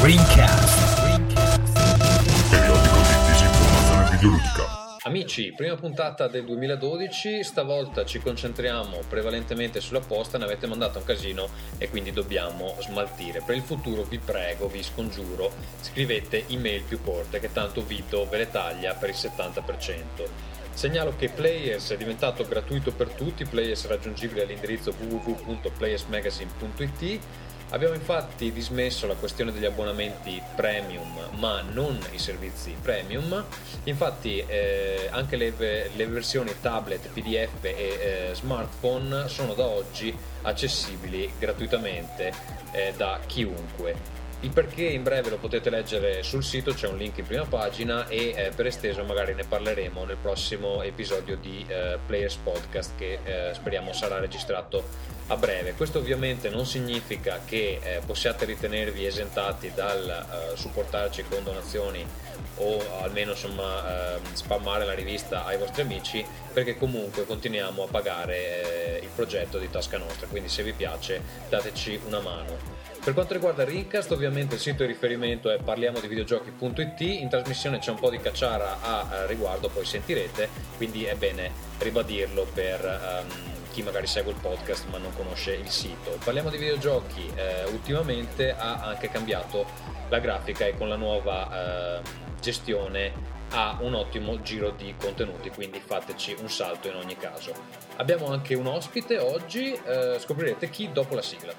Rincast. Periodico di disinformazione videoludica. Amici, prima puntata del 2012, stavolta ci concentriamo prevalentemente sulla posta, ne avete mandato un casino e quindi dobbiamo smaltire. Per il futuro vi prego, vi scongiuro, scrivete email più corte che tanto Vito ve le taglia per il 70%. Segnalo che Players è diventato gratuito per tutti, Players è raggiungibile all'indirizzo www.playersmagazine.it. Abbiamo infatti dismesso la questione degli abbonamenti premium, ma non i servizi premium. Infatti anche le versioni tablet, PDF e smartphone sono da oggi accessibili gratuitamente da chiunque. Il perché in breve lo potete leggere sul sito, c'è un link in prima pagina e per esteso magari ne parleremo nel prossimo episodio di Players Podcast che speriamo sarà registrato a breve. Questo ovviamente non significa che possiate ritenervi esentati dal supportarci con donazioni o almeno insomma spammare la rivista ai vostri amici, perché comunque continuiamo a pagare il progetto di tasca nostra, quindi se vi piace dateci una mano. Per quanto riguarda Rincast, ovviamente il sito di riferimento è parliamodivideogiochi.it, in trasmissione c'è un po' di cacciara a riguardo, poi sentirete, quindi è bene ribadirlo per chi magari segue il podcast ma non conosce il sito. Parliamo di videogiochi, ultimamente ha anche cambiato la grafica e con la nuova gestione ha un ottimo giro di contenuti, quindi fateci un salto in ogni caso. Abbiamo anche un ospite oggi, scoprirete chi dopo la sigla.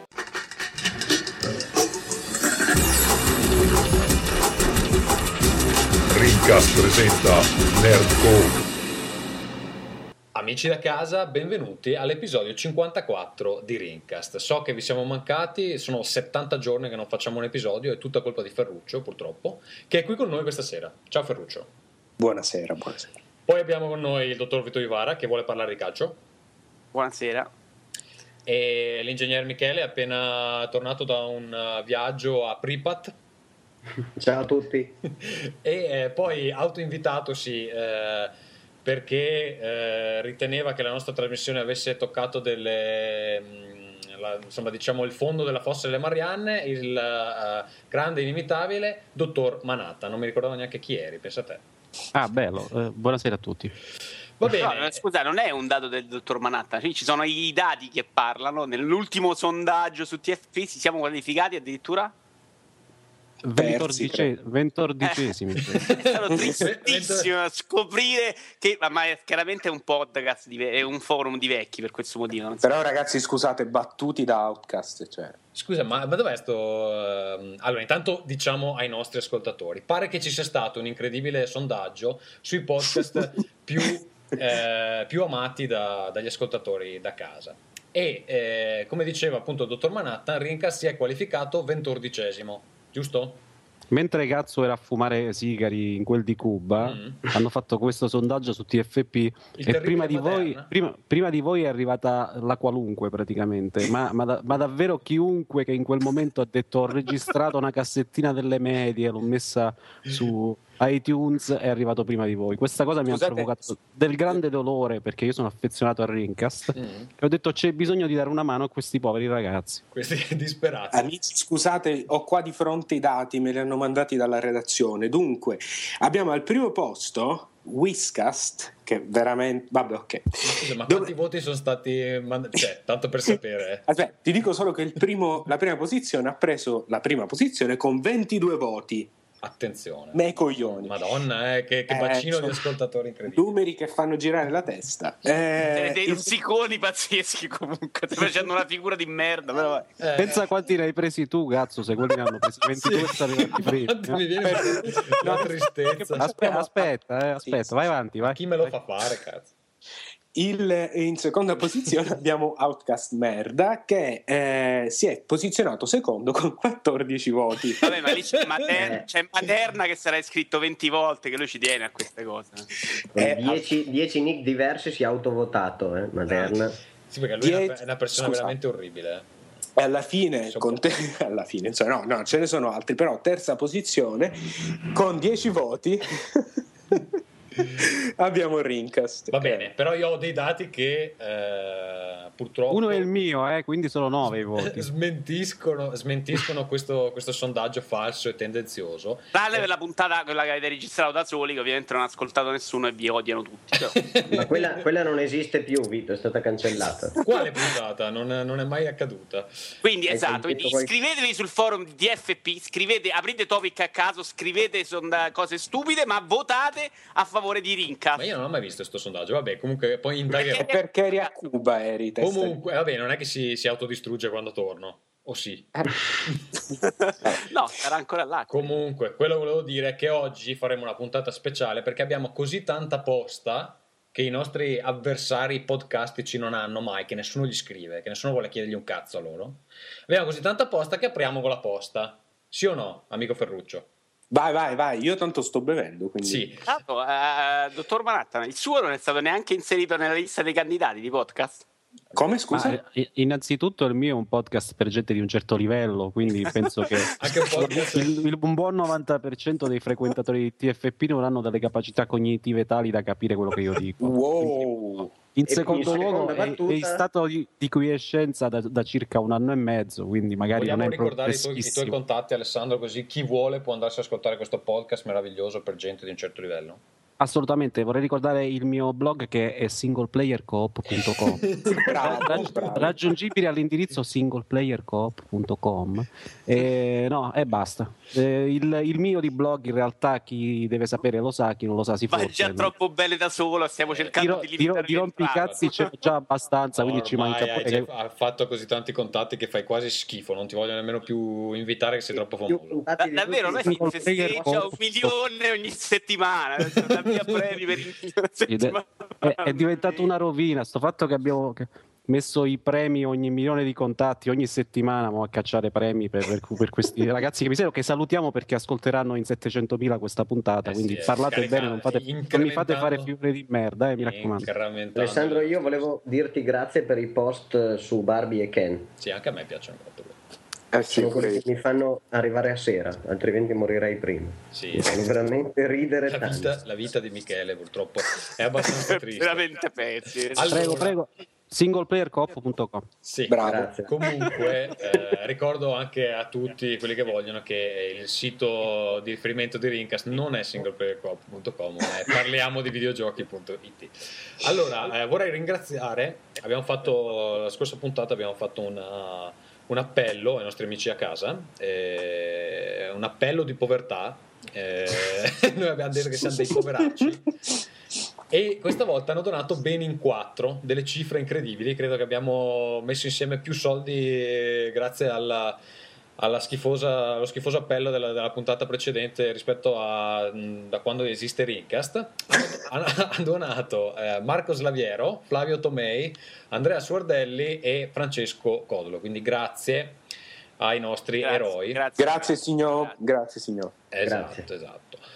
Rincast presenta Nerdcore. Amici da casa, benvenuti all'episodio 54 di Rincast. So che vi siamo mancati, sono 70 giorni che non facciamo un episodio, è tutta colpa di Ferruccio purtroppo, che è qui con noi questa sera. Ciao Ferruccio. Buonasera. Poi abbiamo con noi il dottor Vito Ivara che vuole parlare di calcio. Buonasera. E l'ingegnere Michele è appena tornato da un viaggio a Pripyat. Ciao a tutti. E poi autoinvitatosi perché riteneva che la nostra trasmissione avesse toccato insomma diciamo il fondo della fossa delle Marianne, il grande inimitabile dottor Manatta. Non mi ricordavo neanche chi eri, pensa a te. Ah, bello, buonasera a tutti. Va bene. No, scusa, non è un dato del dottor Manatta, ci sono i dati che parlano. Nell'ultimo sondaggio su TFP siamo qualificati addirittura 14esimi. È stato tristissimo scoprire che ma è chiaramente un podcast è un forum di vecchi, per questo motivo non so. Però ragazzi, scusate, battuti da Outcast, cioè. Scusa, ma dov'è sto? Allora, intanto diciamo ai nostri ascoltatori, pare che ci sia stato un incredibile sondaggio sui podcast più amati dagli ascoltatori da casa. E come diceva appunto il dottor Manhattan, Rincast si è qualificato 14esimo, giusto? Mentre cazzo era a fumare sigari in quel di Cuba, hanno fatto questo sondaggio su TFP e prima di voi è arrivata la qualunque praticamente, ma davvero chiunque che in quel momento ha detto ho registrato una cassettina delle medie, l'ho messa su iTunes, è arrivato prima di voi. Questa cosa mi ha provocato del grande dolore perché io sono affezionato a Rincast e ho detto c'è bisogno di dare una mano a questi poveri ragazzi, questi disperati. Amici, scusate, ho qua di fronte i dati, me li hanno mandati dalla redazione. Dunque abbiamo al primo posto Whiskast, che veramente vabbè, ok. Scusa, ma quanti voti sono stati cioè, tanto per sapere? Aspetta, ti dico solo che la prima posizione ha preso la prima posizione con 22 voti. Attenzione, me coglioni, madonna, che bacino di ascoltatori incredibili, numeri che fanno girare la testa, dei ruzziconi pazzeschi. Comunque stai facendo una figura di merda, però pensa quanti ne hai presi tu, cazzo, se quelli ne hanno presi 22 sono arrivati prima. Mi viene una tristezza. Aspetta, vai avanti, vai. Chi me lo fa fare, cazzo? In seconda posizione abbiamo Outcast Merda che si è posizionato secondo con 14 voti. Vabbè, ma lì c'è Materna che sarà iscritto 20 volte, che lui ci tiene a queste cose. 10 nick diversi si è autovotato, Materna. Sì, perché lui è una persona veramente orribile. E alla fine, insomma, no, ce ne sono altri, però terza posizione con 10 voti abbiamo Rincast. Va bene, però io ho dei dati che purtroppo uno è il mio, quindi sono 9 i voti. smentiscono questo sondaggio falso e tendenzioso. Tranne per la puntata, quella che avete registrato da soli, che ovviamente non ha ascoltato nessuno e vi odiano tutti. Ma quella non esiste più, Vito, è stata cancellata. Quale puntata? Non è mai accaduta. Quindi quindi iscrivetevi sul forum di TFP, aprite topic a caso, scrivete cose stupide, ma votate a favore di Rincast. Ma io non ho mai visto questo sondaggio. Vabbè, comunque poi indagherò. Perché eri a Cuba, eri Comunque, vabbè, non è che si autodistrugge quando torno. O sì? No, sarà ancora là. Comunque, quello che volevo dire è che oggi faremo una puntata speciale perché abbiamo così tanta posta che i nostri avversari podcastici non hanno mai, che nessuno gli scrive, che nessuno vuole chiedergli un cazzo a loro. Abbiamo così tanta posta che apriamo con la posta. Sì o no, amico Ferruccio? Vai, io tanto sto bevendo, quindi... Sì. Dottor Manhattan, il suo non è stato neanche inserito nella lista dei candidati di podcast? Come, scusa? Innanzitutto il mio è un podcast per gente di un certo livello, quindi penso che anche un buon 90% dei frequentatori di TFP non hanno delle capacità cognitive tali da capire quello che io dico. Wow! In secondo luogo è in stato di quiescenza da circa 1 anno e mezzo, quindi magari vogliamo non è ricordare i tuoi contatti, Alessandro, così chi vuole può andarsi ad ascoltare questo podcast meraviglioso per gente di un certo livello. Assolutamente, vorrei ricordare il mio blog che è singleplayercoop.com raggiungibile all'indirizzo singleplayercoop.com e basta. Il mio di blog in realtà chi deve sapere lo sa, chi non lo sa si va fotte. già troppo bene da solo, stiamo cercando di limitare di rompicazzi c'è già abbastanza, quindi ci manca hai fatto così tanti contatti che fai quasi schifo, non ti voglio nemmeno più invitare che sei troppo famoso. Davvero, noi festeggia 1 milione ogni settimana. Premi per è diventato una rovina sto fatto che abbiamo messo i premi ogni 1 milione di contatti ogni settimana a cacciare premi per questi ragazzi che salutiamo perché ascolteranno in 700.000 questa puntata, quindi parlate bene, non mi fate fare figure di merda, mi raccomando. Alessandro, io volevo dirti grazie per i post su Barbie e Ken. Sì, anche a me piacciono molto. Sono quelli che mi fanno arrivare a sera, altrimenti morirei prima. Sì, mi fanno veramente ridere la vita di Michele purtroppo è abbastanza triste. Veramente pezzi. Allora, prego. Singleplayercoop.com. Sì, bravo. Grazie. Comunque ricordo anche a tutti quelli che vogliono che il sito di riferimento di Rincast non è singleplayercoop.com, ma è parliamodivideogiochi.it. Allora, vorrei ringraziare, la scorsa puntata abbiamo fatto un appello ai nostri amici a casa, un appello di povertà. Noi abbiamo detto che siamo dei poveracci e questa volta hanno donato ben in 4 delle cifre incredibili. Credo che abbiamo messo insieme più soldi grazie allo schifoso appello della puntata precedente rispetto da quando esiste Rincast. Ha donato Marco Slaviero, Flavio Tomei, Andrea Suardelli e Francesco Codolo, quindi grazie ai nostri eroi. Grazie signor. Esatto.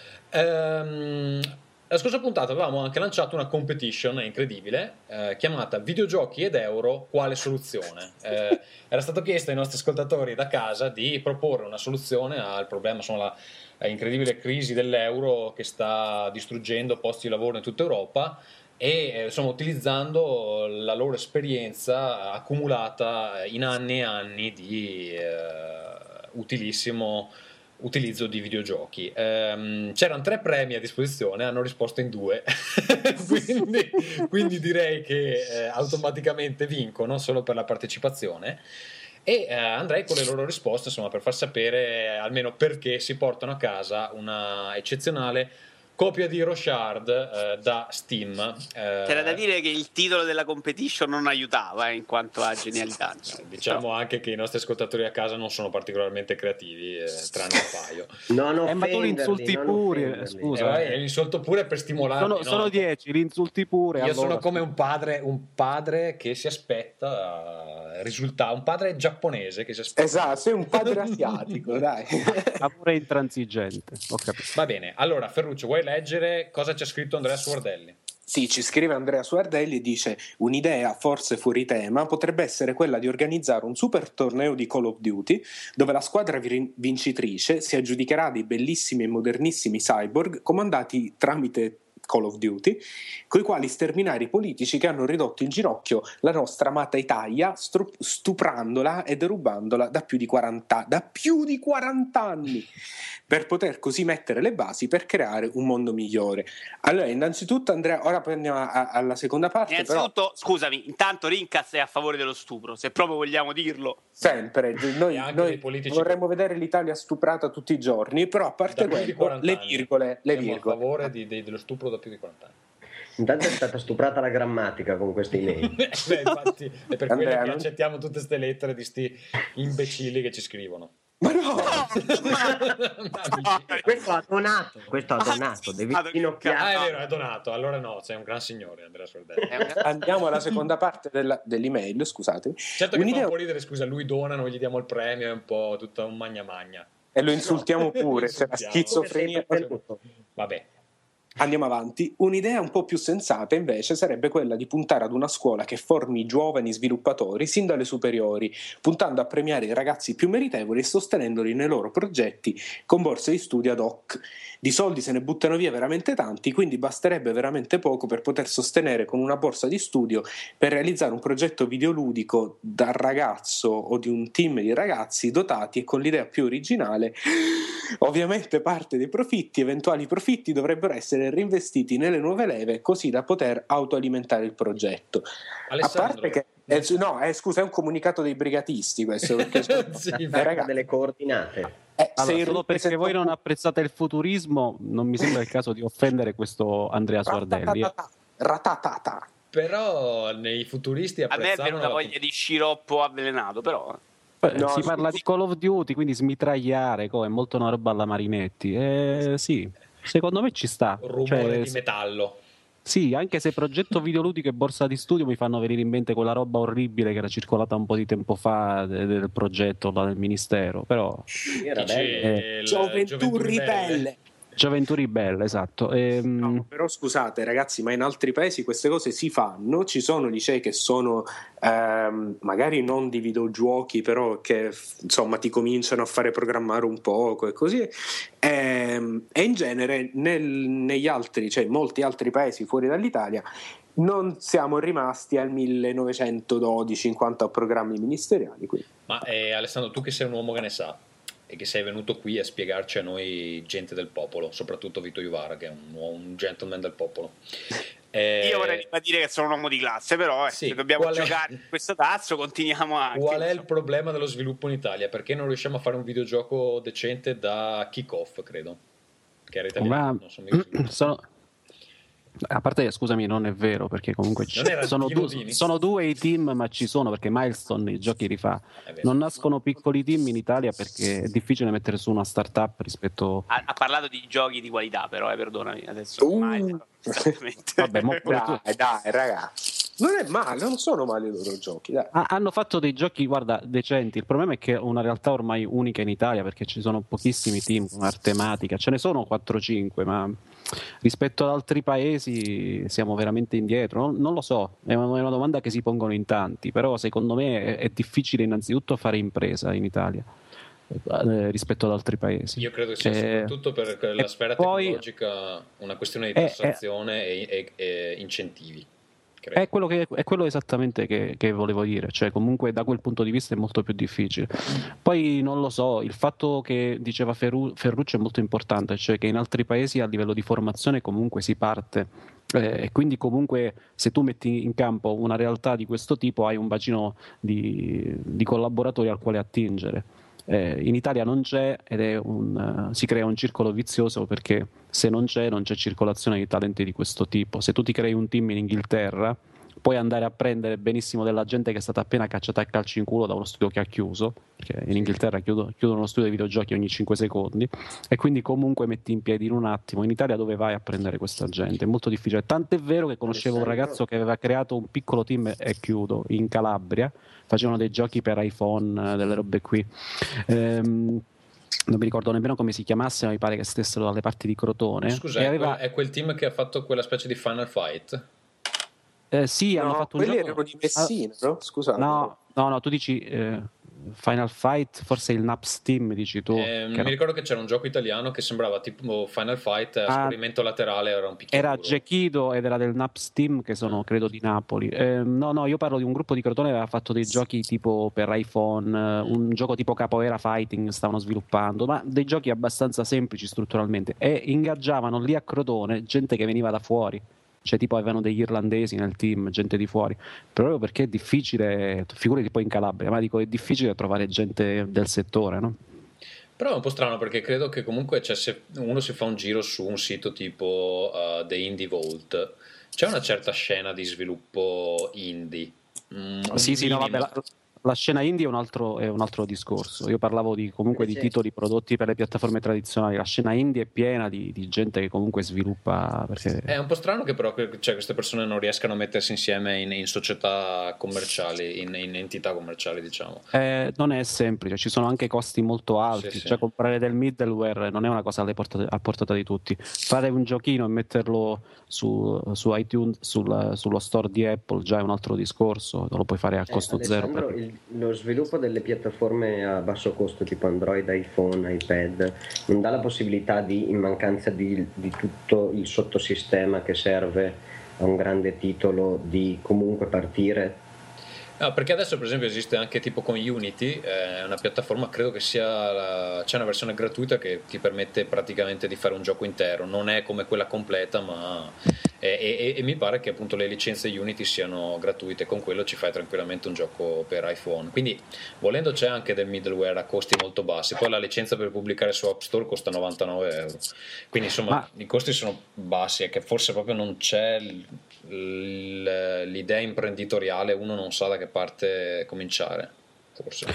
La scorsa puntata avevamo anche lanciato una competition incredibile chiamata Videogiochi ed Euro, quale soluzione? Era stato chiesto ai nostri ascoltatori da casa di proporre una soluzione al problema, insomma, la incredibile crisi dell'euro che sta distruggendo posti di lavoro in tutta Europa, e insomma utilizzando la loro esperienza accumulata in anni e anni di utilissimo utilizzo di videogiochi. C'erano 3 premi a disposizione, hanno risposto in 2 quindi direi che automaticamente vincono solo per la partecipazione, e andrei con le loro risposte, insomma, per far sapere almeno perché si portano a casa una eccezionale copia di Rochard da Steam. C'era da dire che il titolo della competition non aiutava in quanto a genialità. Diciamo anche che i nostri ascoltatori a casa non sono particolarmente creativi, tranne un paio. Ma tu li insulti pure, scusa. L'insulto pure per stimolarli. Sono 10, li insulti pure. Io sono come un padre che si aspetta un padre giapponese che si aspetta. Esatto, sei un padre asiatico, dai. Amore intransigente. Ho capito. Va bene, allora Ferruccio, vuoi leggere cosa c'è scritto Andrea Suardelli? Sì, ci scrive Andrea Suardelli e dice: un'idea forse fuori tema potrebbe essere quella di organizzare un super torneo di Call of Duty dove la squadra vincitrice si aggiudicherà dei bellissimi e modernissimi cyborg comandati tramite Call of Duty, coi quali sterminare i politici che hanno ridotto in ginocchio la nostra amata Italia, stuprandola e derubandola da più di 40 anni, per poter così mettere le basi per creare un mondo migliore. Allora, innanzitutto, Andrea, ora prendiamo alla seconda parte. Innanzitutto, scusami, intanto Rincas è a favore dello stupro, se proprio vogliamo dirlo. Sempre, noi vorremmo vedere l'Italia stuprata tutti i giorni, però a parte quello, le virgole. Siamo a favore dello stupro da più di 40 anni. Intanto è stata stuprata la grammatica con queste email. Infatti, è per quello che accettiamo tutte queste lettere di sti imbecilli che ci scrivono. Ma no! Questo ha donato, devi ginocchiare. È vero, è donato, allora no, sei un gran signore, Andrea Sordelli. Andiamo alla seconda parte dell'email, scusatemi. Certo che fa un po' ridere, scusa, lui dona, noi gli diamo il premio, è un po' tutta un magna. E lo insultiamo pure, c'è la schizofrenia. Vabbè. Andiamo avanti. Un'idea un po' più sensata invece sarebbe quella di puntare ad una scuola che formi giovani sviluppatori sin dalle superiori, puntando a premiare i ragazzi più meritevoli e sostenendoli nei loro progetti con borse di studio ad hoc. Di soldi se ne buttano via veramente tanti, quindi basterebbe veramente poco per poter sostenere con una borsa di studio per realizzare un progetto videoludico dal ragazzo o di un team di ragazzi dotati e con l'idea più originale. Ovviamente parte dei eventuali profitti dovrebbero essere reinvestiti nelle nuove leve così da poter autoalimentare il progetto. Alessandro. A parte che scusa, è un comunicato dei brigatisti questo, perché ragazzi, delle coordinate. Allora, solo perché voi non apprezzate il futurismo, non mi sembra il caso di offendere questo Andrea Sordelli. Ratatata. Però nei futuristi apprezzavano. A me è venuta voglia di sciroppo avvelenato, però. Si parla di Call of Duty, quindi smitragliare, è molto una roba alla Marinetti. Sì, secondo me ci sta. Rumore di metallo. Sì, anche se progetto videoludico e borsa di studio mi fanno venire in mente quella roba orribile che era circolata un po' di tempo fa del progetto del ministero, però era bello. Gioventù ribelle. Gioventù ribelle, esatto. No, però scusate ragazzi, ma in altri paesi queste cose si fanno, ci sono licei che sono magari non di videogiochi, però che insomma ti cominciano a fare programmare un poco e così, e in genere negli altri, cioè molti altri paesi fuori dall'Italia non siamo rimasti al 1912 in quanto a programmi ministeriali. Quindi. Ma Alessandro, tu che sei un uomo che ne sa e che sei venuto qui a spiegarci a noi gente del popolo, soprattutto Vito Juvara che è un gentleman del popolo. Io vorrei ribadire che sono un uomo di classe, però sì, se dobbiamo giocare in questo tasto continuiamo anche. Qual è il problema dello sviluppo in Italia? Perché non riusciamo a fare un videogioco decente da Kick-Off, credo, che era italiano, non so mica. A parte, scusami, non è vero, perché comunque sono due i team, ma ci sono, perché Milestone i giochi li fa. Non nascono piccoli team in Italia perché è difficile mettere su una startup rispetto. Ha parlato di giochi di qualità, però perdonami adesso. Vabbè, dai ragazzi, non è male, non sono male i loro giochi, dai. Hanno fatto dei giochi, guarda, decenti. Il problema è che è una realtà ormai unica in Italia, perché ci sono pochissimi team con artematica, ce ne sono 4-5, ma rispetto ad altri paesi siamo veramente indietro. Non lo so, è una domanda che si pongono in tanti, però secondo me è difficile innanzitutto fare impresa in Italia rispetto ad altri paesi. Io credo che sia soprattutto per la sfera tecnologica una questione di tassazione e incentivi. È quello esattamente che volevo dire, cioè comunque da quel punto di vista è molto più difficile. Poi non lo so, il fatto che diceva Ferruccio è molto importante, cioè che in altri paesi a livello di formazione comunque si parte e quindi comunque se tu metti in campo una realtà di questo tipo hai un bacino di collaboratori al quale attingere. In Italia non c'è ed si crea un circolo vizioso, perché se non c'è circolazione di talenti di questo tipo. Se tu ti crei un team in Inghilterra puoi andare a prendere benissimo della gente che è stata appena cacciata a calci in culo da uno studio che ha chiuso, perché in Inghilterra chiudono uno studio di videogiochi ogni 5 secondi, e quindi comunque metti in piedi in un attimo. In Italia dove vai a prendere questa gente? È molto difficile, tant'è vero che conoscevo un ragazzo che aveva creato un piccolo team, e chiudo, in Calabria, facevano dei giochi per iPhone, delle robe qui. Non mi ricordo nemmeno come si chiamasse, ma mi pare che stessero dalle parti di Crotone. Scusa, è quel team che ha fatto quella specie di Final Fight? Sì, hanno fatto un gioco. Quelli erano di Messina, no? Scusate. No, tu dici Final Fight, forse il Naps Team, dici tu. Mi ricordo che c'era un gioco italiano che sembrava tipo Final Fight, a scorrimento laterale, era un picchiaduro. Era Gekido ed era del Naps Team, che sono credo di Napoli. No, io parlo di un gruppo di Crotone che aveva fatto dei giochi tipo per iPhone, un gioco tipo Capoeira Fighting stavano sviluppando, ma dei giochi abbastanza semplici strutturalmente, e ingaggiavano lì a Crotone gente che veniva da fuori. Cioè tipo avevano degli irlandesi nel team, gente di fuori, proprio perché è difficile, figurati poi in Calabria, ma dico è difficile trovare gente del settore, no? Però è un po' strano, perché credo che comunque, cioè, se uno si fa un giro su un sito tipo The Indie Vault, c'è una certa scena di sviluppo indie. Sì, no, vabbè, la scena indie è un altro discorso. Io parlavo comunque di titoli prodotti per le piattaforme tradizionali. La scena indie è piena di gente che comunque sviluppa. Perché... È un po' strano che però queste persone non riescano a mettersi insieme in società commerciali, in entità commerciali, diciamo. Non è semplice, ci sono anche costi molto alti. Sì. Cioè comprare del middleware non è una cosa a portata di tutti. Fare un giochino e metterlo su iTunes, sullo store di Apple, già è un altro discorso. Lo puoi fare a costo zero. Lo sviluppo delle piattaforme a basso costo tipo Android, iPhone, iPad non dà la possibilità in mancanza di tutto il sottosistema che serve a un grande titolo, di comunque partire? No, perché adesso per esempio esiste anche tipo con Unity, una piattaforma, credo che c'è una versione gratuita che ti permette praticamente di fare un gioco intero, non è come quella completa, ma e mi pare che appunto le licenze Unity siano gratuite, con quello ci fai tranquillamente un gioco per iPhone, quindi volendo c'è anche del middleware a costi molto bassi, poi la licenza per pubblicare su App Store costa 99 €, quindi insomma i costi sono bassi, è che forse proprio non c'è l'idea imprenditoriale, uno non sa da che parte cominciare, forse.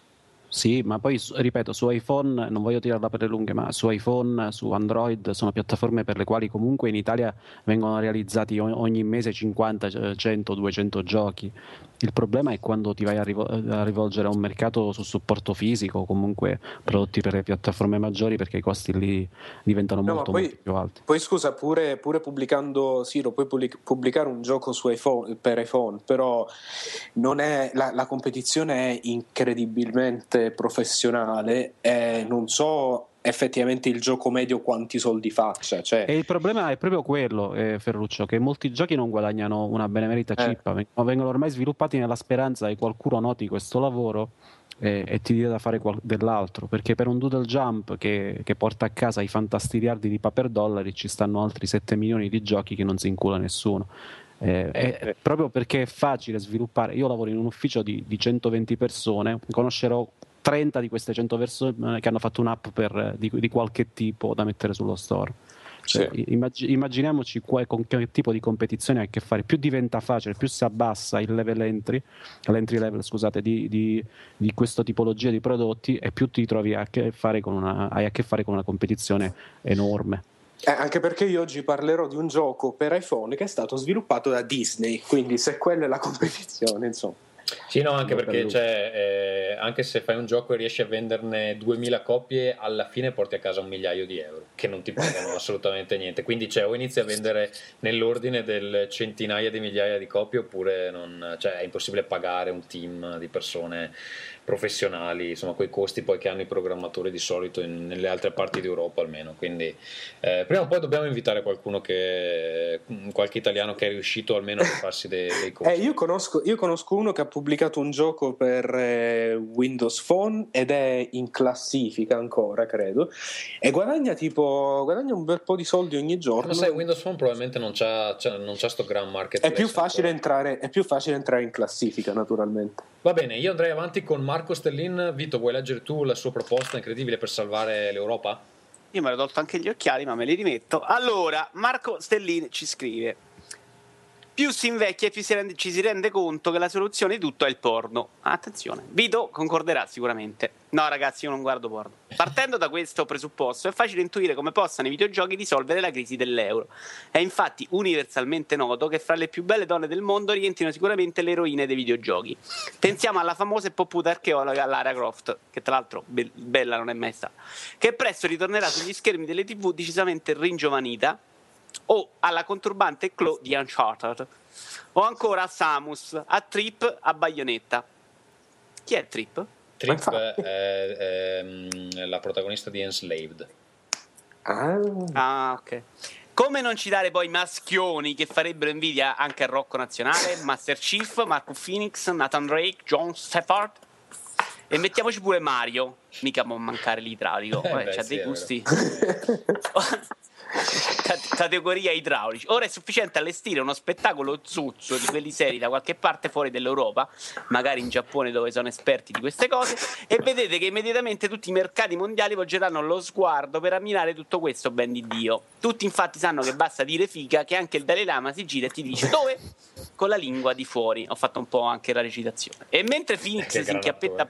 Sì, ma poi ripeto, su iPhone non voglio tirarla per le lunghe, ma su iPhone, su Android sono piattaforme per le quali comunque in Italia vengono realizzati ogni mese 50, 100, 200 giochi. Il problema è quando ti vai a rivolgere a un mercato su supporto fisico o comunque prodotti per le piattaforme maggiori, perché i costi lì diventano molto più alti. Poi scusa, pure pubblicando, sì, lo puoi pubblicare un gioco su iPhone, per iPhone, però non è, la competizione è incredibilmente professionale e non so effettivamente il gioco medio quanti soldi faccia, cioè. E il problema è proprio quello, Ferruccio, che molti giochi non guadagnano una benemerita cippa, vengono ormai sviluppati nella speranza che qualcuno noti questo lavoro e ti dia da fare dell'altro, perché per un doodle jump che porta a casa i fantastiliardi di paper dollari ci stanno altri 7 milioni di giochi che non si incula nessuno. Proprio perché è facile sviluppare. Io lavoro in un ufficio di 120 persone, conoscerò 30 di queste 100 persone che hanno fatto un'app di qualche tipo da mettere sullo store. Cioè, immaginiamoci con che tipo di competizione hai a che fare. Più diventa facile, più si abbassa il l'entry level, scusate, di questa tipologia di prodotti, e più ti trovi hai a che fare con una competizione enorme. Anche perché io oggi parlerò di un gioco per iPhone che è stato sviluppato da Disney, quindi se quella è la competizione, insomma. Sì, no, anche perché anche se fai un gioco e riesci a venderne 2000 copie, alla fine porti a casa €1.000.000 che non ti pagano assolutamente niente. Quindi o inizi a vendere nell'ordine del centinaia di migliaia di copie, oppure è impossibile pagare un team di persone professionali, insomma, quei costi poi che hanno i programmatori di solito nelle altre parti d'Europa almeno. Quindi prima o poi dobbiamo invitare qualche italiano che è riuscito almeno a farsi dei corsi. Io conosco uno che ha pubblicato un gioco per Windows Phone ed è in classifica ancora, credo, e guadagna un bel po' di soldi ogni giorno. Ma sai, Windows Phone probabilmente non c'ha sto gran marketplace. È più facile entrare in classifica, naturalmente. Va bene, io andrei avanti con Marco Stellin. Vito, vuoi leggere tu la sua proposta incredibile per salvare l'Europa? Io me l'ho tolto anche gli occhiali, ma me li rimetto. Allora, Marco Stellin ci scrive: più si invecchia e più ci si rende conto che la soluzione di tutto è il porno. Attenzione, Vito concorderà sicuramente. No ragazzi, io non guardo porno. Partendo da questo presupposto è facile intuire come possano i videogiochi risolvere la crisi dell'euro. È infatti universalmente noto che fra le più belle donne del mondo rientrino sicuramente le eroine dei videogiochi. Pensiamo alla famosa e popputa archeologa Lara Croft, che tra l'altro bella non è mai stata, che presto ritornerà sugli schermi delle TV decisamente ringiovanita, o alla conturbante Chloe di Uncharted, o ancora a Samus, a Trip, a Bayonetta. Chi è Trip? Trip è la protagonista di Enslaved. Ok. Come non citare poi maschioni che farebbero invidia anche al Rocco Nazionale? Master Chief, Marco Phoenix, Nathan Drake, John Stafford. E mettiamoci pure Mario. Mica può mancare l'idraulico. C'ha dei gusti. Categoria idraulici. Ora è sufficiente allestire uno spettacolo zuzzo di quelli seri da qualche parte fuori dell'Europa, magari in Giappone dove sono esperti di queste cose, e vedete che immediatamente tutti i mercati mondiali volgeranno lo sguardo per ammirare tutto questo ben di Dio. Tutti infatti sanno che basta dire figa che anche il Dalai Lama si gira e ti dice dove? Con la lingua di fuori. Ho fatto un po' anche la recitazione. E mentre Phoenix si inchiappetta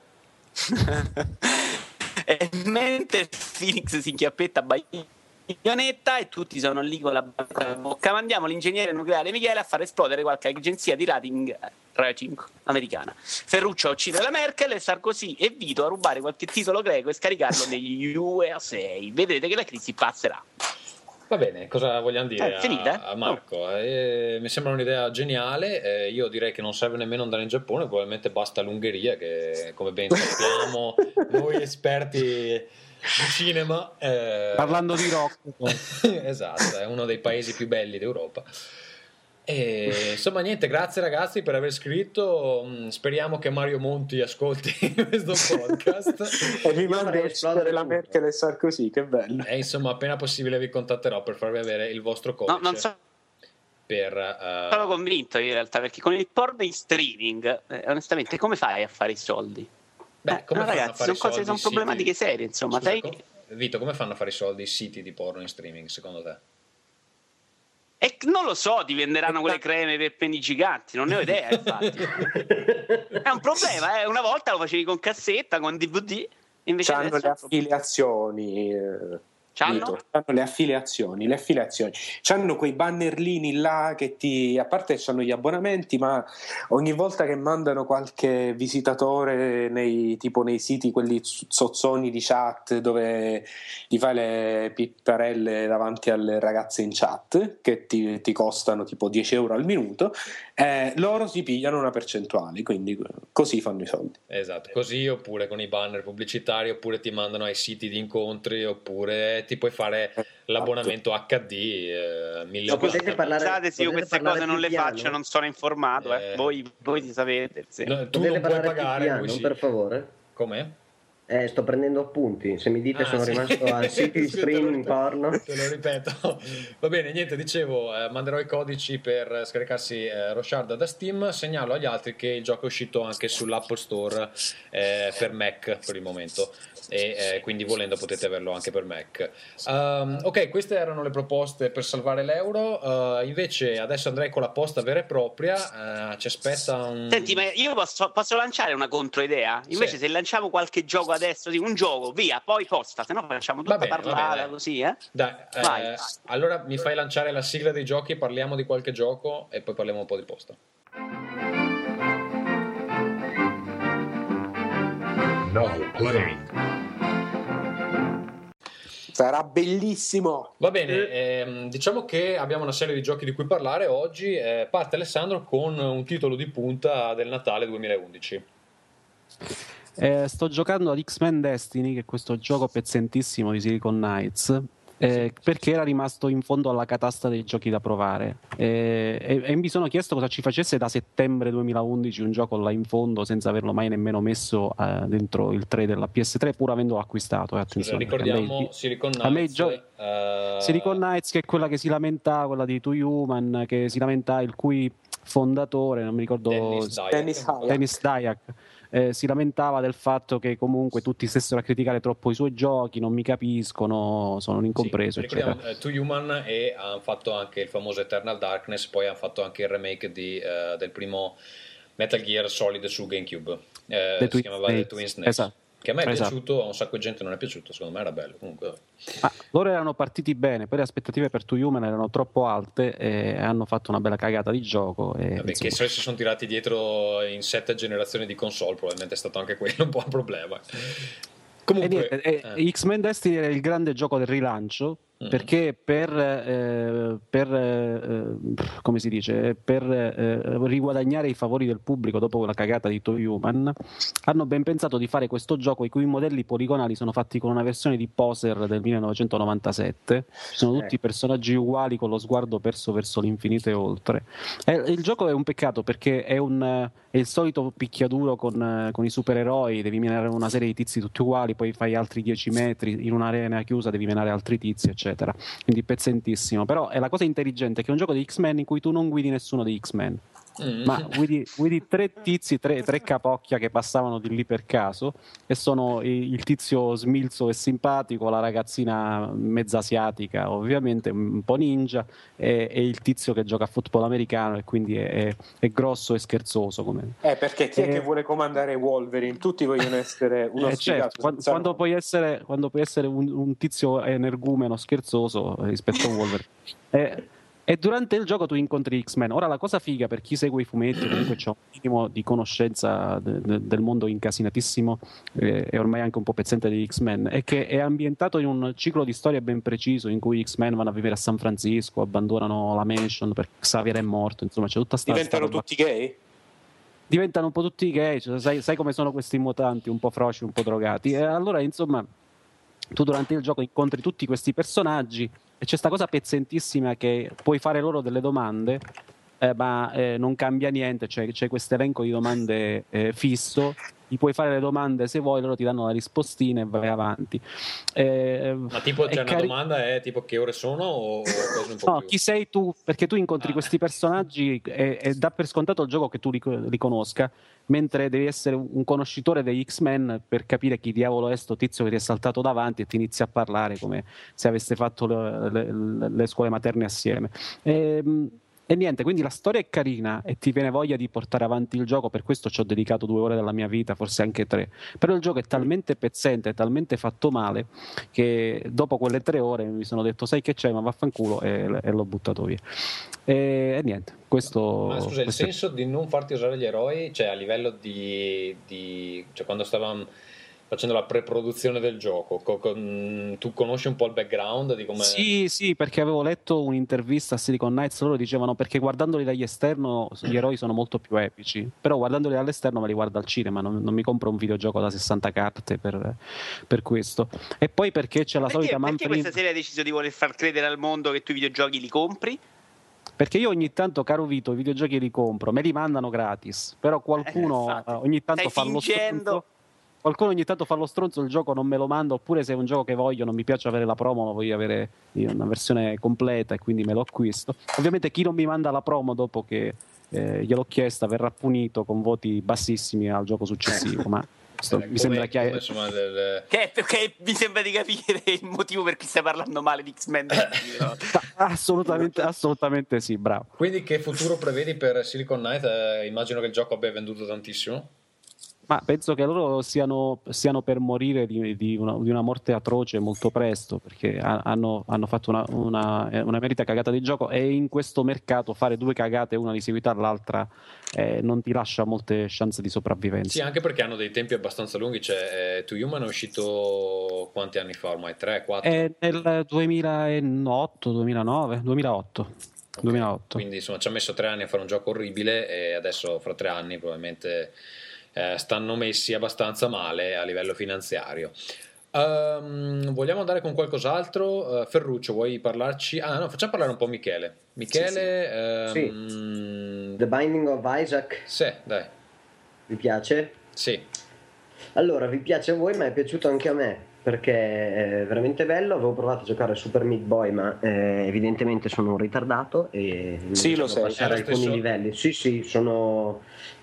Baionetta e tutti sono lì con la bocca, mandiamo l'ingegnere nucleare Michele a far esplodere qualche agenzia di rating americana. Ferruccio uccide la Merkel e Sarkozy e Vito a rubare qualche titolo greco e scaricarlo negli USA. Vedrete che la crisi passerà. Va bene, cosa vogliamo dire a Marco? Mi sembra un'idea geniale, io direi che non serve nemmeno andare in Giappone, probabilmente basta l'Ungheria che, come ben sappiamo, noi esperti di cinema... Parlando di rock. Esatto, è uno dei paesi più belli d'Europa. E insomma niente, grazie ragazzi per aver scritto, speriamo che Mario Monti ascolti questo podcast e vi manda a esplodere la Merkel e Sarkozy, che bello. E insomma appena possibile vi contatterò per farvi avere il vostro codice. No, non so. Sono convinto in realtà, perché con il porno in streaming onestamente come fai a fare i soldi? Come ragazzi, sono cose, sono problematiche serie, insomma. Scusa, Vito, come fanno a fare i soldi i siti di porno in streaming secondo te? E non lo so, ti venderanno quelle creme per peni giganti, non ne ho idea, infatti. È un problema, una volta lo facevi con cassetta, con DVD, invece c'hanno le affiliazioni. C'hanno le affiliazioni, c'hanno quei bannerlini là che a parte c'hanno gli abbonamenti, ma ogni volta che mandano qualche visitatore nei siti quelli zozzoni di chat dove ti fai le pipparelle davanti alle ragazze in chat che ti costano tipo 10 euro al minuto, loro si pigliano una percentuale, quindi così fanno i soldi. Esatto, così, oppure con i banner pubblicitari, oppure ti mandano ai siti di incontri, oppure ti puoi fare l'abbonamento HD. Potete parlare, se io queste cose non le faccio, non sono informato. Voi ti sapete. Sì. No, tu non puoi pagare, piano, per favore. Com'è? Sto prendendo appunti, se mi dite sono rimasto al sito di streaming porno. Te lo ripeto. Va bene, niente, dicevo, manderò i codici per scaricarsi Roshard da Steam. Segnalo agli altri che il gioco è uscito anche sull'Apple Store per Mac per il momento, e quindi volendo potete averlo anche per Mac. Ok, queste erano le proposte per salvare l'euro. Invece adesso andrei con la posta vera e propria. Ci aspetta un... Senti, ma io posso lanciare una controidea? Invece se lanciamo qualche gioco adesso, un gioco, via, poi posta, se no facciamo tutta parlata così, Dai, allora mi fai lanciare la sigla dei giochi, parliamo di qualche gioco e poi parliamo un po' di posta. Now playing. Sarà bellissimo. Va bene, diciamo che abbiamo una serie di giochi di cui parlare oggi. Parte Alessandro con un titolo di punta del Natale 2011. Sto giocando ad X-Men Destiny, che è questo gioco pezzentissimo di Silicon Knights, perché era rimasto in fondo alla catasta dei giochi da provare, e mi sono chiesto cosa ci facesse da settembre 2011 un gioco là in fondo senza averlo mai nemmeno messo dentro il tray della PS3, pur avendolo acquistato. Attenzione, ricordiamo Silicon Knights, Silicon Knights, che è quella che si lamentava, quella di Two Human, che si lamentava, il cui fondatore, non mi ricordo, Dennis Dyack, si lamentava del fatto che comunque tutti stessero a criticare troppo i suoi giochi, non mi capiscono, sono un incompreso, eccetera. Two Human, e hanno fatto anche il famoso Eternal Darkness, poi hanno fatto anche il remake del primo Metal Gear Solid su GameCube, si chiamava The Twin Snakes. Esatto. Che a me è piaciuto, a un sacco di gente non è piaciuto, secondo me era bello comunque. Loro erano partiti bene, poi le aspettative per Two Human erano troppo alte e hanno fatto una bella cagata di gioco. Che se si sono tirati dietro in 7 generazioni di console, probabilmente è stato anche quello un po' un problema. Comunque, X-Men Destiny era il grande gioco del rilancio, perché come si dice, per riguadagnare i favori del pubblico dopo la cagata di Toy Human, hanno ben pensato di fare questo gioco i cui modelli poligonali sono fatti con una versione di Poser del 1997. Ci sono tutti personaggi uguali con lo sguardo perso verso l'infinito e oltre. Il gioco è un peccato perché è il solito picchiaduro con i supereroi, devi menare una serie di tizi tutti uguali, poi fai altri 10 metri in un'arena chiusa, devi menare altri tizi, eccetera. Quindi pezzentissimo. Però è la cosa intelligente che è un gioco di X-Men in cui tu non guidi nessuno dei X-Men, ma guidi tre tizi, tre capocchia che passavano di lì per caso, e sono il tizio smilzo e simpatico, la ragazzina mezza asiatica ovviamente, un po' ninja, e il tizio che gioca a football americano e quindi è grosso e scherzoso come. Perché chi è che vuole comandare Wolverine? Tutti vogliono essere uno sfigato, certo, quando puoi essere un tizio energumeno scherzoso rispetto a Wolverine. E durante il gioco tu incontri X-Men. Ora, la cosa figa per chi segue i fumetti, comunque c'è un minimo di conoscenza del mondo incasinatissimo e ormai anche un po' pezzente di X-Men, è che è ambientato in un ciclo di storia ben preciso in cui X-Men vanno a vivere a San Francisco, abbandonano la mansion perché Xavier è morto, insomma c'è tutta diventano tutti gay? Diventano un po' tutti gay, cioè, sai come sono questi mutanti, un po' froci, un po' drogati, e allora insomma tu durante il gioco incontri tutti questi personaggi e c'è sta cosa pezzentissima che puoi fare loro delle domande, ma non cambia niente, cioè c'è questo elenco di domande fisso, gli puoi fare le domande se vuoi, loro ti danno la rispostina e vai avanti. Ma tipo c'è una domanda è tipo che ore sono o cose un po' no, più... chi sei tu? Perché tu incontri questi personaggi e dà per scontato il gioco che tu li conosca, mentre devi essere un conoscitore degli X-Men per capire chi diavolo è sto tizio che ti è saltato davanti e ti inizia a parlare come se aveste fatto le scuole materne assieme. E niente, quindi la storia è carina e ti viene voglia di portare avanti il gioco, per questo ci ho dedicato 2 ore della mia vita, forse anche 3. Però il gioco è talmente pezzente, è talmente fatto male, che dopo quelle 3 ore mi sono detto sai che c'è, ma vaffanculo, e l'ho buttato via. E niente, questo... Ma scusa, il senso di non farti usare gli eroi, cioè a livello cioè quando stavamo facendo la pre-produzione del gioco, tu conosci un po' il background di come... Sì, perché avevo letto un'intervista a Silicon Knights, loro dicevano perché guardandoli dall'esterno gli eroi sono molto più epici, però guardandoli dall'esterno me li guardo al cinema, non mi compro un videogioco da 60 carte per questo. E poi perché c'è la solita perché questa serie ha deciso di voler far credere al mondo che tu i videogiochi li compri? Perché io ogni tanto, caro Vito, i videogiochi li compro, me li mandano gratis, però qualcuno ogni tanto fa lo stronzo. Qualcuno ogni tanto fa lo stronzo, il gioco non me lo manda, oppure se è un gioco che voglio, non mi piace avere la promo, ma voglio avere una versione completa e quindi me lo acquisto. Ovviamente chi non mi manda la promo dopo che gliel'ho chiesta verrà punito con voti bassissimi al gioco successivo, ma mi sembra che mi sembra di capire il motivo per cui stai parlando male di X-Men. assolutamente sì, bravo. Quindi che futuro prevedi per Silicon Knight? Immagino che il gioco abbia venduto tantissimo. Ma penso che loro siano per morire di una morte atroce molto presto, perché hanno fatto una merita cagata di gioco, e in questo mercato fare 2 cagate, una di seguito all'altra, non ti lascia molte chance di sopravvivenza. Sì, anche perché hanno dei tempi abbastanza lunghi, cioè To Human è uscito quanti anni fa ormai? 3, 4? Nel 2008, 2009, 2008. Okay. 2008. Quindi insomma ci ha messo 3 anni a fare un gioco orribile e adesso fra 3 anni probabilmente... stanno messi abbastanza male a livello finanziario. Vogliamo andare con qualcos'altro? Ferruccio, vuoi parlarci? No, facciamo parlare un po' Michele. Michele, sì. The Binding of Isaac. Sì, dai. Vi piace? Sì. Allora, vi piace a voi, ma è piaciuto anche a me, perché è veramente bello. Avevo provato a giocare a Super Meat Boy, ma evidentemente sono un ritardato e sì, lo sai, passare alcuni livelli. Sì, sono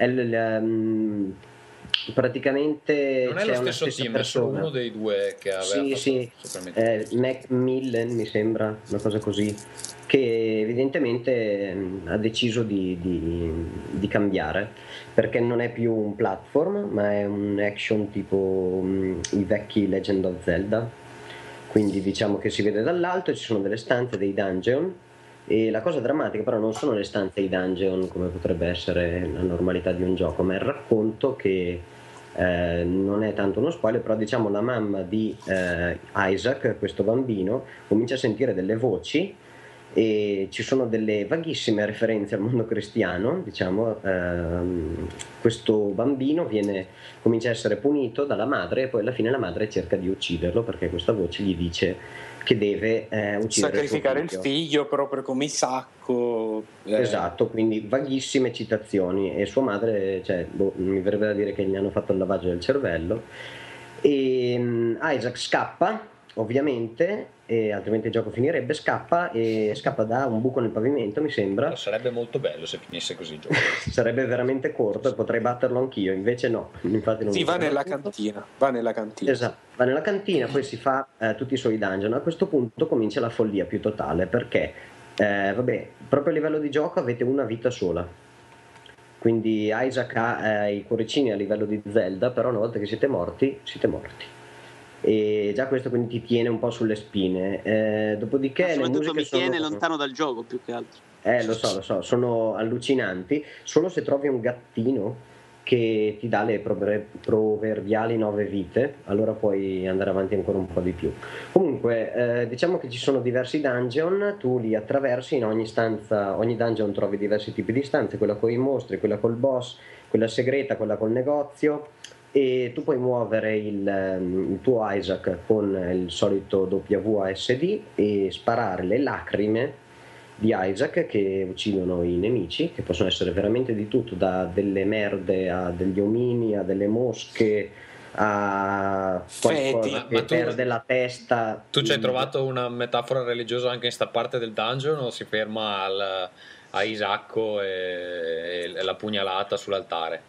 praticamente non è lo stesso team, è solo uno dei 2 che aveva fatto Macmillan, mi sembra, una cosa così, che evidentemente ha deciso di cambiare, perché non è più un platform, ma è un action tipo i vecchi Legend of Zelda, quindi diciamo che si vede dall'alto e ci sono delle stanze, dei dungeon, e la cosa drammatica però non sono le stanze e i dungeon come potrebbe essere la normalità di un gioco, ma il racconto che non è tanto uno spoiler, però diciamo la mamma di Isaac, questo bambino, comincia a sentire delle voci e ci sono delle vaghissime referenze al mondo cristiano, diciamo. Questo bambino comincia a essere punito dalla madre e poi alla fine la madre cerca di ucciderlo perché questa voce gli dice che deve uccidere sacrificare il figlio proprio come Isacco. Esatto, quindi vaghissime citazioni e sua madre, cioè, mi verrebbe da dire che gli hanno fatto il lavaggio del cervello e Isaac scappa ovviamente, e altrimenti il gioco finirebbe, scappa da un buco nel pavimento, mi sembra. Sarebbe molto bello se finisse così il gioco. Sarebbe veramente corto e potrei batterlo anch'io, invece no, infatti non va nella cantina. Esatto, va nella cantina, poi si fa tutti i suoi dungeon. A questo punto comincia la follia più totale perché proprio a livello di gioco avete una vita sola, quindi Isaac ha i cuoricini a livello di Zelda, però una volta che siete morti e già questo quindi ti tiene un po' sulle spine, dopodiché le musiche mi tiene lontano dal gioco più che altro. Lo so, sono allucinanti, solo se trovi un gattino che ti dà le proverbiali 9 vite, allora puoi andare avanti ancora un po' di più. Comunque diciamo che ci sono diversi dungeon, tu li attraversi, in ogni stanza, ogni dungeon trovi diversi tipi di stanze, quella con i mostri, quella col boss, quella segreta, quella col negozio, e tu puoi muovere il tuo Isaac con il solito WASD e sparare le lacrime di Isaac che uccidono i nemici, che possono essere veramente di tutto, da delle merde a degli omini, a delle mosche, a qualcosa che perde la testa. Tu ci hai trovato una metafora religiosa anche in sta parte del dungeon o si ferma a Isacco e la pugnalata sull'altare?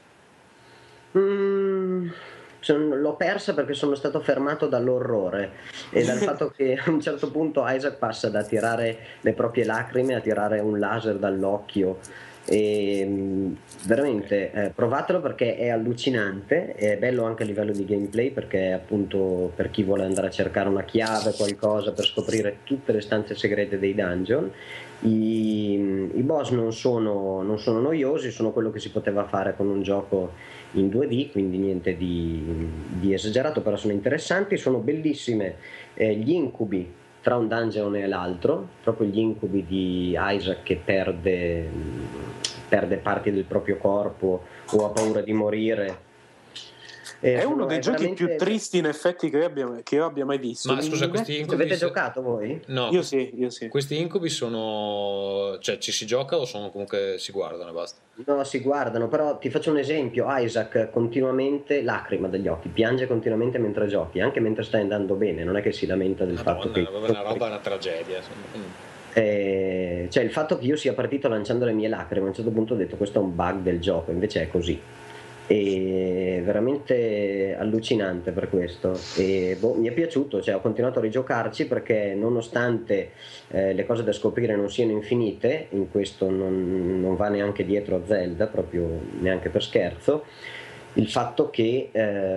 L'ho persa perché sono stato fermato dall'orrore e dal fatto che a un certo punto Isaac passa da tirare le proprie lacrime a tirare un laser dall'occhio e veramente provatelo perché è allucinante, è bello anche a livello di gameplay perché appunto per chi vuole andare a cercare una chiave, qualcosa per scoprire tutte le stanze segrete dei dungeon. I boss non sono noiosi, sono quello che si poteva fare con un gioco in 2D, quindi niente di esagerato, però sono interessanti, sono bellissime gli incubi tra un dungeon e l'altro, proprio gli incubi di Isaac che perde parti del proprio corpo o ha paura di morire. È uno dei giochi più tristi in effetti che io abbia mai visto. Ma scusa, questi incubi avete giocato voi? No, io sì. Questi incubi sono, cioè ci si gioca o sono comunque si guardano e basta? No, si guardano, però ti faccio un esempio. Isaac continuamente lacrima dagli occhi, piange continuamente mentre giochi, anche mentre stai andando bene, non è che si lamenta del fatto che una tragedia. Cioè il fatto che io sia partito lanciando le mie lacrime, a un certo punto ho detto questo è un bug del gioco, invece è così. È veramente allucinante per questo e mi è piaciuto, cioè ho continuato a rigiocarci perché nonostante le cose da scoprire non siano infinite, in questo non va neanche dietro a Zelda, proprio neanche per scherzo, il fatto che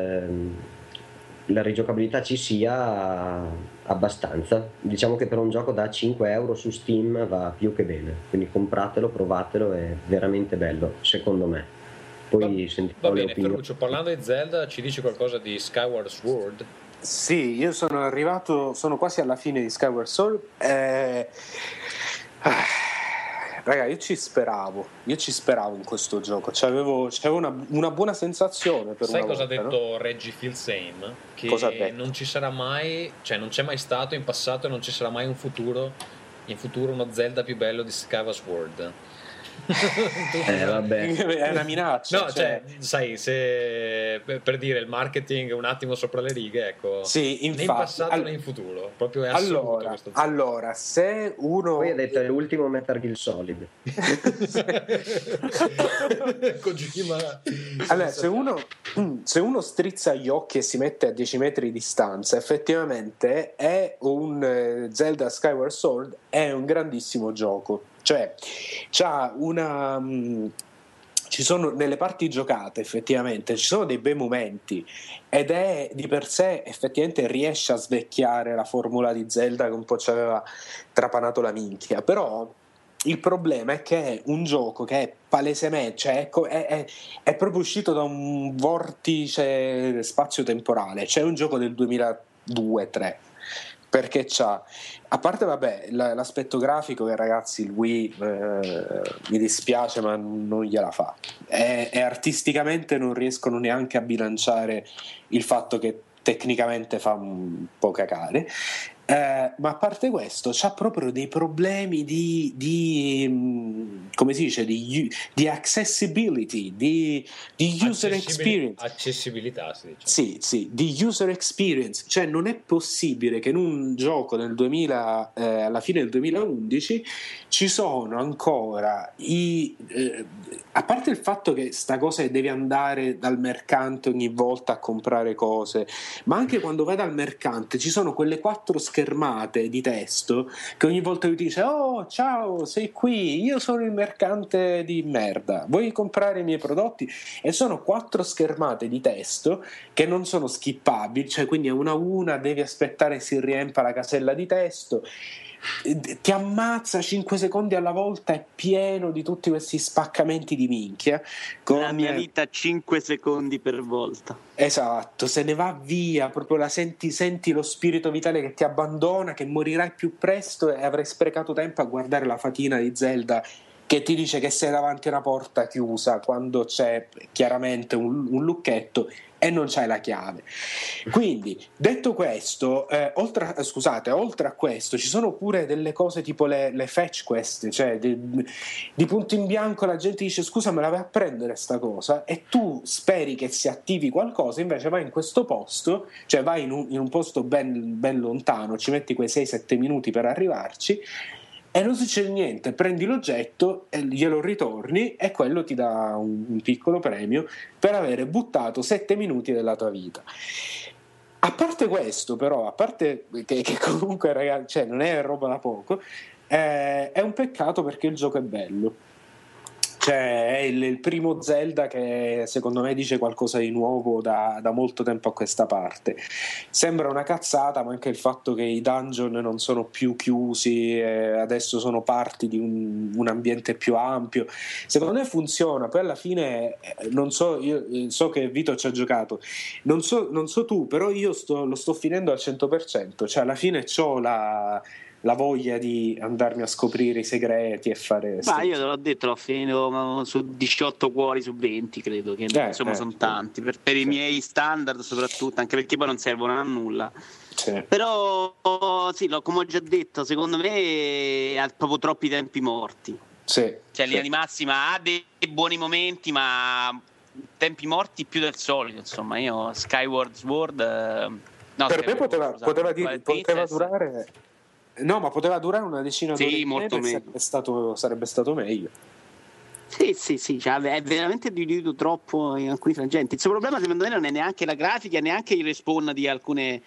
la rigiocabilità ci sia abbastanza, diciamo che per un gioco da 5 euro su Steam va più che bene, quindi compratelo, provatelo, è veramente bello secondo me. Poi va bene, Ferruccio, parlando di Zelda, ci dici qualcosa di Skyward Sword? Sì, io sono quasi alla fine di Skyward Sword. Raga, io ci speravo in questo gioco, c'avevo una buona sensazione per sai una cosa volta, ha detto no? Reggie Fils-Aime? Che non ci sarà mai, cioè non c'è mai stato in passato e non ci sarà mai in futuro uno Zelda più bello di Skyward Sword. Vabbè. È una minaccia, no, cioè sai, se per dire il marketing un attimo sopra le righe, ecco, sì, infatti, né in passato né in futuro, proprio è assoluto questo allora, se uno poi ha detto è l'ultimo Metal Gear Solid. Kojima. Allora, se uno strizza gli occhi e si mette a 10 metri di distanza, effettivamente è un Zelda Skyward Sword, è un grandissimo gioco. Cioè, ci sono nelle parti giocate effettivamente ci sono dei bei momenti ed è di per sé effettivamente riesce a svecchiare la formula di Zelda che un po' ci aveva trapanato la minchia, però il problema è che è un gioco che è palesemente, cioè è proprio uscito da un vortice spazio-temporale, cioè un gioco del 2002-2003, perché c'ha, a parte vabbè l'aspetto grafico che ragazzi il Wii mi dispiace ma non gliela fa, e artisticamente non riescono neanche a bilanciare il fatto che tecnicamente fa un po' cacare. Ma a parte questo c'ha proprio dei problemi di come si dice, di accessibility, di user experience, accessibilità si dice. sì, di user experience. Cioè non è possibile che in un gioco nel 2000 alla fine del 2011 ci sono ancora a parte il fatto che sta cosa che devi andare dal mercante ogni volta a comprare cose, ma anche quando vai dal mercante ci sono quelle 4 schermate di testo che ogni volta ti dice: oh ciao, sei qui, io sono il mercante di merda, vuoi comprare i miei prodotti? E sono 4 schermate di testo che non sono skippabili, cioè quindi a una devi aspettare che si riempa la casella di testo, ti ammazza 5 secondi alla volta, è pieno di tutti questi spaccamenti di minchia la mia vita 5 secondi per volta. Esatto, se ne va via, proprio la senti lo spirito vitale che ti abbandona, che morirai più presto e avrai sprecato tempo a guardare la fatina di Zelda che ti dice che sei davanti a una porta chiusa quando c'è chiaramente un lucchetto e non c'hai la chiave. Quindi, detto questo, oltre a questo ci sono pure delle cose tipo le fetch quest, cioè di punto in bianco la gente dice: scusa, me la vai a prendere sta cosa, e tu speri che si attivi qualcosa, invece vai in questo posto, cioè vai in un posto ben lontano, ci metti quei 6-7 minuti per arrivarci e non succede niente, prendi l'oggetto e glielo ritorni e quello ti dà un piccolo premio per avere buttato 7 minuti della tua vita. A parte questo, però, a parte che comunque ragazzi, cioè, non è roba da poco, è un peccato perché il gioco è bello. Cioè è il primo Zelda che secondo me dice qualcosa di nuovo da molto tempo a questa parte. Sembra una cazzata, ma anche il fatto che i dungeon non sono più chiusi, adesso sono parti di un ambiente più ampio, secondo me funziona. Poi alla fine non so, io so che Vito ci ha giocato, non so tu, però io lo sto finendo al 100%, cioè alla fine c'ho la voglia di andarmi a scoprire i segreti e fare. Ma io te l'ho detto, l'ho finito su 18 cuori su 20, credo che insomma sono tanti per i miei standard, soprattutto, anche perché poi non servono a nulla. Sì. Però sì, come ho già detto, secondo me ha proprio troppi tempi morti. Sì, cioè linea di massima ha dei buoni momenti, ma tempi morti più del solito. Insomma, io Skyward Sword per me poteva durare. No, ma poteva durare una decina d'ore, molto meglio. Sarebbe stato meglio. Sì, cioè, è veramente diluito troppo in alcuni frangenti. Il suo problema secondo me non è neanche la grafica, neanche il riciclo di alcune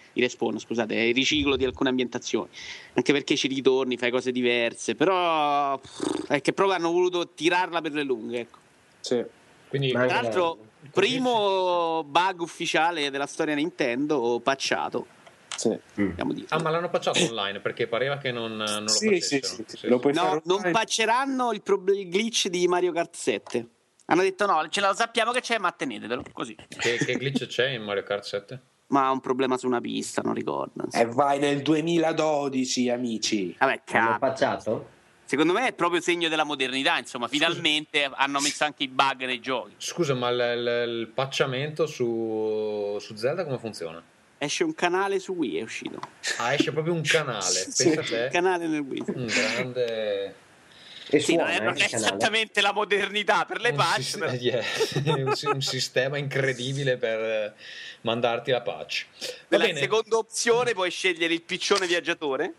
ambientazioni, anche perché ci ritorni, fai cose diverse, però è che proprio hanno voluto tirarla per le lunghe, ecco. Sì. Quindi, tra l'altro, primo bug ufficiale della storia Nintendo patchato. Sì. Ma l'hanno patchato online perché pareva che non lo facessero. Sì. Lo puoi fare non patcheranno il glitch di Mario Kart 7. Hanno detto no, ce lo sappiamo che c'è, ma tenetelo così. Che glitch c'è in Mario Kart 7? Ma un problema su una pista, non ricordo. E vai nel 2012, amici. Vabbè, hanno patchato? Secondo me è proprio segno della modernità, insomma, finalmente hanno messo anche i bug nei giochi. Scusa, ma il patchamento su Zelda come funziona? Esce un canale su Wii, è uscito. Esce proprio un canale. Pensa a te. Un canale nel Wii. Un grande. Non è esattamente la modernità per le patch. Un sistema incredibile per mandarti la patch. Nella seconda opzione puoi scegliere il piccione viaggiatore.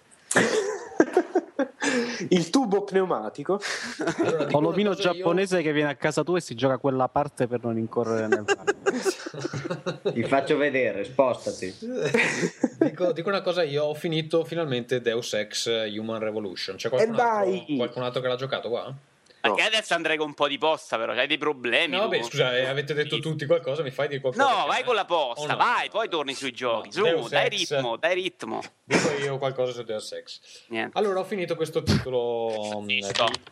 Il tubo pneumatico. Allora, o l'omino giapponese che viene a casa tua e si gioca quella parte per non incorrere nel male. Ti faccio vedere, spostati. Dico una cosa, io ho finito finalmente Deus Ex Human Revolution. C'è qualcun altro che l'ha giocato qua? Perché adesso andrei con un po' di posta, però hai dei problemi. No, beh, scusa, avete detto tutti qualcosa, mi fai dire qualcosa? No, vai con la posta, vai, poi torni sui giochi. Su, dai ritmo. Dico io qualcosa su Deus Ex. Niente. Allora, ho finito questo titolo di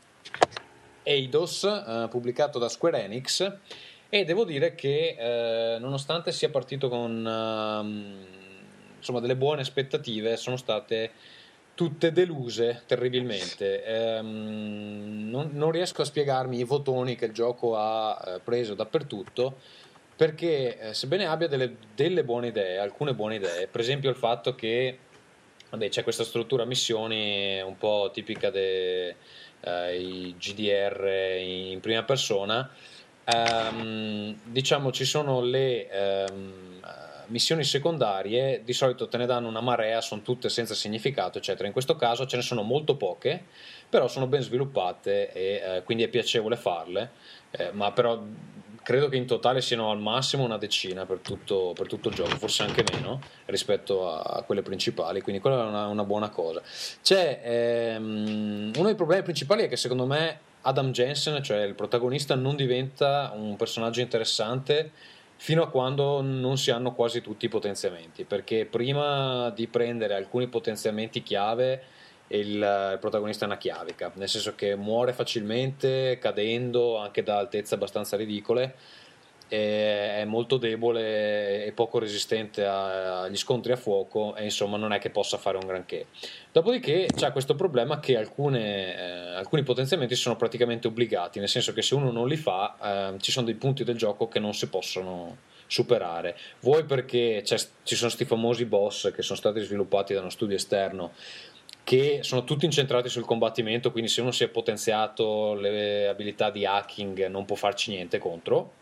Eidos, pubblicato da Square Enix, e devo dire che nonostante sia partito con insomma delle buone aspettative, sono state tutte deluse terribilmente. Non riesco a spiegarmi i votoni che il gioco ha preso dappertutto, perché sebbene abbia delle buone idee, alcune buone idee, per esempio il fatto che c'è questa struttura missioni un po' tipica dei GDR in prima persona. Diciamo ci sono le missioni secondarie, di solito te ne danno una marea, sono tutte senza significato eccetera. In questo caso ce ne sono molto poche, però sono ben sviluppate e quindi è piacevole farle, ma però credo che in totale siano al massimo una decina per tutto il gioco, forse anche meno rispetto a quelle principali, quindi quella è una buona cosa. C'è uno dei problemi principali è che secondo me Adam Jensen, cioè il protagonista, non diventa un personaggio interessante fino a quando non si hanno quasi tutti i potenziamenti, perché prima di prendere alcuni potenziamenti chiave il protagonista è una chiavica, nel senso che muore facilmente cadendo anche da altezze abbastanza ridicole, è molto debole e poco resistente agli scontri a fuoco, e insomma non è che possa fare un granché. Dopodiché c'è questo problema che alcuni potenziamenti sono praticamente obbligati, nel senso che se uno non li fa ci sono dei punti del gioco che non si possono superare, vuoi perché ci sono questi famosi boss che sono stati sviluppati da uno studio esterno che sono tutti incentrati sul combattimento, quindi se uno si è potenziato le abilità di hacking non può farci niente contro,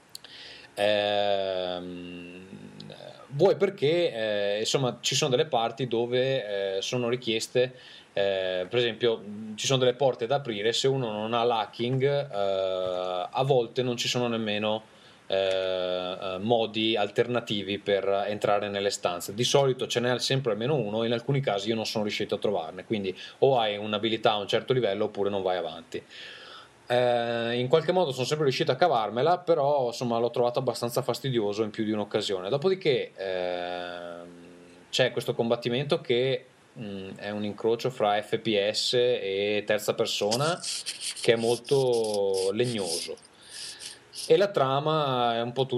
vuoi perché insomma ci sono delle parti dove sono richieste, per esempio ci sono delle porte da aprire, se uno non ha l'hacking a volte non ci sono nemmeno modi alternativi per entrare nelle stanze. Di solito ce n'è sempre almeno uno, in alcuni casi io non sono riuscito a trovarne, quindi o hai un'abilità a un certo livello oppure non vai avanti. In qualche modo sono sempre riuscito a cavarmela, però insomma l'ho trovato abbastanza fastidioso in più di un'occasione. Dopodiché c'è questo combattimento che è un incrocio fra FPS e terza persona che è molto legnoso, e la trama è un po'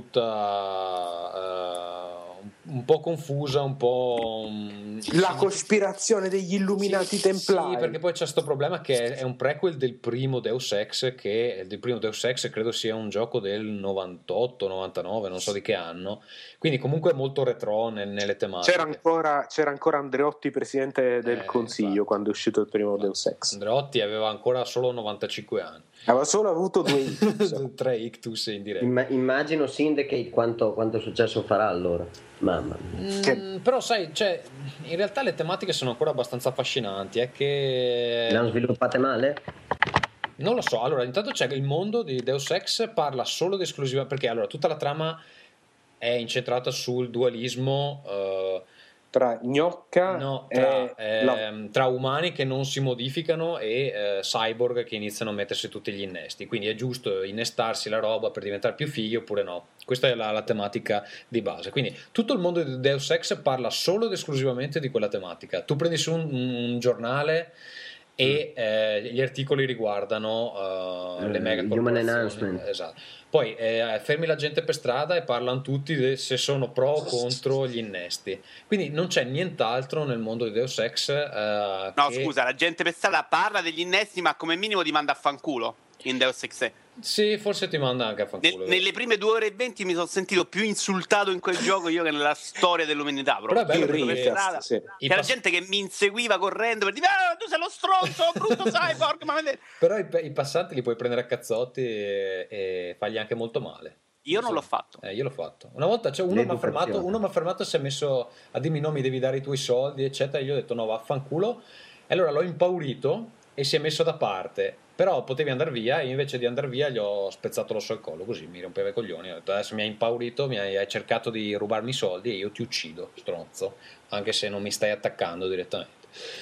tutta un po' confusa, un po' la cospirazione degli illuminati templari. Sì, perché poi c'è questo problema che è un prequel del primo Deus Ex, che del primo Deus Ex credo sia un gioco del 98-99, non so di che anno, quindi comunque è molto retro nelle tematiche. C'era ancora Andreotti presidente del Consiglio quando è uscito il primo Deus Ex. Andreotti aveva ancora solo 95 anni. Aveva solo avuto 2 ictus. 3 ictus in diretta. Immagino Syndicate quanto successo farà allora. Mamma mia. Però sai, cioè, in realtà le tematiche sono ancora abbastanza affascinanti. È che le hanno sviluppate male? Non lo so. Allora, intanto c'è il mondo di Deus Ex, parla solo ed esclusivamente, perché allora tutta la trama è incentrata sul dualismo tra gnocca tra umani che non si modificano e cyborg che iniziano a mettersi tutti gli innesti, quindi è giusto innestarsi la roba per diventare più fighi oppure no. Questa è la tematica di base, quindi tutto il mondo di Deus Ex parla solo ed esclusivamente di quella tematica. Tu prendi su un giornale e gli articoli riguardano le mega Human Enhancement. Esatto. Poi fermi la gente per strada e parlano tutti se sono pro o contro gli innesti, quindi non c'è nient'altro nel mondo di Deus Ex scusa, la gente per strada parla degli innesti ma come minimo ti manda a fanculo in Deus Ex. Sì, forse ti manda anche a fanculo. Nelle prime 2 ore e 20 mi sono sentito più insultato in quel gioco io che nella storia dell'umanità. Proprio. Però è bello per strada. Sì. C'era gente che mi inseguiva correndo per dire tu sei lo stronzo, brutto cyborg. Però i passanti li puoi prendere a cazzotti e fargli anche molto male. Io non l'ho fatto. Io l'ho fatto. Una volta uno mi ha fermato e si è messo a dirmi no, mi devi dare i tuoi soldi, eccetera. E io ho detto no, vaffanculo. E allora l'ho impaurito e si è messo da parte. Però potevi andare via e invece di andare via gli ho spezzato l'osso al collo, così mi rompeva i coglioni. Ho detto adesso mi hai impaurito, hai cercato di rubarmi i soldi e io ti uccido, stronzo, anche se non mi stai attaccando direttamente.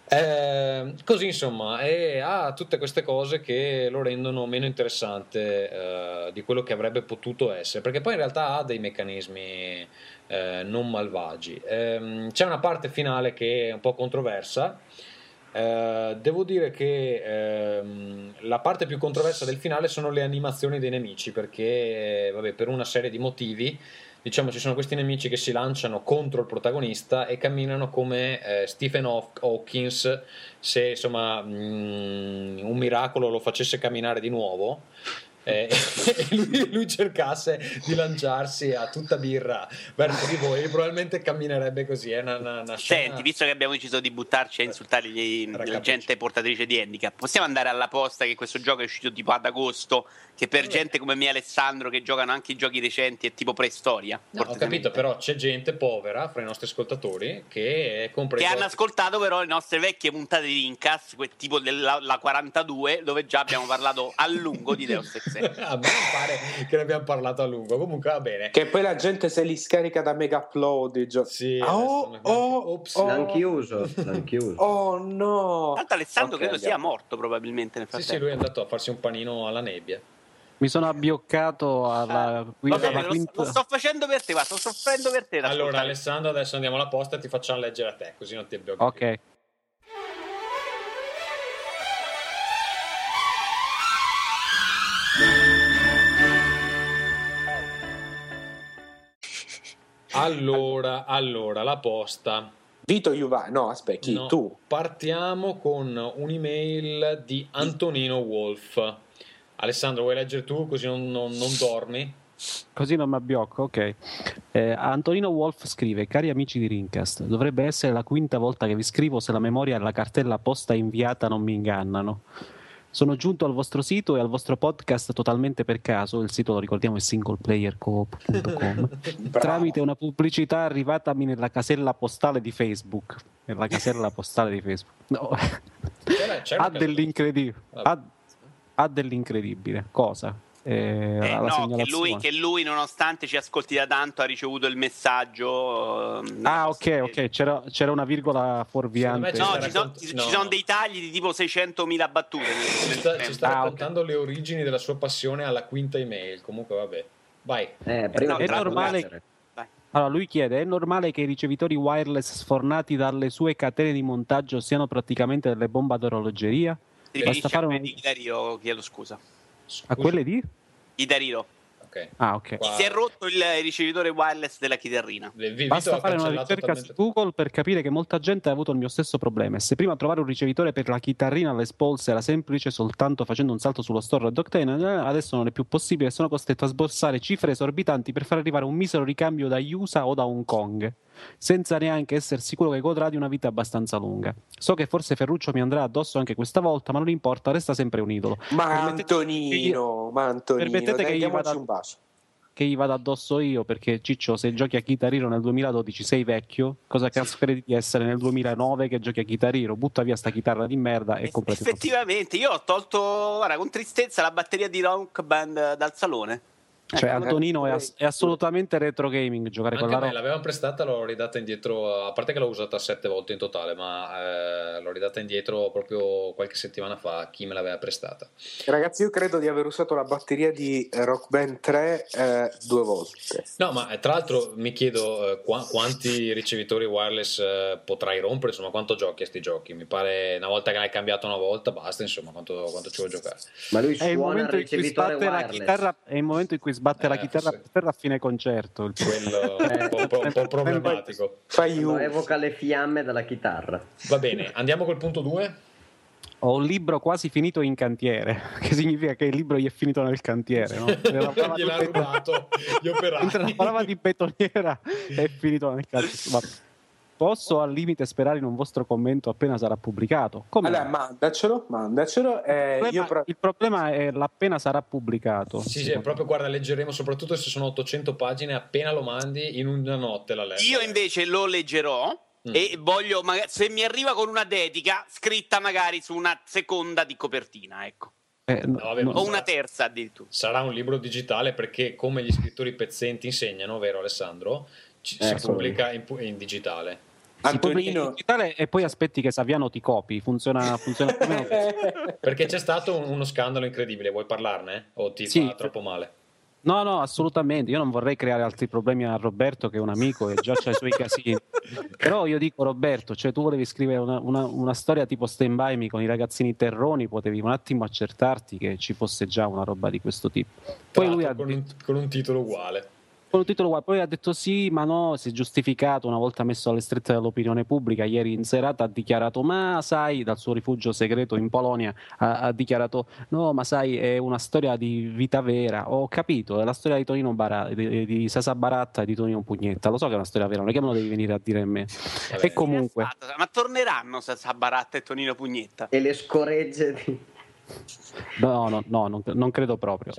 Così insomma, e ha tutte queste cose che lo rendono meno interessante di quello che avrebbe potuto essere, perché poi in realtà ha dei meccanismi non malvagi. C'è una parte finale che è un po' controversa. Devo dire che la parte più controversa del finale sono le animazioni dei nemici, perché vabbè, per una serie di motivi, diciamo, ci sono questi nemici che si lanciano contro il protagonista e camminano come Stephen Hawkins, se insomma un miracolo lo facesse camminare di nuovo. E lui cercasse di lanciarsi a tutta birra verso di voi, probabilmente camminerebbe così. È una scena... Senti, visto che abbiamo deciso di buttarci a insultare la gente portatrice di handicap, possiamo andare alla posta che questo gioco è uscito tipo ad agosto, che per gente come me e Alessandro che giocano anche i giochi recenti è tipo preistoria. No, ho capito, però c'è gente povera fra i nostri ascoltatori che compra che hanno ascoltato però le nostre vecchie puntate di Rincast, tipo la 42, dove già abbiamo parlato a lungo di Deus Ex. A me non pare che ne abbiamo parlato a lungo, comunque va bene. Che poi la gente se li scarica da Mega Upload. Sì, l'hanno chiuso. Oh no. Tanto Alessandro credo sia morto probabilmente nel frattempo. Sì, lui è andato a farsi un panino alla nebbia. Mi sono abbioccato alla quinta. Lo sto facendo per te, sto soffrendo per te. Allora Alessandro, adesso andiamo alla posta e ti facciamo leggere a te, così non ti abbiocchi. Ok. Allora, la posta. Vito Juva, no, aspetta, chi? No, Tu? Partiamo con un'email di Antonino Wolf. Alessandro, vuoi leggere tu così non dormi? Così non mi abbiocco, ok. Antonino Wolf scrive: cari amici di Rincast, dovrebbe essere la quinta volta che vi scrivo se la memoria e la cartella posta inviata non mi ingannano. Sono giunto al vostro sito e al vostro podcast totalmente per caso, il sito lo ricordiamo è singleplayercoop.com, tramite una pubblicità arrivatami nella casella postale di Facebook. Nella casella postale di Facebook. No. Ha dell'incredibile. Ha dell'incredibile. Cosa? Che lui nonostante ci ascolti da tanto ha ricevuto il messaggio ok, c'era una virgola fuorviante. Ci sono dei tagli di tipo 600.000 battute. Ci sta raccontando le origini della sua passione alla quinta email. Comunque vabbè, vai. È normale. Allora lui chiede: è normale che i ricevitori wireless sfornati dalle sue catene di montaggio siano praticamente delle bombe ad orologeria? Basta fare Chitariro, chiedo scusa. A quelle di? Chitariro. Ok. Si è rotto il ricevitore wireless della chitarrina. Basta fare una ricerca su Google per capire che molta gente ha avuto il mio stesso problema. E se prima trovare un ricevitore per la chitarrina Les Pauls era semplice soltanto facendo un salto sullo store Red Octane, adesso non è più possibile e sono costretto a sborsare cifre esorbitanti per far arrivare un misero ricambio da USA o da Hong Kong, senza neanche essere sicuro che godrà di una vita abbastanza lunga. So che forse Ferruccio mi andrà addosso anche questa volta, ma non importa, resta sempre un idolo. Ma Antonino, permettete che gli vada addosso io, perché Ciccio, se giochi a Guitar Hero nel 2012 sei vecchio, cosa cazzo credi di essere nel 2009 che giochi a Guitar Hero? Butta via sta chitarra di merda e comprati. Effettivamente io ho tolto, guarda, con tristezza la batteria di Rock Band dal salone. Cioè Antonino è assolutamente retro gaming giocare anche con la roba. L'avevamo prestata, l'ho ridata indietro, a parte che l'ho usata 7 volte in totale, ma l'ho ridata indietro proprio qualche settimana fa a chi me l'aveva prestata. Ragazzi, io credo di aver usato la batteria di Rock Band 3 2 volte. No, ma tra l'altro mi chiedo quanti ricevitori wireless potrai rompere, insomma quanto giochi a sti giochi. Mi pare una volta che l'hai cambiato una volta basta, insomma quanto ci vuoi giocare. Ma lui suona il ricevitore wireless. È il momento in cui sbatte la chitarra a fine concerto. Quello è un po' problematico. Evoca le fiamme dalla chitarra. Va bene, andiamo col punto 2. Ho un libro quasi finito in cantiere, che significa che il libro gli è finito nel cantiere, no? Gliel'ha rubato gli operai. Mentre la parola di betoniera è finito nel cantiere. Posso al limite sperare in un vostro commento appena sarà pubblicato? Allora, mandacelo. Il problema è l'appena sarà pubblicato. Sì, proprio, guarda, leggeremo, soprattutto se sono 800 pagine, appena lo mandi in una notte la leggo. Io invece lo leggerò e voglio, magari, se mi arriva con una dedica scritta magari su una seconda di copertina, ecco. O una terza addirittura. Sarà un libro digitale perché, come gli scrittori pezzenti insegnano, vero Alessandro? Si pubblica in digitale. Antonino digitale e poi aspetti che Saviano ti copi, funziona più o meno. Perché c'è stato uno scandalo incredibile, vuoi parlarne? O ti fa troppo male? No, assolutamente, io non vorrei creare altri problemi a Roberto che è un amico e già c'ha i suoi casini. Però io dico, Roberto, cioè tu volevi scrivere una storia tipo Stand By Me con i ragazzini terroni, potevi un attimo accertarti che ci fosse già una roba di questo tipo. Poi lui con un titolo uguale. Con un titolo uguale, poi ha detto sì, ma no, si è giustificato una volta messo alle strette dell'opinione pubblica. Ieri in serata ha dichiarato, ma sai, dal suo rifugio segreto in Polonia ha dichiarato, no, ma sai, è una storia di vita vera. Ho capito, è la storia di Tonino di Sasa Baratta e di Tonino Pugnetta. Lo so che è una storia vera, non è che me lo devi venire a dire a me. Vabbè. E comunque, ma torneranno Sasa Baratta e Tonino Pugnetta? E le scoregge di... no, non credo proprio.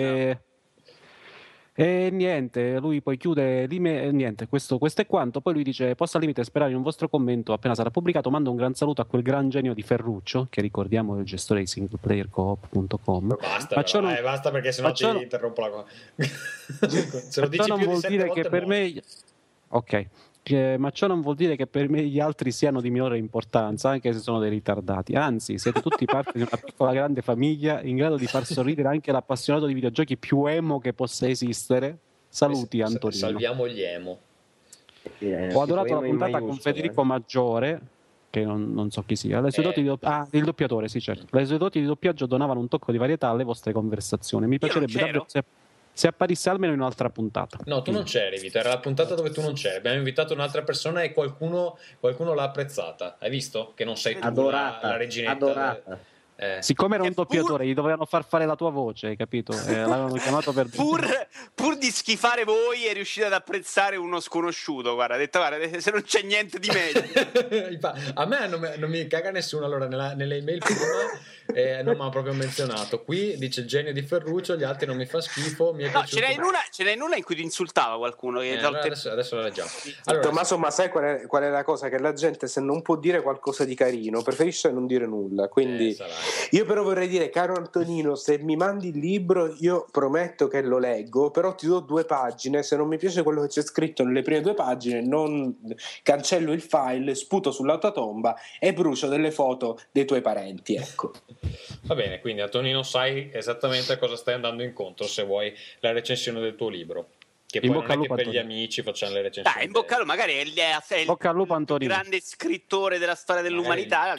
E niente, lui poi chiude niente, questo è quanto. Poi lui dice: posso al limite sperare in un vostro commento appena sarà pubblicato. Mando un gran saluto a quel gran genio di Ferruccio, che ricordiamo è il gestore di singleplayercoop.com. Basta perché sennò ti interrompo la cosa. Se lo dici non più vuol di 7 dire volte che per me ok, ma ciò non vuol dire che per me gli altri siano di minore importanza, anche se sono dei ritardati. Anzi, siete tutti parte di una piccola grande famiglia in grado di far sorridere anche l'appassionato di videogiochi più emo che possa esistere. Saluti, Antonino. Salviamo gli emo. Ho adorato la puntata con Federico Maggiore, che non so chi sia. Le sue doti il doppiatore, sì, certo. Le sue doti di doppiaggio donavano un tocco di varietà alle vostre conversazioni. Mi piacerebbe davvero se apparisse almeno in un'altra puntata. No, tu non c'eri, Vito, era la puntata dove tu non c'eri. Abbiamo invitato un'altra persona e qualcuno l'ha apprezzata. Hai visto? Che non sei tu la reginetta. Adorata. Siccome era un doppiatore, gli dovevano far fare la tua voce, hai capito? L'avevano chiamato per pur di schifare voi è riuscito ad apprezzare uno sconosciuto. Guarda, ha detto, guarda, se non c'è niente di meglio. A me non mi caga nessuno. Allora nelle email prima non mi ha proprio menzionato. Qui dice il genio di Ferruccio, gli altri non mi fa schifo. Mi è piaciuto. Ce n'è in una in cui ti insultava qualcuno. Adesso la leggiamo. Allora, Tommaso, ma sai qual è la cosa? Che la gente, se non può dire qualcosa di carino, preferisce non dire nulla. Quindi io però vorrei dire, caro Antonino, se mi mandi il libro io prometto che lo leggo, però ti do 2 pagine. Se non mi piace quello che c'è scritto nelle prime 2 pagine, non cancello il file, sputo sull'autotomba e brucio delle foto dei tuoi parenti, ecco. Va bene, quindi Antonino, sai esattamente a cosa stai andando incontro se vuoi la recensione del tuo libro. Che poi non è che per gli amici facciano le recensioni. Dai, in bocca al lupo, magari è il grande scrittore della storia dell'umanità.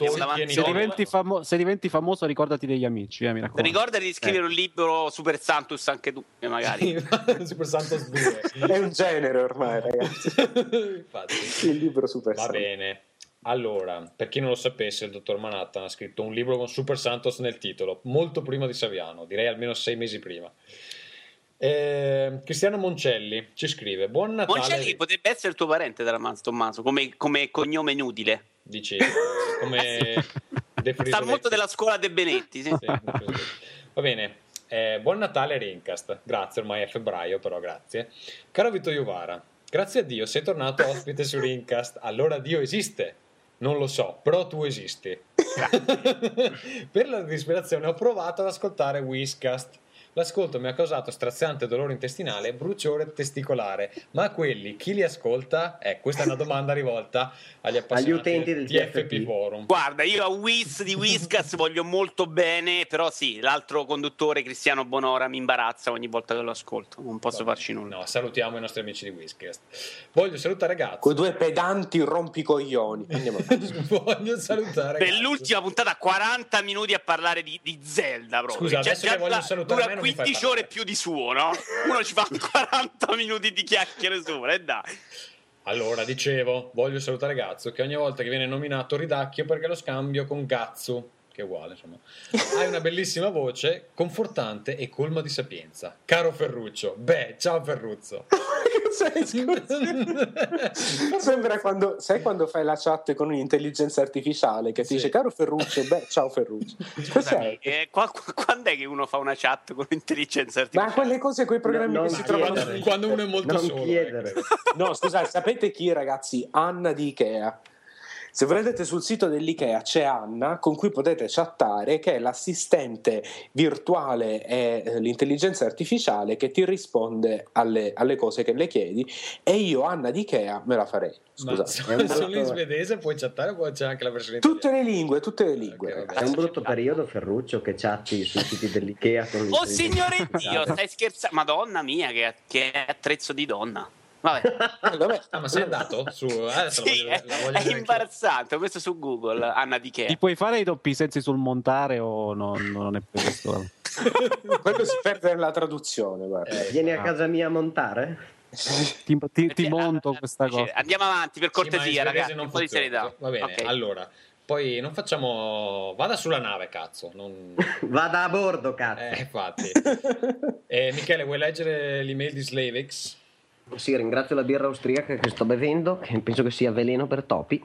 Se diventi famoso, ricordati degli amici, mi raccomando. Ricordati di scrivere un libro Super Santos anche tu, magari. Super Santos 2. È un genere ormai, ragazzi. Infatti. Il libro Super Va Santos. bene. Allora, per chi non lo sapesse, il dottor Manhattan ha scritto un libro con Super Santos nel titolo, molto prima di Saviano, direi almeno 6 mesi prima. Cristiano Moncelli ci scrive: buon Natale. Moncelli potrebbe essere il tuo parente, Tommaso, come cognome inutile. Dici come sta molto della scuola De Benetti, sì. Va bene. Buon Natale Rincast, grazie, ormai è febbraio, però grazie. Caro Vito Iovara, grazie a Dio sei tornato ospite su Rincast. Allora Dio esiste? Non lo so, però tu esisti. Per la disperazione ho provato ad ascoltare Whiskast. L'ascolto mi ha causato straziante dolore intestinale e bruciore testicolare. Ma quelli, chi li ascolta? Questa è una domanda rivolta agli appassionati utenti del TFP Forum. Guarda, io a di Whiskas voglio molto bene, però sì, l'altro conduttore Cristiano Bonora mi imbarazza ogni volta che lo ascolto, non posso farci nulla. No, salutiamo i nostri amici di Whiskas. Voglio salutare Gazzo. Quei 2 pedanti rompicoglioni. Andiamo. Voglio salutare Nell'ultima puntata 40 minuti a parlare di Zelda proprio. Scusa, adesso che voglio salutare dura 15 ore più di suo, no? Uno ci fa 40 minuti di chiacchiere sopra, e dai. Allora, dicevo, voglio salutare Gazzo, che ogni volta che viene nominato ridacchio perché lo scambio con Gazzo, che è uguale, insomma. Hai una bellissima voce, confortante e colma di sapienza. Caro Ferruccio, ciao Ferruzzo. Sembra quando fai la chat con un'intelligenza artificiale che ti dice caro Ferruccio, ciao Ferruccio. Quando è che uno fa una chat con un'intelligenza artificiale? Ma quelle cose, quei programmi che si trovano quando uno è molto solo. No, scusate, sapete chi, ragazzi? Anna di Ikea. Se vedete sul sito dell'Ikea c'è Anna con cui potete chattare, che è l'assistente virtuale e l'intelligenza artificiale che ti risponde alle cose che le chiedi, e io Anna di Ikea me la farei. Scusate. Solo in svedese puoi chattare o c'è anche la versione tutte le lingue. Okay, è un brutto periodo, Ferruccio, che chatti sui siti dell'Ikea con Oh signore Dio, stai scherzando? Madonna mia, che attrezzo di donna. Vabbè. Ma sei andato su? Sì, è imbarazzante. Ho messo su Google Anna di Ikea. Ti puoi fare i doppi sensi sul montare o non è previsto? Quello si perde nella traduzione, guarda. Vieni a casa mia a montare? Ti monto questa cosa. Andiamo avanti per cortesia, ragazzi, un po' di serietà. Va bene, okay. Allora, poi non facciamo... Vada sulla nave, cazzo. Vada a bordo, cazzo. Infatti. Michele, vuoi leggere l'email di SlaveX? Sì, ringrazio la birra austriaca che sto bevendo, che penso che sia veleno per topi.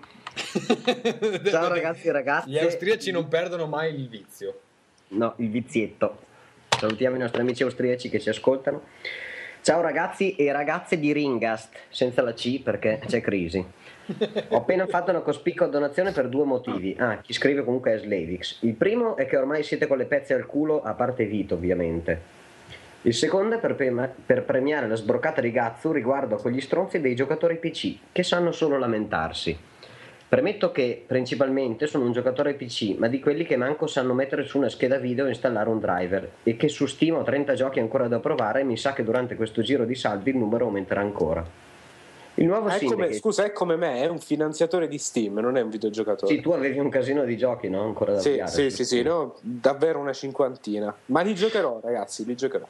Ciao ragazzi e ragazze. Gli austriaci non perdono mai il vizio. No, il vizietto. Salutiamo i nostri amici austriaci che ci ascoltano. Ciao ragazzi e ragazze di Ringast, senza la C perché c'è crisi. Ho appena fatto una cospicua donazione per 2 motivi. Chi scrive comunque è Slavix. Il primo è che ormai siete con le pezze al culo, a parte Vito ovviamente. Il secondo è per premiare la sbroccata di Gazzu riguardo a quegli stronzi dei giocatori PC che sanno solo lamentarsi. Premetto che principalmente sono un giocatore PC, ma di quelli che manco sanno mettere su una scheda video e installare un driver, e che su Steam ho 30 giochi ancora da provare e mi sa che durante questo giro di saldi il numero aumenterà ancora. Il nuovo Scusa, è come me, è un finanziatore di Steam, non è un videogiocatore. Sì, tu avevi un casino di giochi, no? Ancora da avviare. Sì, no, davvero una cinquantina. Ma li giocherò, ragazzi, li giocherò.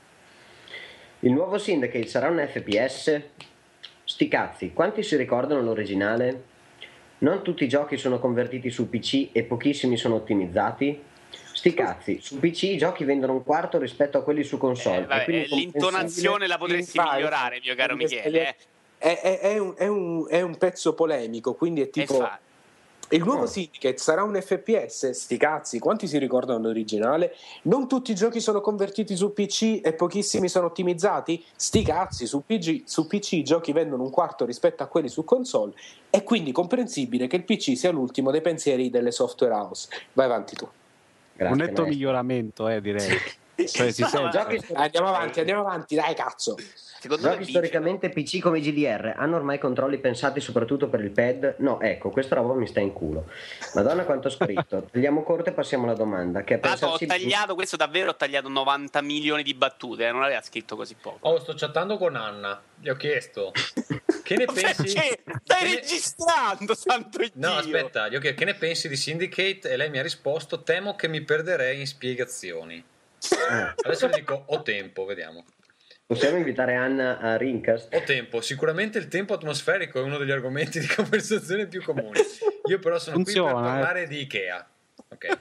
Il nuovo Syndicate sarà un FPS? Sti cazzi, quanti si ricordano l'originale? Non tutti i giochi sono convertiti su PC e pochissimi sono ottimizzati? Sti cazzi, su PC i giochi vendono un quarto rispetto a quelli su console. L'intonazione la potresti migliorare, mio caro Michele. È un pezzo polemico, quindi è tipo... Il nuovo Syndicate sarà un FPS? Sti cazzi, quanti si ricordano l'originale? Non tutti i giochi sono convertiti su PC e pochissimi sono ottimizzati? Sti cazzi, su PC i giochi vendono un quarto rispetto a quelli su console, è quindi comprensibile che il PC sia l'ultimo dei pensieri delle software house. Vai avanti tu. Grazie, un netto miglioramento, direi. Cioè, Andiamo avanti, dai cazzo. Giochi storicamente PC come GDR hanno ormai controlli pensati soprattutto per il pad? No, ecco, questa roba mi sta in culo. Madonna quanto ho scritto. Tagliamo corto e passiamo alla domanda. Questo davvero ho tagliato 90 milioni di battute, non aveva scritto così poco. Sto chattando con Anna, gli ho chiesto che ne pensi? Stai registrando, santo Dio. No, aspetta, gli ho chiesto che ne pensi di Syndicate e lei mi ha risposto: temo che mi perderei in spiegazioni. Adesso le dico ho tempo, vediamo. Possiamo invitare Anna a Rincast? Ho tempo, sicuramente il tempo atmosferico è uno degli argomenti di conversazione più comuni. Io però sono qui per parlare di Ikea. Ok.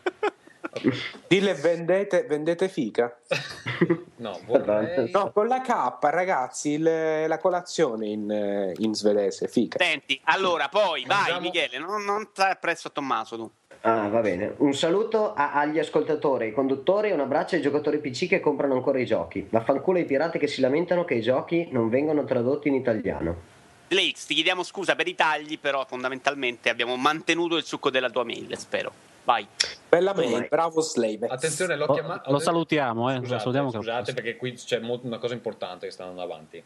Dille vendete fica? No, vorrei... No, con la K, ragazzi, la colazione in svedese, fica. Senti, allora poi vai Michele, non stai appresso a Tommaso tu. Va bene. Un saluto agli ascoltatori, ai conduttori e un abbraccio ai giocatori PC che comprano ancora i giochi. Vaffanculo ai pirati che si lamentano che i giochi non vengono tradotti in italiano. Lex, ti chiediamo scusa per i tagli, però fondamentalmente abbiamo mantenuto il succo della tua mail, spero. Vai. Bella mail, bravo Slave. Attenzione, lo salutiamo, Scusate perché qui c'è una cosa importante che sta andando avanti.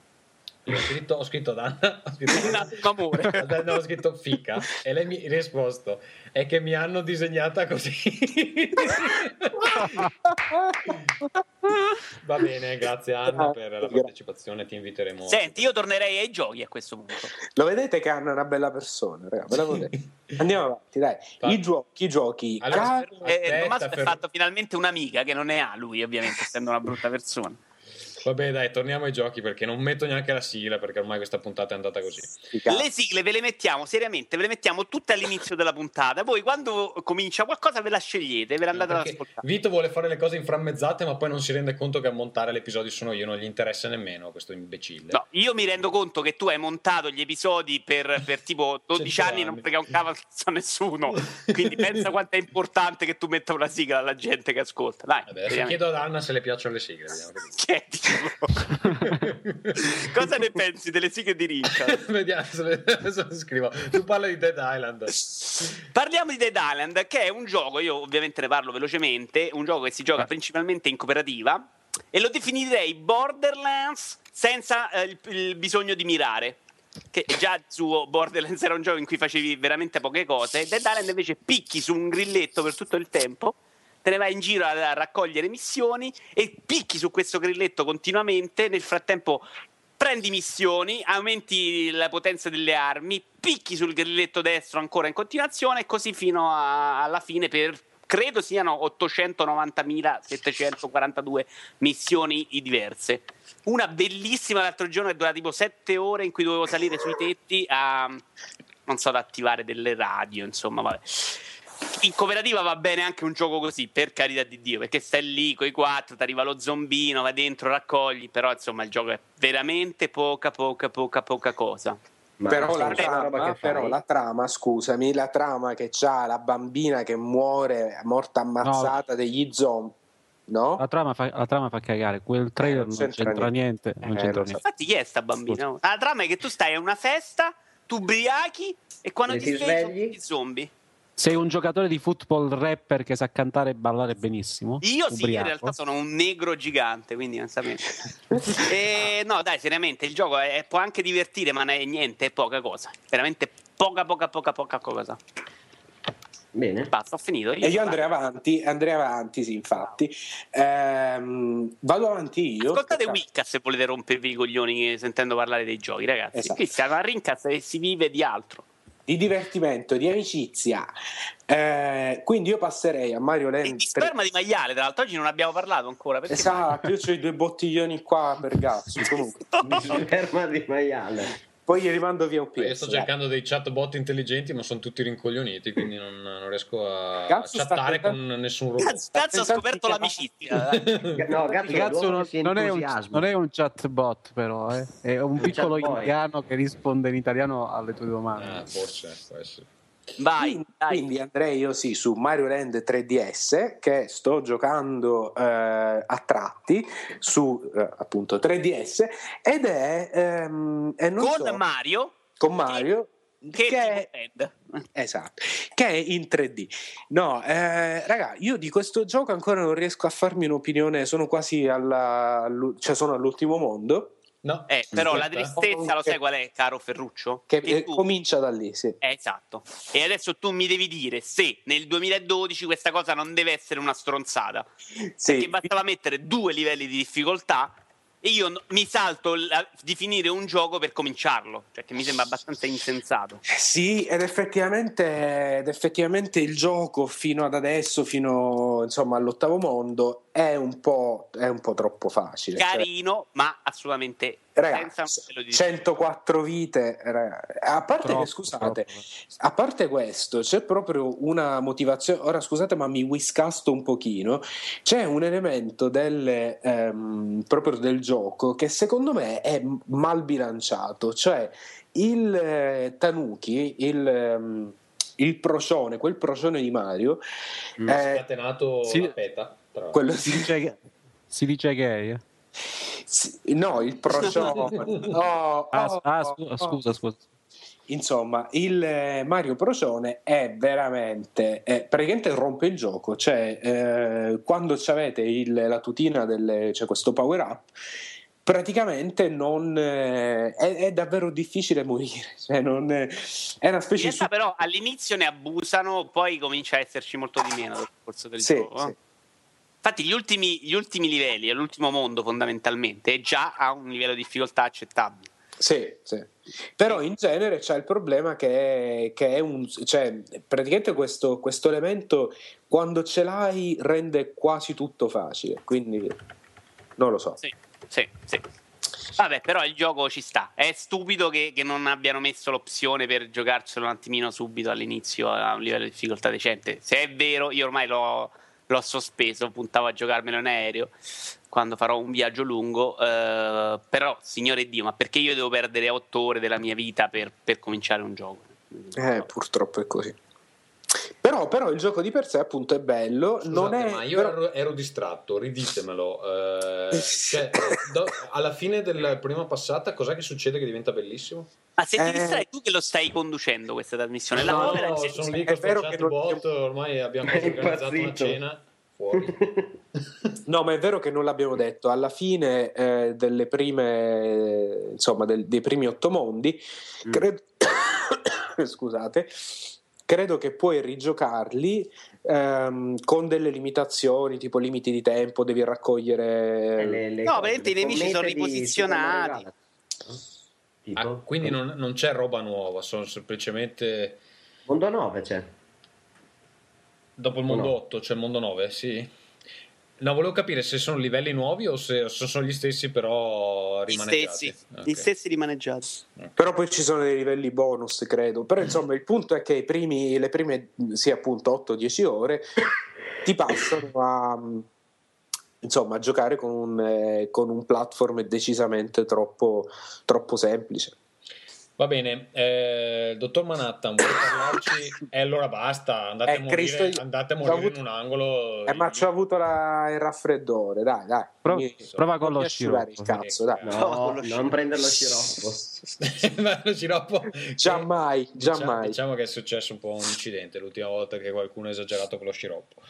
Ho scritto ad Anna, ho scritto fica e lei mi ha risposto è che mi hanno disegnata così. Va bene, grazie Anna per la partecipazione, ti inviteremo. Senti, io tornerei ai giochi a questo punto. Lo vedete che Anna è una bella persona, ragazzi. Andiamo avanti, dai. I giochi. Allora, Tommaso ha fatto finalmente un'amica che non ne ha lui, ovviamente, essendo una brutta persona. Vabbè dai, torniamo ai giochi perché non metto neanche la sigla perché ormai questa puntata è andata così. Le sigle ve le mettiamo seriamente, ve le mettiamo tutte all'inizio della puntata. Voi quando comincia qualcosa ve la scegliete, ve la andate ad ascoltare. Vito vuole fare le cose inframmezzate ma poi non si rende conto che a montare l'episodio sono io, non gli interessa nemmeno questo imbecille. No, io mi rendo conto che tu hai montato gli episodi per tipo 12 anni e non frega un cavolo a nessuno. Quindi pensa quanto è importante che tu metta una sigla alla gente che ascolta. Dai, vabbè, chiedo ad Anna se le piacciono le sigle. Cosa ne pensi delle sighe di Rinca? Vediamo, adesso scrivo. Tu parli di Dead Island. Parliamo di Dead Island, che è un gioco, io ovviamente ne parlo velocemente, un gioco che si gioca principalmente in cooperativa e lo definirei Borderlands senza il bisogno di mirare. Che già il suo Borderlands era un gioco in cui facevi veramente poche cose. Dead Island invece picchi su un grilletto per tutto il tempo, te ne vai in giro a raccogliere missioni e picchi su questo grilletto continuamente. Nel frattempo prendi missioni, aumenti la potenza delle armi, picchi sul grilletto destro ancora in continuazione e così fino alla fine per credo siano 890.742 missioni diverse. Una bellissima l'altro giorno che dura tipo 7 ore in cui dovevo salire sui tetti non so, ad attivare delle radio, insomma, vabbè. In cooperativa va bene anche un gioco così, per carità di Dio, perché stai lì coi 4, ti arriva lo zombino, vai dentro, raccogli, però insomma il gioco è veramente poca cosa. Però la trama, scusami, la trama che c'ha la bambina che muore, morta ammazzata degli zombie, no? La trama fa cagare, quel trailer non c'entra niente. Infatti chi è sta bambina? La trama è che tu stai a una festa, tu ubriachi e quando ti svegli sono zombie. Sei un giocatore di football rapper che sa cantare e ballare benissimo? Io sì, in realtà sono un negro gigante, quindi non sapevo. No, dai, seriamente, il gioco può anche divertire, ma è niente, è poca cosa. Veramente poca cosa. Bene. Basta, ho finito. E io andrei avanti, sì, infatti. Vado avanti io. Ascoltate Wiccas se volete rompervi i coglioni sentendo parlare dei giochi, ragazzi. Esatto. Qui siamo a Rincas e si vive di altro. Di divertimento, di amicizia. Quindi io passerei a Mario Land. Di sperma di maiale, tra l'altro oggi non abbiamo parlato ancora. Perché esatto, io ho i 2 bottiglioni qua per Gazzo. Comunque. Di sperma di maiale. Poi gli rimando via un PS. Io sto cercando dei chatbot intelligenti, ma sono tutti rincoglioniti, quindi non riesco a chattare con nessun robot. Cazzo, ho scoperto l'amicizia. No, Cazzo non è un chatbot, però è un piccolo indiano che risponde in italiano alle tue domande. Forse può essere. Vai, quindi andrei io su Mario Land 3DS che sto giocando a tratti su appunto 3DS ed è non con Mario che è esatto, che è in 3D. No, raga, io di questo gioco ancora non riesco a farmi un'opinione, sono quasi sono all'ultimo mondo. No, però la tristezza lo sai qual è, caro Ferruccio? Che comincia da lì, sì. Esatto. E adesso tu mi devi dire se nel 2012 questa cosa non deve essere una stronzata. Sì. Perché bastava mettere 2 livelli di difficoltà e io mi salto di finire un gioco per cominciarlo, cioè che mi sembra abbastanza insensato. Sì, ed effettivamente il gioco fino ad adesso, fino insomma all'8° mondo, è un po' troppo facile. Carino, ma assolutamente senza un livello di 104 vite. A parte che, scusate, a parte questo, c'è proprio una motivazione. Ora scusate, ma mi whiscasto un pochino. C'è un elemento proprio del gioco che secondo me è mal bilanciato, cioè il Tanuki, il procione, quel procione di Mario scatenato la peta. Quello si dice gay. No, il procione. Scusa. Insomma, il Mario Procione è veramente praticamente rompe il gioco, cioè quando avete la tutina c'è questo power up, praticamente è davvero difficile morire, cioè è una specie di però all'inizio ne abusano, poi comincia a esserci molto di meno nel corso del gioco. Sì. Infatti gli ultimi livelli, l'ultimo mondo fondamentalmente è già a un livello di difficoltà accettabile. Sì. Però in genere c'è il problema che è cioè praticamente questo elemento quando ce l'hai rende quasi tutto facile, quindi non lo so. Sì. Vabbè, però il gioco ci sta. È stupido che non abbiano messo l'opzione per giocarselo un attimino subito all'inizio a un livello di difficoltà decente. Se è vero, io ormai l'ho sospeso, puntavo a giocarmelo in aereo quando farò un viaggio lungo, però signore Dio, ma perché io devo perdere 8 ore della mia vita per cominciare un gioco? Purtroppo è così. Però Però il gioco di per sé appunto è bello. Scusate, non è, ma io ero distratto, riditemelo. Cioè, alla fine della prima passata, cos'è che succede che diventa bellissimo? Ma se ti distrai tu che lo stai conducendo questa trasmissione, la povera gente sono lì con sto chatbot, ormai abbiamo organizzato una cena fuori. No, ma è vero che non l'abbiamo detto. Alla fine delle prime, insomma, dei primi 8 mondi, scusate, credo che puoi rigiocarli con delle limitazioni, tipo limiti di tempo, devi raccogliere. No, veramente i nemici sono riposizionati. Quindi non c'è roba nuova, sono semplicemente. Mondo 9 c'è. Dopo il mondo 8 c'è il mondo 9, sì. No, volevo capire se sono livelli nuovi o se sono gli stessi però rimaneggiati. Gli stessi rimaneggiati. Okay. Però poi ci sono dei livelli bonus, credo. Però insomma il punto è che le prime, sì, appunto 8-10 ore ti passano a giocare con un platform decisamente troppo semplice. Va bene, dottor Manhattan, vuoi parlarci? E allora basta, andate a morire in un angolo. Ma c'ho avuto il raffreddore, dai. Prova con lo sciroppo. Il cazzo, dai. No, non prendere lo sciroppo. Lo sciroppo. Giammai. Diciamo che è successo un po' un incidente l'ultima volta che qualcuno ha esagerato con lo sciroppo.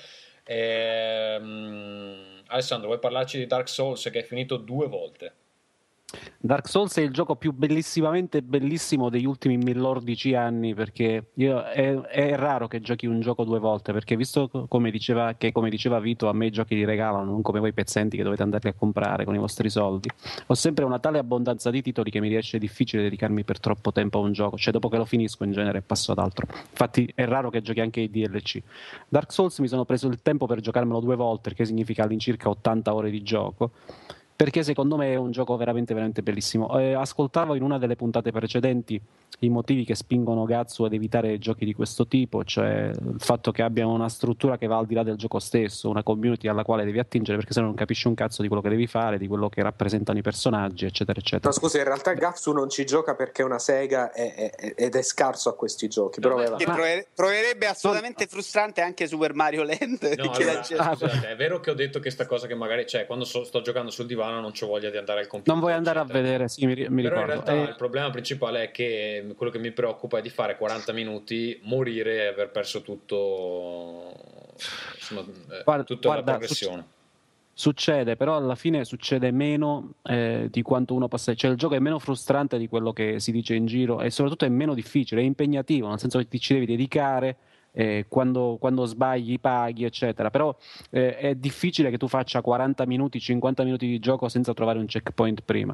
Alessandro, vuoi parlarci di Dark Souls che è finito 2 volte? Dark Souls è il gioco più bellissimamente bellissimo degli ultimi 14 anni, perché è raro che giochi un gioco 2 volte, perché visto come diceva Vito, a me i giochi li regalano, non come voi pezzenti che dovete andarli a comprare con i vostri soldi. Ho sempre una tale abbondanza di titoli che mi riesce difficile dedicarmi per troppo tempo a un gioco, cioè dopo che lo finisco in genere passo ad altro. Infatti è raro che giochi anche i DLC. Dark Souls mi sono preso il tempo per giocarmelo 2 volte, che significa all'incirca 80 ore di gioco, perché secondo me è un gioco veramente veramente bellissimo. Ascoltavo in una delle puntate precedenti i motivi che spingono Gatsu ad evitare giochi di questo tipo, cioè il fatto che abbiano una struttura che va al di là del gioco stesso, una community alla quale devi attingere, perché se no non capisci un cazzo di quello che devi fare, di quello che rappresentano i personaggi, eccetera eccetera. No, scusa, in realtà Gatsu non ci gioca perché è una sega ed è scarso a questi giochi, però troverebbe assolutamente frustrante anche Super Mario Land. No, allora, scusate, è vero che ho detto che sta cosa che magari, cioè, quando sto giocando sul divano non c'ho voglia di andare al computer. Non vuoi andare eccetera. A vedere, sì, mi Però ricordo. in realtà il problema principale è che quello che mi preoccupa è di fare 40 minuti, morire e aver perso tutto, insomma, tutta la progressione. Succede, però alla fine succede meno di quanto uno possa. Cioè il gioco è meno frustrante di quello che si dice in giro e soprattutto è meno difficile, è impegnativo, nel senso che ti ci devi dedicare. Quando sbagli paghi eccetera, però è difficile che tu faccia 40 minuti 50 minuti di gioco senza trovare un checkpoint prima.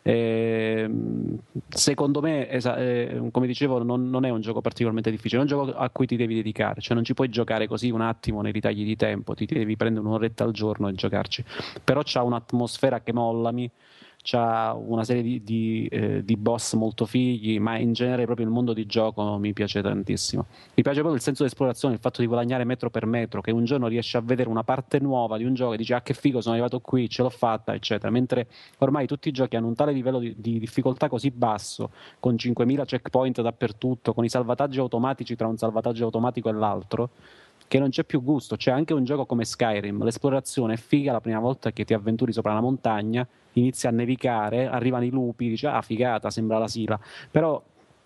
Secondo me come dicevo non è un gioco particolarmente difficile, è un gioco a cui ti devi dedicare, cioè non ci puoi giocare così un attimo nei ritagli di tempo, ti devi prendere un'oretta al giorno e giocarci, però c'ha un'atmosfera che mollami, c'ha una serie di boss molto fighi, ma in genere proprio il mondo di gioco mi piace tantissimo. Mi piace proprio il senso di esplorazione, il fatto di guadagnare metro per metro, che un giorno riesci a vedere una parte nuova di un gioco e dici che figo, sono arrivato qui, ce l'ho fatta, eccetera, mentre ormai tutti i giochi hanno un tale livello di difficoltà così basso, con 5000 checkpoint dappertutto, con i salvataggi automatici tra un salvataggio automatico e l'altro, che non c'è più gusto. C'è anche un gioco come Skyrim, l'esplorazione è figa la prima volta che ti avventuri sopra una montagna, inizia a nevicare, arrivano i lupi, dici figata, sembra la Sila, però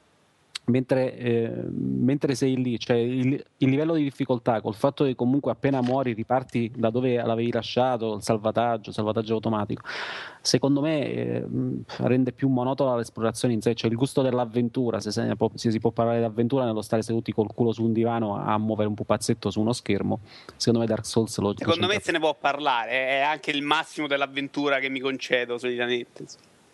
mentre sei lì, cioè il livello di difficoltà col fatto che comunque appena muori riparti da dove l'avevi lasciato, il salvataggio automatico, secondo me rende più monotona l'esplorazione in sé, cioè il gusto dell'avventura, se si può parlare di avventura nello stare seduti col culo su un divano a muovere un pupazzetto su uno schermo, secondo me Dark Souls secondo me se ne può parlare, è anche il massimo dell'avventura che mi concedo solitamente.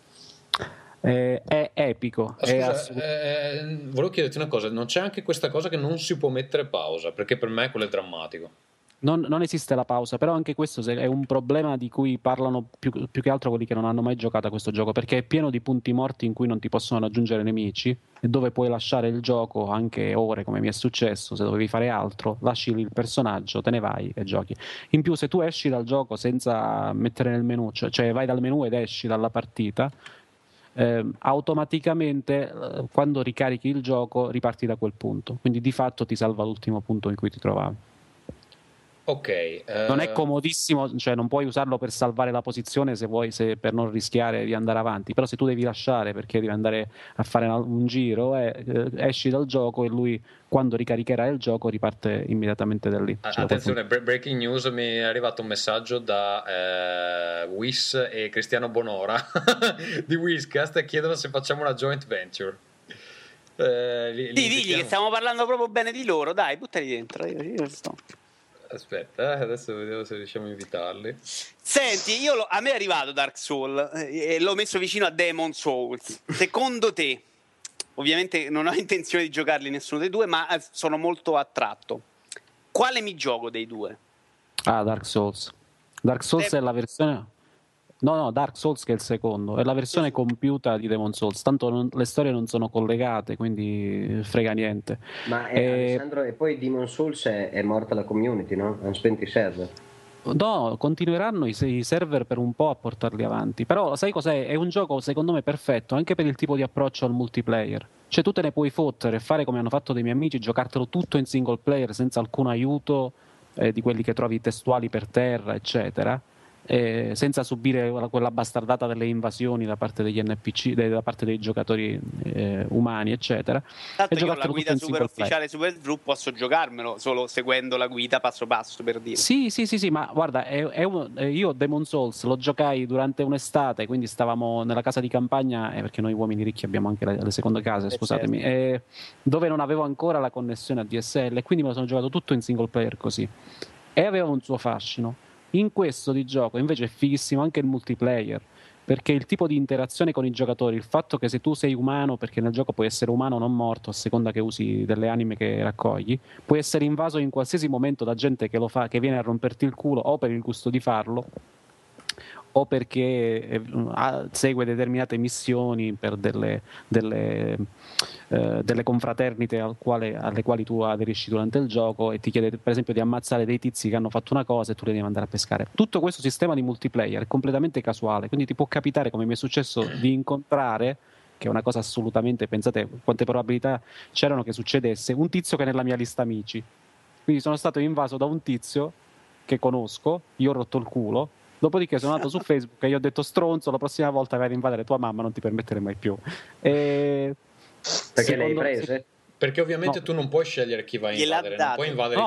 È epico. Scusa, volevo chiederti una cosa, non c'è anche questa cosa che non si può mettere pausa, perché per me quello è drammatico. Non esiste la pausa, però anche questo è un problema di cui parlano più che altro quelli che non hanno mai giocato a questo gioco, perché è pieno di punti morti in cui non ti possono raggiungere nemici e dove puoi lasciare il gioco anche ore, come mi è successo, se dovevi fare altro, lasci il personaggio, te ne vai e giochi. In più, se tu esci dal gioco senza mettere nel menu, cioè vai dal menu ed esci dalla partita, automaticamente quando ricarichi il gioco riparti da quel punto, quindi di fatto ti salva l'ultimo punto in cui ti trovavi. Ok. Non è comodissimo, cioè non puoi usarlo per salvare la posizione se per non rischiare di andare avanti, però se tu devi lasciare perché devi andare a fare un giro, esci dal gioco e lui quando ricaricherà il gioco riparte immediatamente da lì. Attenzione, breaking news, mi è arrivato un messaggio da Wiss e Cristiano Bonora di Wisscast e chiedono se facciamo una joint venture. Digli che stiamo parlando proprio bene di loro, dai, buttali dentro. Io sto. Aspetta, adesso vediamo se riusciamo a invitarli. Senti, a me è arrivato Dark Souls e l'ho messo vicino a Demon Souls. Secondo te, ovviamente non ho intenzione di giocarli nessuno dei due, ma sono molto attratto. Quale mi gioco dei due? Dark Souls. Dark Souls è la versione... No, Dark Souls che è il secondo, è la versione compiuta di Demon Souls, tanto le storie non sono collegate, quindi frega niente. Ma Alessandro, e poi Demon Souls è morta la community, no? Hanno spento i server. No, continueranno i server per un po' a portarli avanti, però sai cos'è? È un gioco secondo me perfetto anche per il tipo di approccio al multiplayer, cioè tu te ne puoi fottere e fare come hanno fatto dei miei amici, giocartelo tutto in single player senza alcun aiuto di quelli che trovi testuali per terra, eccetera. Senza subire quella bastardata delle invasioni da parte degli NPC, da parte dei giocatori umani, eccetera. Tanto che con la guida super ufficiale Super Group posso giocarmelo solo seguendo la guida passo passo, per dire. Sì, ma guarda, io Demon Souls lo giocai durante un'estate, quindi stavamo nella casa di campagna, perché noi uomini ricchi abbiamo anche le seconde case, scusatemi, dove non avevo ancora la connessione a DSL, e quindi me lo sono giocato tutto in single player così. E aveva un suo fascino. In questo di gioco invece è fighissimo anche il multiplayer, perché il tipo di interazione con i giocatori, il fatto che se tu sei umano, perché nel gioco puoi essere umano o non morto a seconda che usi delle anime che raccogli, puoi essere invaso in qualsiasi momento da gente che lo fa, che viene a romperti il culo o per il gusto di farlo o perché segue determinate missioni per delle confraternite alle quali tu aderisci durante il gioco e ti chiede per esempio di ammazzare dei tizi che hanno fatto una cosa e tu li devi andare a pescare. Tutto questo sistema di multiplayer è completamente casuale, quindi ti può capitare, come mi è successo, di incontrare, che è una cosa assolutamente, pensate quante probabilità c'erano che succedesse, un tizio che è nella mia lista amici. Quindi sono stato invaso da un tizio che conosco, io ho rotto il culo. Dopodiché sono andato su Facebook e gli ho detto: stronzo, la prossima volta vai ad invadere tua mamma, non ti permettere mai più. Perché le hai prese? Perché ovviamente tu non puoi scegliere chi vai a invadere, non puoi invadere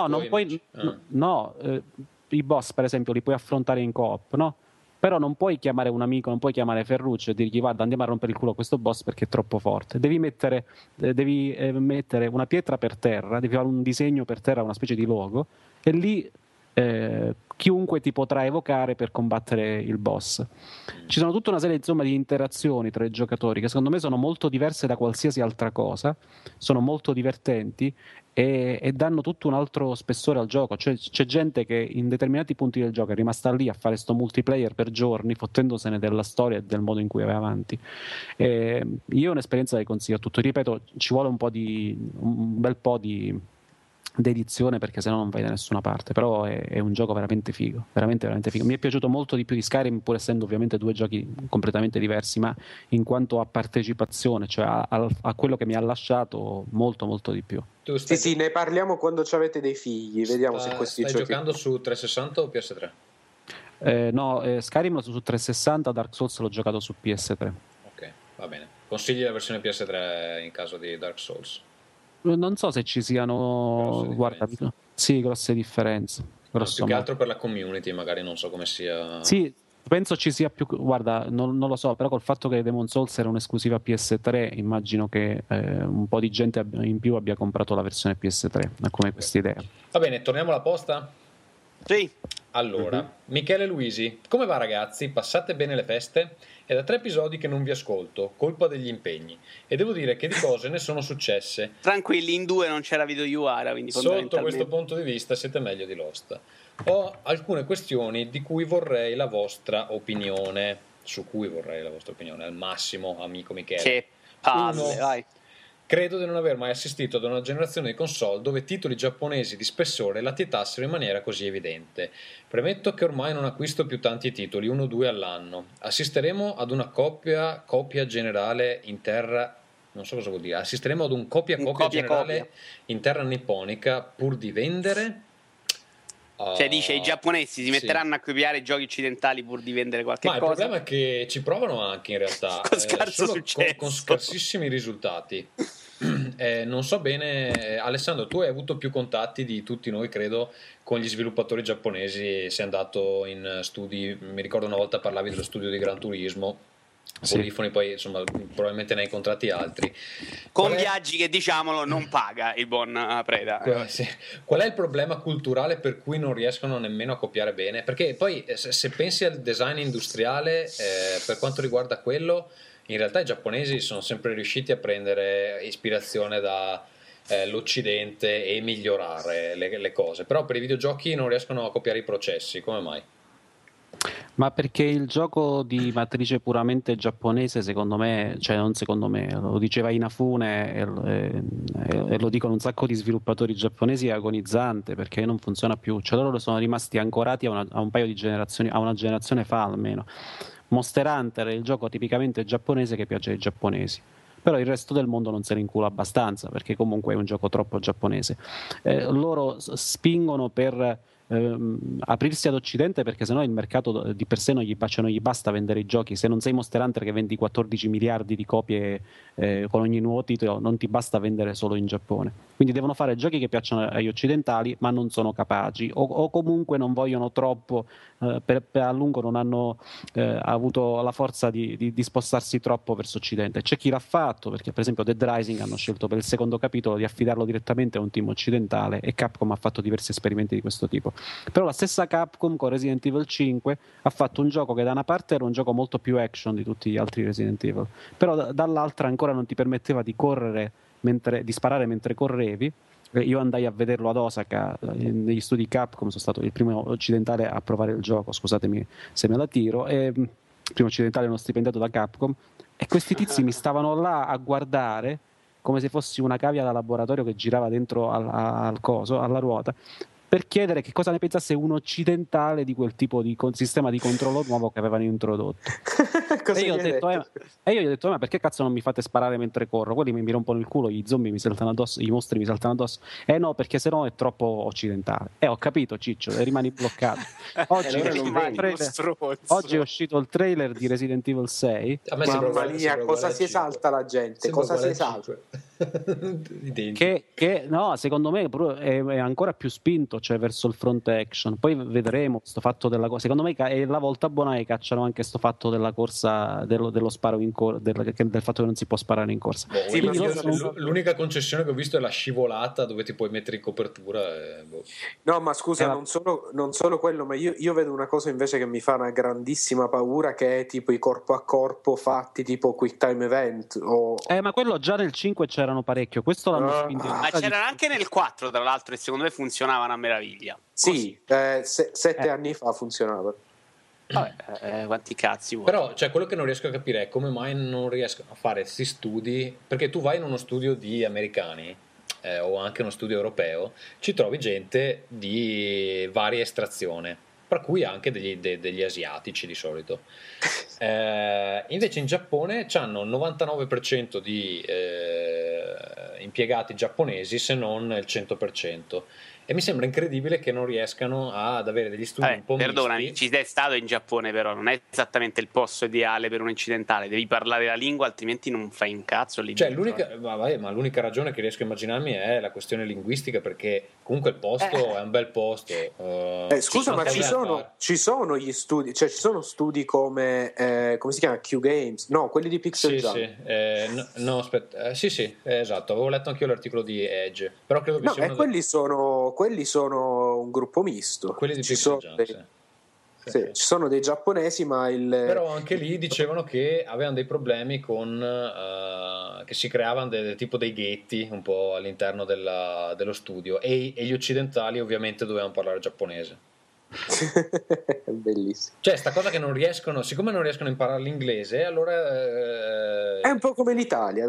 i boss per esempio li puoi affrontare in coop, no? Però non puoi chiamare un amico, non puoi chiamare Ferruccio e dirgli: guarda, andiamo a rompere il culo a questo boss perché è troppo forte. Devi mettere una pietra per terra, devi fare un disegno per terra, una specie di logo, e lì chiunque ti potrà evocare per combattere il boss. Ci sono tutta una serie, insomma, di interazioni tra i giocatori che secondo me sono molto diverse da qualsiasi altra cosa, sono molto divertenti e danno tutto un altro spessore al gioco. Cioè, c'è gente che in determinati punti del gioco è rimasta lì a fare sto multiplayer per giorni, fottendosene della storia e del modo in cui va avanti. Io un'esperienza che consiglio a tutti, ripeto, ci vuole un bel po' di edizione perché sennò non vai da nessuna parte, però è un gioco veramente figo, veramente veramente figo. Mi è piaciuto molto di più di Skyrim, pur essendo ovviamente due giochi completamente diversi, ma in quanto a partecipazione, cioè a quello che mi ha lasciato, molto molto di più. Sì, ne parliamo quando ci avete dei figli, vediamo se questi stai giochi... giocando su 360 o PS3? Skyrim l'ho su 360, Dark Souls l'ho giocato su PS3. Ok, va bene. Consigli la versione PS3 in caso di Dark Souls? Non so se ci siano grosse differenze. Più che altro per la community, magari non so come sia. Sì, penso ci sia più. Guarda, non lo so, però col fatto che Demon Souls era un'esclusiva PS3, immagino che un po' di gente in più abbia comprato la versione PS3. Come questa idea. Va bene, torniamo alla posta? Sì. Allora, Michele Luisi, come va ragazzi? Passate bene le feste? È da 3 episodi che non vi ascolto, colpa degli impegni. E devo dire che di cose ne sono successe. Tranquilli, in 2 non c'era video Yuara, quindi sotto questo punto di vista siete meglio di Lost. Ho alcune questioni di cui vorrei la vostra opinione. Su cui vorrei la vostra opinione, al massimo, amico Michele. Che palle, vai. Credo di non aver mai assistito ad una generazione di console dove titoli giapponesi di spessore latitassero in maniera così evidente. Premetto che ormai non acquisto più tanti titoli, 1 o 2 all'anno. Assisteremo ad una copia generale in terra... Non so cosa vuol dire. Assisteremo ad un copia generale in terra nipponica pur di vendere... Cioè dice i giapponesi si metteranno a copiare i giochi occidentali pur di vendere qualche cosa. Ma il problema è che ci provano anche in realtà con scarso successo, con scarsissimi risultati. Non so bene, Alessandro, tu hai avuto più contatti di tutti noi, credo, con gli sviluppatori giapponesi. Sei andato in studi, mi ricordo una volta parlavi dello studio di Gran Turismo. Polifoni, poi insomma probabilmente ne hai incontrati altri con viaggi che diciamolo non paga il buon Preda. Sì. Qual è il problema culturale per cui non riescono nemmeno a copiare bene? Perché poi se pensi al design industriale, per quanto riguarda quello, in realtà i giapponesi sono sempre riusciti a prendere ispirazione da l'Occidente e migliorare le cose, però per i videogiochi non riescono a copiare i processi. Come mai? Ma perché il gioco di matrice puramente giapponese, secondo me, cioè non secondo me, lo diceva Inafune e lo dicono un sacco di sviluppatori giapponesi, è agonizzante perché non funziona più. Cioè loro sono rimasti ancorati a un paio di generazioni, a una generazione fa almeno. Monster Hunter è il gioco tipicamente giapponese che piace ai giapponesi. Però il resto del mondo non se ne incula abbastanza perché comunque è un gioco troppo giapponese. Loro spingono per aprirsi ad Occidente perché sennò il mercato di per sé non gli basta vendere i giochi. Se non sei Monster Hunter che vendi 14 miliardi di copie con ogni nuovo titolo, non ti basta vendere solo in Giappone. Quindi devono fare giochi che piacciono agli occidentali ma non sono capaci o comunque non vogliono troppo, per a lungo non hanno avuto la forza di spostarsi troppo verso Occidente. C'è chi l'ha fatto perché per esempio Dead Rising hanno scelto per il secondo capitolo di affidarlo direttamente a un team occidentale e Capcom ha fatto diversi esperimenti di questo tipo. Però la stessa Capcom con Resident Evil 5 ha fatto un gioco che da una parte era un gioco molto più action di tutti gli altri Resident Evil, però dall'altra ancora non ti permetteva di correre di sparare mentre correvi. Io andai a vederlo ad Osaka negli studi Capcom, sono stato il primo occidentale a provare il gioco, scusatemi se me la tiro, il primo occidentale non stipendiato da Capcom, e questi tizi mi stavano là a guardare come se fossi una cavia da laboratorio che girava dentro al coso, alla ruota, per chiedere che cosa ne pensasse un occidentale di quel tipo di sistema di controllo nuovo che avevano introdotto. E io gli ho detto, ma perché cazzo non mi fate sparare mentre corro? Quelli mi rompono il culo, gli zombie mi saltano addosso, i mostri mi saltano addosso. No, perché sennò è troppo occidentale. Ho capito, Ciccio, rimani bloccato. Oggi è uscito il trailer di Resident Evil 6. Mamma mia, cosa si esalta la gente? Cosa si esalta? che no, secondo me è ancora più spinto, cioè verso il front action. Poi vedremo sto fatto della cosa. Secondo me è la volta buona che cacciano anche sto fatto della corsa, dello sparo in corsa, del fatto che non si può sparare in corsa. Sì, l'unica concessione che ho visto è la scivolata dove ti puoi mettere in copertura. No, ma scusa, non solo quello, ma io vedo una cosa invece che mi fa una grandissima paura, che è tipo i corpo a corpo fatti tipo quick time event ma quello già nel 5 c'erano parecchio, questo l'hanno spinto. Ma c'erano anche nel 4 tra l'altro, e secondo me funzionavano a meraviglia. Sì, 7 anni fa funzionava. Vabbè, quanti cazzi vuoi? Però cioè, quello che non riesco a capire è come mai non riescono a fare questi studi, perché tu vai in uno studio di americani o anche uno studio europeo, ci trovi gente di varia estrazione, per cui anche degli asiatici di solito. Invece in Giappone hanno il 99% di impiegati giapponesi, se non il 100%. E mi sembra incredibile che non riescano ad avere degli studi un po' perdonami, misti. ci sei stato in Giappone, però non è esattamente il posto ideale per un occidentale, devi parlare la lingua, altrimenti non fai un cazzo lì. Cioè, l'unica ragione che riesco a immaginarmi è la questione linguistica, perché comunque il posto è un bel posto. Scusa, ma ci sono gli studi, cioè ci sono studi come si chiama? Q Games? No, quelli di Pixel Junk. Sì. No, aspetta. Sì, esatto, avevo letto anch'io l'articolo di Edge, però credo che sia quelli sono un gruppo misto. Quelli di Pixel Junk, sì, ci sono dei giapponesi, ma però anche lì dicevano che avevano dei problemi con che si creavano tipo dei ghetti un po' all'interno dello studio, e gli occidentali ovviamente dovevano parlare giapponese. Bellissimo. Cioè sta cosa che non riescono, siccome non riescono a imparare l'inglese, allora è un po' come l'Italia, dai.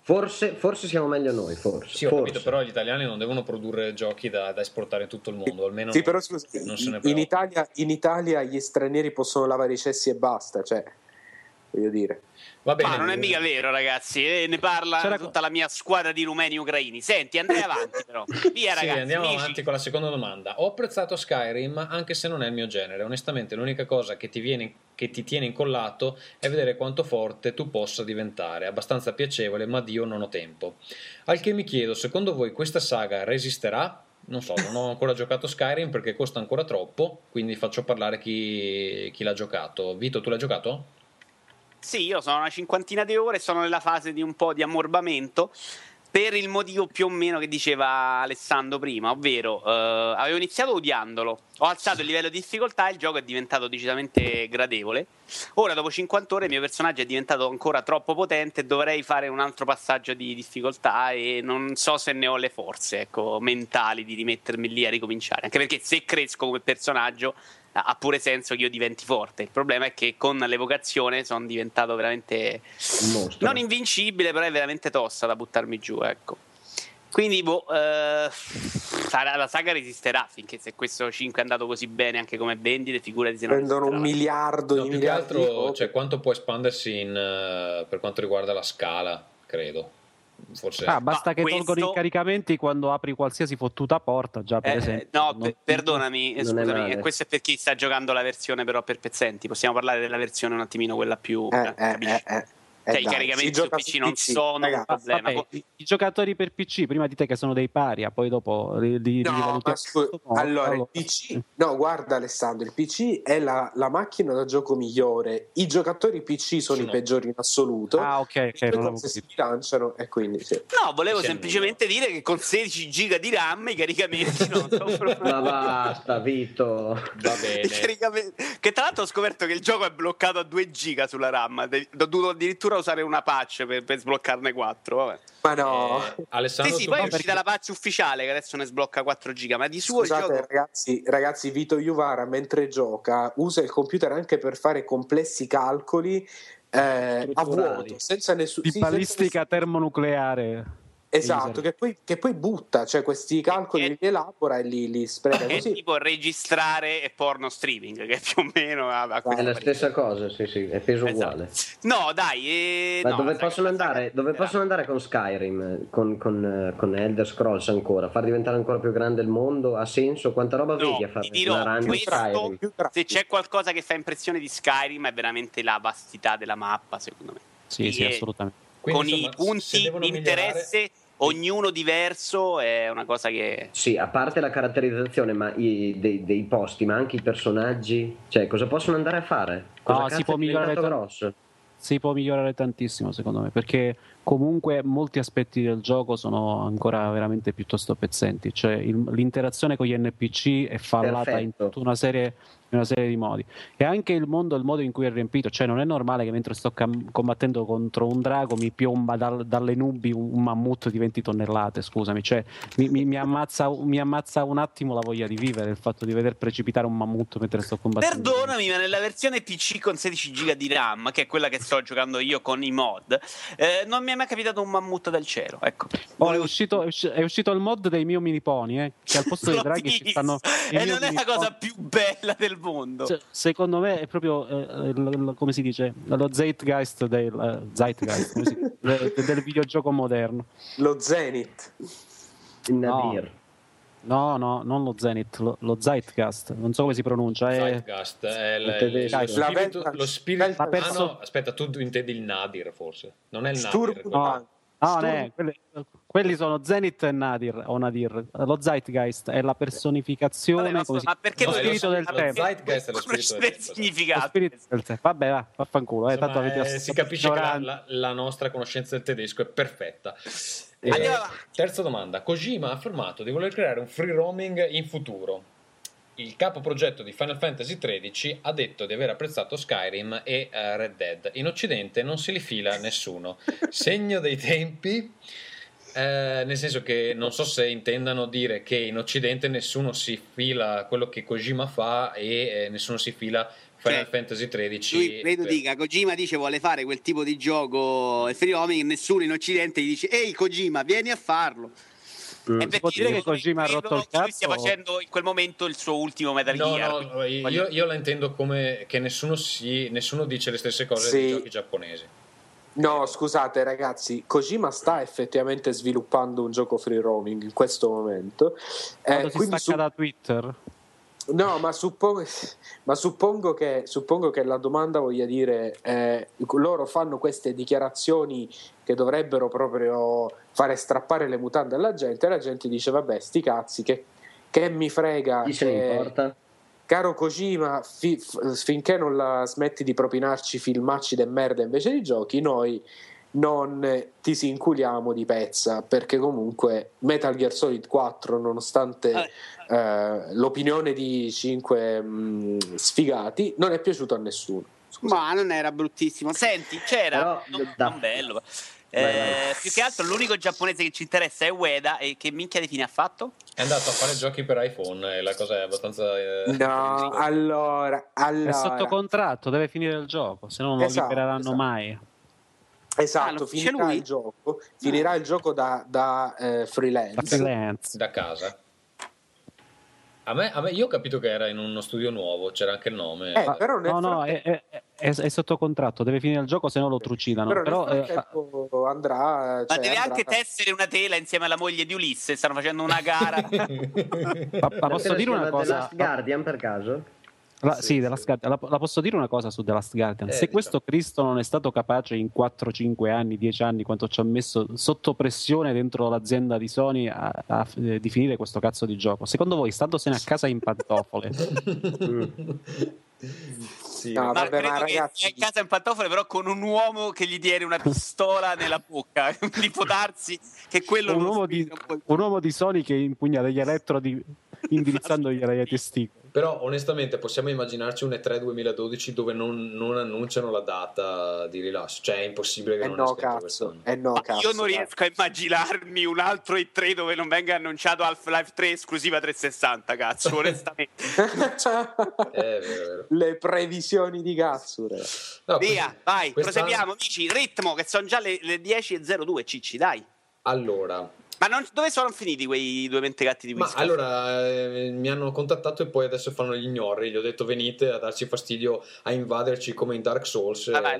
Forse siamo meglio noi, forse. Sì, ho forse. capito, però gli italiani non devono produrre giochi da esportare in tutto il mondo, almeno sì, però scusa, non se ne in Italia gli stranieri possono lavare i cessi e basta, cioè, voglio dire. Va bene. Ma non è mica vero, ragazzi, ne parla tutta la mia squadra di rumeni ucraini. Senti, andrei avanti però. Via, sì, ragazzi, andiamo amici. avanti con la seconda domanda. Ho apprezzato Skyrim anche se non è il mio genere. Onestamente l'unica cosa che ti tiene incollato è vedere quanto forte tu possa diventare. Abbastanza piacevole, ma Dio non ho tempo. Al che mi chiedo, secondo voi questa saga resisterà? Non so, non ho ancora giocato Skyrim perché costa ancora troppo, quindi faccio parlare chi l'ha giocato. Vito, tu l'hai giocato? Sì, io sono una cinquantina di ore, sono nella fase di un po' di ammorbamento per il motivo più o meno che diceva Alessandro prima, ovvero avevo iniziato odiandolo, ho alzato il livello di difficoltà e il gioco è diventato decisamente gradevole. Ora dopo 50 ore il mio personaggio è diventato ancora troppo potente, dovrei fare un altro passaggio di difficoltà e non so se ne ho le forze, ecco, mentali di rimettermi lì a ricominciare, anche perché se cresco come personaggio ha pure senso che io diventi forte. Il problema è che con l'evocazione sono diventato veramente non invincibile, però è veramente tosta da buttarmi giù, ecco. Quindi la saga resisterà finché, se questo 5 è andato così bene anche come vendite, figurati se non prendono 1 miliardo di miliardi. Più che altro, cioè, quanto può espandersi per quanto riguarda la scala, credo. Forse basta che tolgono i caricamenti quando apri qualsiasi fottuta porta, già per esempio. No, perdonami, scusami, questo è per chi sta giocando la versione però per pezzenti. Possiamo parlare della versione un attimino quella più cioè i caricamenti su PC non sono un problema. Vabbè, i giocatori per PC prima di te che sono dei paria, poi dopo allora il PC, no, guarda Alessandro, il PC è la macchina da gioco migliore, i giocatori PC sono i peggiori in assoluto. Ok, le cose si bilanciano e quindi sì. No, volevo semplicemente dire che con 16 giga di RAM i caricamenti non sono ma basta Vito, va bene. Che tra l'altro ho scoperto che il gioco è bloccato a 2 giga sulla RAM, ho dovuto addirittura usare una patch per sbloccarne 4. Vabbè. Ma no, Alessandro, sì, poi è uscita la patch ufficiale che adesso ne sblocca 4 giga. Ma di suo scusate, il gioco... ragazzi, Vito Juvara mentre gioca usa il computer anche per fare complessi calcoli a vuoto, senza di balistica termonucleare. Esatto, che poi butta, cioè questi calcoli li elabora e li spreca così. È tipo registrare e porno streaming, che più o meno è la stessa cosa, sì, è peso uguale. No, dai, ma dove possono andare con Skyrim, con Elder Scrolls ancora, far diventare ancora più grande il mondo? Ha senso? Quanta roba vedi a fare una run di Skyrim? Se c'è qualcosa che fa impressione di Skyrim è veramente la vastità della mappa, secondo me. Sì, assolutamente. Quindi, con i punti di interesse ognuno diverso, è una cosa che... Sì, a parte la caratterizzazione dei posti, ma anche i personaggi, cioè cosa possono andare a fare? Cosa si può migliorare grosso? Si può migliorare tantissimo secondo me, perché comunque molti aspetti del gioco sono ancora veramente piuttosto pezzenti, cioè l'interazione con gli NPC è fallata in tutta una serie di modi, e anche il modo in cui è riempito, cioè non è normale che mentre sto combattendo contro un drago mi piomba dalle nubi un mammut di 20 tonnellate, scusami, cioè mi ammazza un attimo la voglia di vivere il fatto di veder precipitare un mammut mentre sto combattendo. Perdonami, ma nella versione PC con 16 giga di RAM, che è quella che sto giocando io con i mod, non mi è mai capitato un mammut dal cielo, ecco. È uscito il mod dei Mio Mini Pony, che al posto dei draghi ci stanno e non è la cosa più bella del mondo. Cioè, secondo me è proprio come si dice, lo zeitgeist del videogioco moderno, lo Zenith, il Nadir. No, non lo Zenith, lo Zeitgeist, non so come si pronuncia. Zeitgeist è lo spirito. No, aspetta, tu intendi il Nadir forse? Non è il Nadir. Quelli sono Zenith e Nadir. Lo Zeitgeist è la personificazione. Ma perché lo spirito del tempo? Zeitgeist è lo spirito del significato. Vabbè, vaffanculo. Si capisce che la nostra conoscenza del tedesco è perfetta. Terza domanda. Kojima ha affermato di voler creare un free roaming in futuro. Il capo progetto di Final Fantasy XIII ha detto di aver apprezzato Skyrim e Red Dead. In Occidente non se li fila nessuno. Segno dei tempi, nel senso che non so se intendano dire che in Occidente nessuno si fila quello che Kojima fa e nessuno si fila Final Fantasy XIII. Lui credo dica, Kojima dice vuole fare quel tipo di gioco e free roaming, nessuno in Occidente gli dice ehi Kojima vieni a farlo. E perché dire che Kojima ha rotto il cazzo? Lui stia facendo in quel momento il suo ultimo Metal Gear. No, io la intendo come che nessuno dice le stesse cose dei giochi giapponesi. No, scusate ragazzi, Kojima sta effettivamente sviluppando un gioco free roaming in questo momento. Quando si stacca da Twitter? No, ma suppongo che la domanda voglia dire loro fanno queste dichiarazioni che dovrebbero proprio fare strappare le mutande alla gente e la gente dice vabbè sti cazzi che mi frega, chi se ne importa? Caro Kojima, finché non la smetti di propinarci filmacci de merda invece di giochi, noi non ti si inculiamo di pezza, perché comunque Metal Gear Solid 4, nonostante l'opinione di 5 sfigati, non è piaciuto a nessuno. Scusa. Ma non era bruttissimo. Senti, c'era non bello. Più che altro l'unico giapponese che ci interessa è Ueda, e che minchia di fine ha fatto? È andato a fare giochi per iPhone e la cosa è abbastanza no, allora è sotto contratto, deve finire il gioco, se no non lo libereranno mai. Esatto, finirà il gioco da freelance, da casa. A me io ho capito che era in uno studio nuovo, c'era anche il nome. Però è sotto contratto, deve finire il gioco, se no lo trucidano. Però andrà. Ma deve anche tessere una tela insieme alla moglie di Ulisse. Stanno facendo una gara. ma posso dire una cosa? The Last Guardian per caso? Sì, The Last Guardian. La posso dire una cosa su The Last Guardian? Se questo Cristo non è stato capace in 4-5 anni, 10 anni, quanto ci ha messo sotto pressione dentro l'azienda di Sony di finire questo cazzo di gioco, secondo voi, standosene a casa in pantofole? Sì, no, ma vabbè, credo che sia in casa in pantofole, però con un uomo che gli diede una pistola nella bocca. Quindi può darsi che quello un uomo di Sony che impugna degli elettrodi indirizzandogli ai testicoli. Però onestamente possiamo immaginarci un E3 2012 dove non annunciano la data di rilascio, cioè è impossibile che non esca quest'anno. Io non riesco a immaginarmi un altro E3 dove non venga annunciato Half-Life 3 esclusiva 360, cazzo, onestamente. Vero. Le previsioni di cazzo. No, via, vai, proseguiamo, amici, ritmo, che sono già le 10:02, Cicci, dai. Allora, ma dove sono finiti quei due mentecatti di Whisky? Ma allora mi hanno contattato e poi adesso fanno gli ignori. Gli ho detto venite a darci fastidio, a invaderci come in Dark Souls. Dai.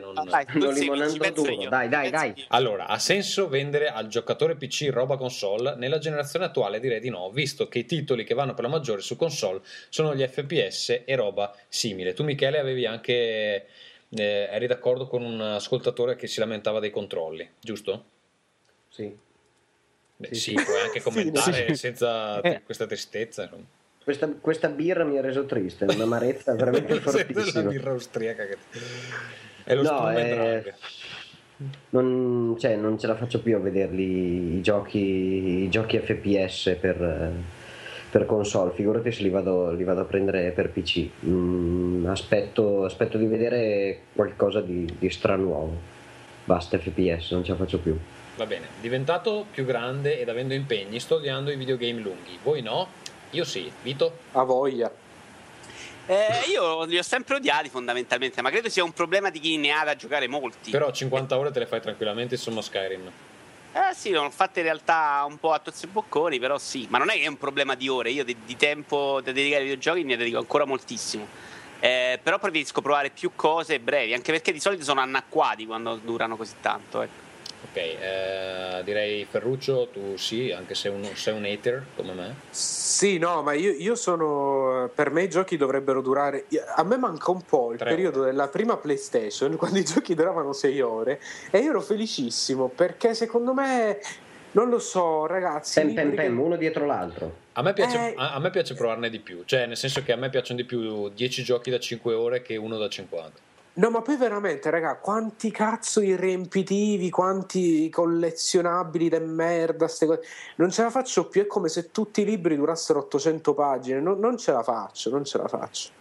Allora, ha senso vendere al giocatore PC roba console? Nella generazione attuale direi di no, visto che i titoli che vanno per la maggiore su console sono gli FPS e roba simile. Tu Michele avevi anche eri d'accordo con un ascoltatore che si lamentava dei controlli, giusto? Sì. Sì, puoi anche commentare senza questa tristezza. Questa birra mi ha reso triste, un'amarezza veramente fortissima. La birra austriaca che è lo strumento. Non ce la faccio più a vederli i giochi FPS per console, figurati se li vado a prendere per PC. Aspetto di vedere qualcosa di stranuovo. Basta FPS, non ce la faccio più. Va bene, diventato più grande ed avendo impegni sto odiando i videogame lunghi. Voi no? Io sì. Vito? A voglia. Io li ho sempre odiati fondamentalmente, ma credo sia un problema di chi ne ha da giocare molti. Però 50 ore te le fai tranquillamente, insomma, Skyrim. Sì, l'ho fatte in realtà un po' a tozzi e bocconi, però sì. Ma non è che è un problema di ore, io di tempo da dedicare ai videogiochi ne dedico ancora moltissimo. Però preferisco provare più cose brevi, anche perché di solito sono annacquati quando durano così tanto, ecco. Ok, direi Ferruccio, tu sì, anche se sei un hater come me. Sì, no, ma io sono, per me i giochi dovrebbero durare, a me manca un po' il periodo della prima PlayStation, quando i giochi duravano 6 ore e io ero felicissimo, perché secondo me, non lo so ragazzi, uno dietro l'altro. A me piace provarne di più, cioè nel senso che a me piacciono di più 10 giochi da 5 ore che uno da 50. No, ma poi veramente, raga, quanti cazzo di riempitivi, quanti collezionabili de merda, ste cose. Non ce la faccio più, è come se tutti i libri durassero 800 pagine. Non ce la faccio.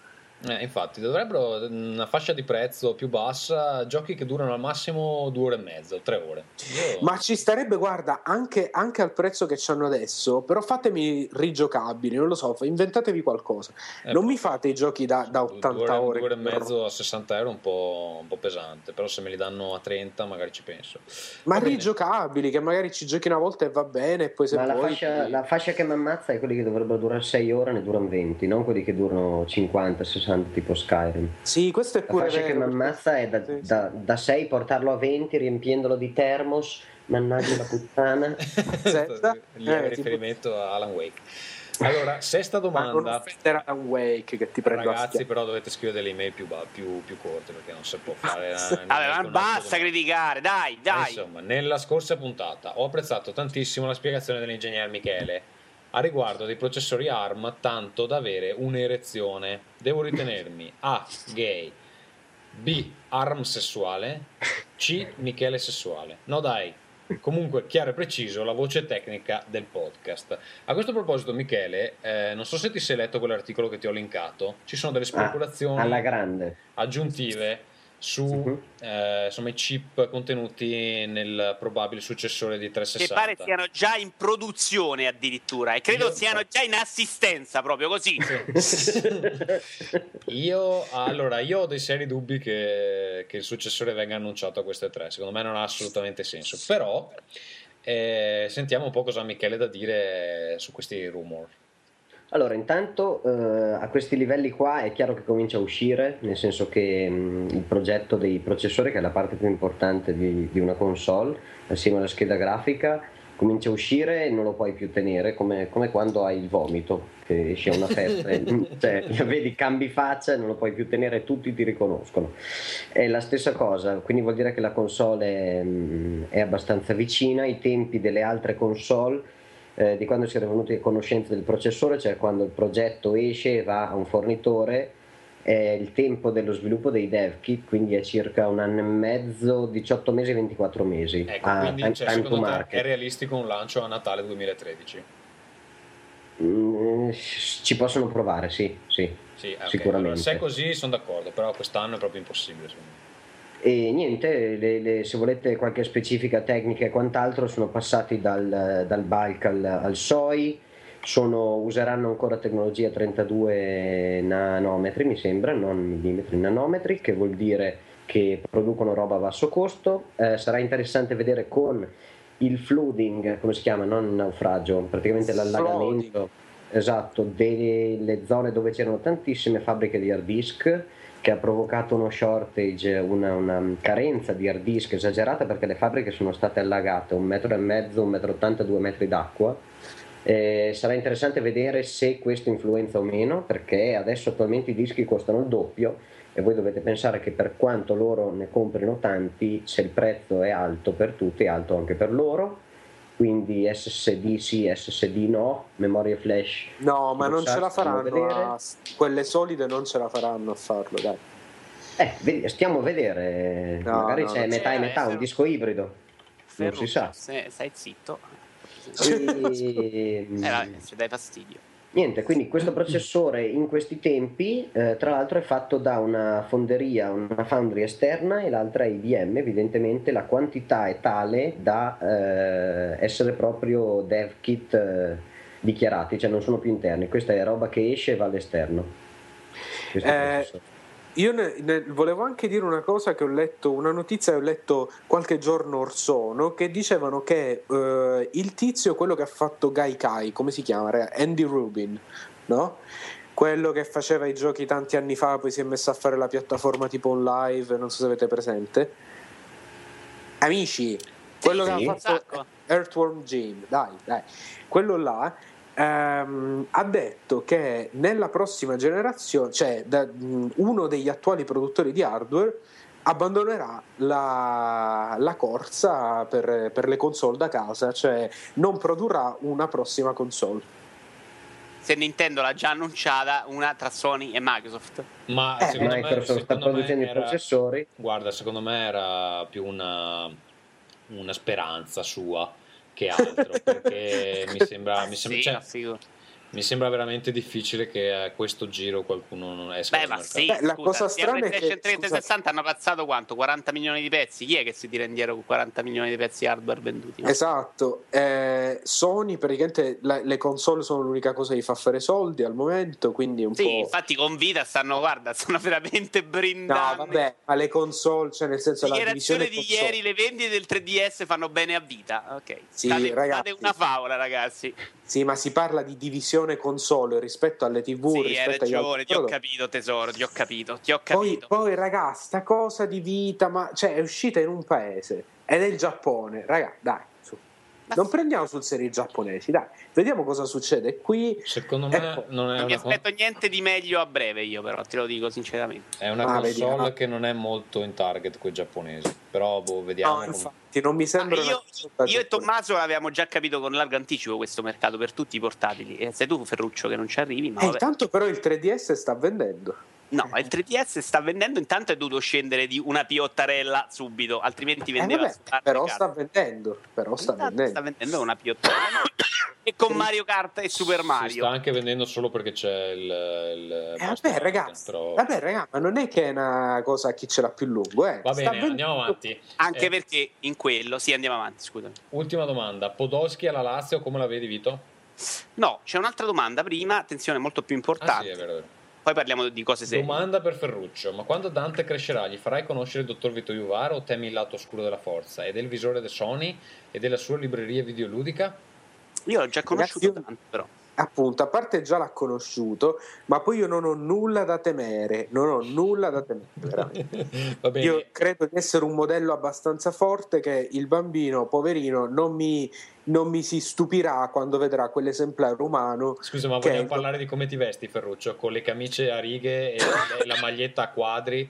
Infatti dovrebbero una fascia di prezzo più bassa, giochi che durano al massimo 2 ore e mezza, 3 ore. Ma ci starebbe, guarda, anche al prezzo che c'hanno adesso, però fatemi rigiocabili, non lo so, inventatevi qualcosa. Non mi fate i giochi da 80 ore. 2 ore e mezzo a 60 euro un po' pesante, però se me li danno a 30 magari ci penso. Ma rigiocabili, che magari ci giochi una volta e va bene, e poi se Ma vuoi... la fascia che mi ammazza è quelli che dovrebbero durare 6 ore, ne durano 20, non quelli che durano 50, 60, tipo Skyrim. Sì, questo è pure la fascia vero, che mi ammazza è da 6 portarlo a 20 riempiendolo di termos, mannaggia la puttana. Riferimento a Alan Wake. Allora, sesta domanda. Ma non offendere Alan Wake, che ti prendo. Ragazzi, però dovete scrivere delle email più corte, perché non si può fare. Vabbè, ma basta criticare, dai. Insomma, nella scorsa puntata ho apprezzato tantissimo la spiegazione dell'ingegner Michele a riguardo dei processori ARM, tanto da avere un'erezione. Devo ritenermi A. gay, B. ARM sessuale, C. Michele sessuale. No dai, comunque chiaro e preciso la voce tecnica del podcast. A questo proposito, Michele, non so se ti sei letto quell'articolo che ti ho linkato. Ci sono delle speculazioni alla grande aggiuntive su insomma, i chip contenuti nel probabile successore di 360, che pare siano già in produzione addirittura, e credo siano già in assistenza, proprio così. Io ho dei seri dubbi che il successore venga annunciato a queste 3. Secondo me non ha assolutamente senso, però sentiamo un po' cosa ha Michele da dire su questi rumor. Allora, intanto a questi livelli qua è chiaro che comincia a uscire, nel senso che il progetto dei processori, che è la parte più importante di una console, assieme alla scheda grafica, comincia a uscire e non lo puoi più tenere, come quando hai il vomito, che esce una festa, cioè, vedi, cambi faccia e non lo puoi più tenere e tutti ti riconoscono. È la stessa cosa, quindi vuol dire che la console è abbastanza vicina. I tempi delle altre console, di quando si era venuti a conoscenza del processore, cioè quando il progetto esce e va a un fornitore, è il tempo dello sviluppo dei dev kit, quindi è circa 1 anno e mezzo, 18 mesi, 24 mesi. Ecco, quindi secondo te è realistico un lancio a Natale 2013? Ci possono provare, sì, okay. Sicuramente. Allora, se è così sono d'accordo, però quest'anno è proprio impossibile, secondo me. E niente, se volete qualche specifica tecnica e quant'altro, sono passati dal bulk al SOI, useranno ancora tecnologia 32 nanometri, mi sembra, non millimetri, nanometri, che vuol dire che producono roba a basso costo. Sarà interessante vedere con il flooding, come si chiama, non il naufragio, praticamente l'allagamento, esatto, delle zone dove c'erano tantissime fabbriche di hard disk, che ha provocato uno shortage, una carenza di hard disk esagerata, perché le fabbriche sono state allagate 1,5 metri, 1,80 m, 2 metri d'acqua. Sarà interessante vedere se questo influenza o meno, perché adesso attualmente i dischi costano il doppio e voi dovete pensare che per quanto loro ne comprino tanti, se il prezzo è alto per tutti, è alto anche per loro. Quindi SSD sì, SSD no, memorie flash no, ma non ce la faranno quelle solide, non ce la faranno a farlo, dai. Stiamo a vedere, magari c'è metà e metà, un disco ibrido, non si sa. Stai zitto. Ci dai fastidio. Niente, quindi questo processore in questi tempi, tra l'altro, è fatto da una fonderia, una foundry esterna, e l'altra è IBM. Evidentemente la quantità è tale da essere proprio dev kit dichiarati, cioè non sono più interni. Questa è roba che esce e va all'esterno. Io volevo anche dire una cosa, che ho letto, una notizia che ho letto qualche giorno or sono, che dicevano che il tizio, quello che ha fatto Gaikai, come si chiama? Andy Rubin, no? Quello che faceva i giochi tanti anni fa, poi si è messo a fare la piattaforma tipo on live, non so se avete presente. Amici, quello che ha fatto Earthworm Jim, dai, quello là, ha detto che nella prossima generazione, cioè uno degli attuali produttori di hardware abbandonerà la corsa per le console da casa, cioè non produrrà una prossima console. Se Nintendo l'ha già annunciata, una tra Sony e Microsoft. Ma Microsoft sta producendo i processori. Guarda, secondo me era più una speranza sua che altro, perché mi sembra sì, cioè, Mi sembra veramente difficile che a questo giro qualcuno non esca. Beh, ma sì, la cosa strana è che 360 hanno ammazzato quanto? 40 milioni di pezzi. Chi è che si tira indietro con 40 milioni di pezzi hardware venduti? Esatto, Sony praticamente le console sono l'unica cosa che gli fa fare soldi al momento, quindi un po'. Sì, infatti con Vita stanno veramente brindando. No, vabbè, ma le console, cioè nel senso la dichiarazione divisione di console. ieri, le vendite del 3DS fanno bene a Vita. Ok, Sì, state ragazzi. una favola, ragazzi. Sì, ma si parla di divisione console rispetto alle TV, Sì, hai rispetto agli ragione, altri ti ho prodotti. capito tesoro, ti ho capito. Poi ragazzi, sta cosa di Vita, ma cioè è uscita in un paese ed è il Giappone, ragazzi, dai, su. Non prendiamo sul serio i giapponesi, dai, vediamo cosa succede qui. Secondo me non è Non mi una aspetto niente di meglio a breve io, però te lo dico sinceramente. è una console vediamo. che non è molto in target con i giapponesi, però vediamo. No, infatti, non mi sembra io e Tommaso l'avevamo già capito con largo anticipo questo mercato per tutti i portatili. Sei tu, Ferruccio, che non ci arrivi, ma vabbè. intanto però il 3DS sta vendendo. No, il 3DS sta vendendo, intanto è dovuto scendere di una piottarella subito, altrimenti vendeva però sta vendendo, sta vendendo una piottarella e con Mario Kart e Super Mario. Si sta anche vendendo solo perché c'è il vabbè ragazzi, ma non è che è una cosa a chi ce l'ha più lungo, Va bene, andiamo avanti. Anche perché in quello, sì, andiamo avanti, scusami. Ultima domanda, Podolski alla Lazio come la vedi, Vito? No, c'è un'altra domanda prima, attenzione, molto più importante. Sì, è vero. Poi parliamo di cose serie. Domanda per Ferruccio: ma quando Dante crescerà gli farai conoscere il dottor Vito Iuvara o temi il lato oscuro della forza e del visore di Sony e della sua libreria videoludica? Io l'ho già conosciuto tanto, però. Appunto, a parte già l'ha conosciuto, ma poi io non ho nulla da temere, veramente. Va bene. Io credo di essere un modello abbastanza forte che il bambino, poverino, non mi si stupirà quando vedrà quell'esemplare umano. Scusa, ma vogliamo parlare di come ti vesti, Ferruccio? Con le camicie a righe e la maglietta a quadri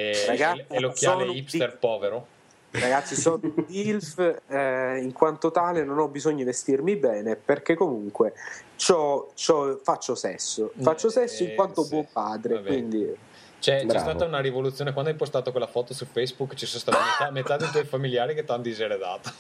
e l'occhiale hipster povero? Ragazzi, sono un DILF, in quanto tale non ho bisogno di vestirmi bene perché comunque faccio sesso in quanto buon padre, quindi c'è stata una rivoluzione quando hai postato quella foto su Facebook, ci sono stati metà dei tuoi familiari che ti hanno diseredato.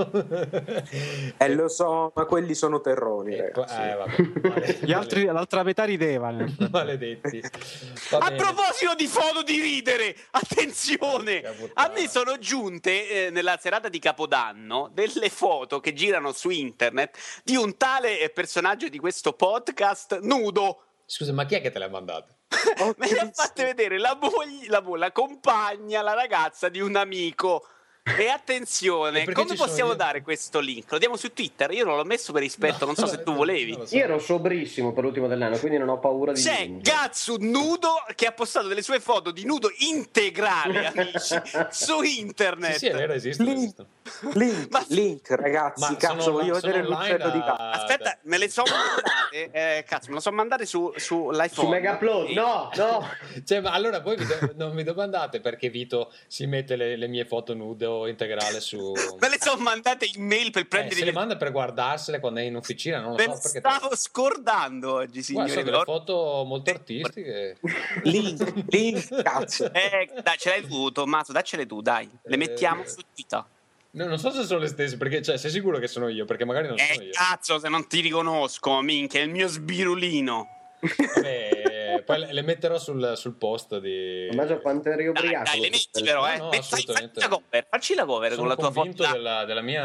Lo so, ma quelli sono terroni, ragazzi. Gli altri, l'altra metà ridevano. Maledetti. A proposito di foto di ridere, attenzione, a me sono giunte nella serata di Capodanno delle foto che girano su internet di un tale personaggio di questo podcast nudo. Scusa, ma chi è che te le ha mandate? Me le ha fatte vedere la compagna, la ragazza di un amico. E attenzione, come possiamo dare questo link? Lo diamo su Twitter? Io non l'ho messo per rispetto, non so se tu volevi. Io ero sobrissimo per l'ultimo dell'anno, quindi non ho paura di C'è Gatsu nudo che ha postato delle sue foto di nudo integrale, amici, su internet. Sì, è vero, esiste. Link, ragazzi, cazzo, voglio vedere l'uccello di cazzo. Aspetta, me le so mandate, cazzo, me lo so mandare sull'iPhone. Su Megaupload, no. Cioè, ma allora voi non mi domandate perché Vito si mette le mie foto nude integrale su. Me le sono mandate in mail per prendere. Se le manda per guardarsele quando è in officina, non lo so perché. Stavo scordando oggi, signori. Sono delle foto molto artistiche. Link, cazzo. Dai, ce l'hai tu, Tommaso, daccele tu, dai. Le mettiamo su Twitter. No, non so se sono le stesse, perché sei sicuro che sono io? Perché magari non sono io. Cazzo, se non ti riconosco, minchia, è il mio sbirulino. Vabbè, poi le metterò sul post di. Ma già quanto eri ubriaco? Dai, le metti però, No, assolutamente. Facci la cover con la tua foto. Della mia.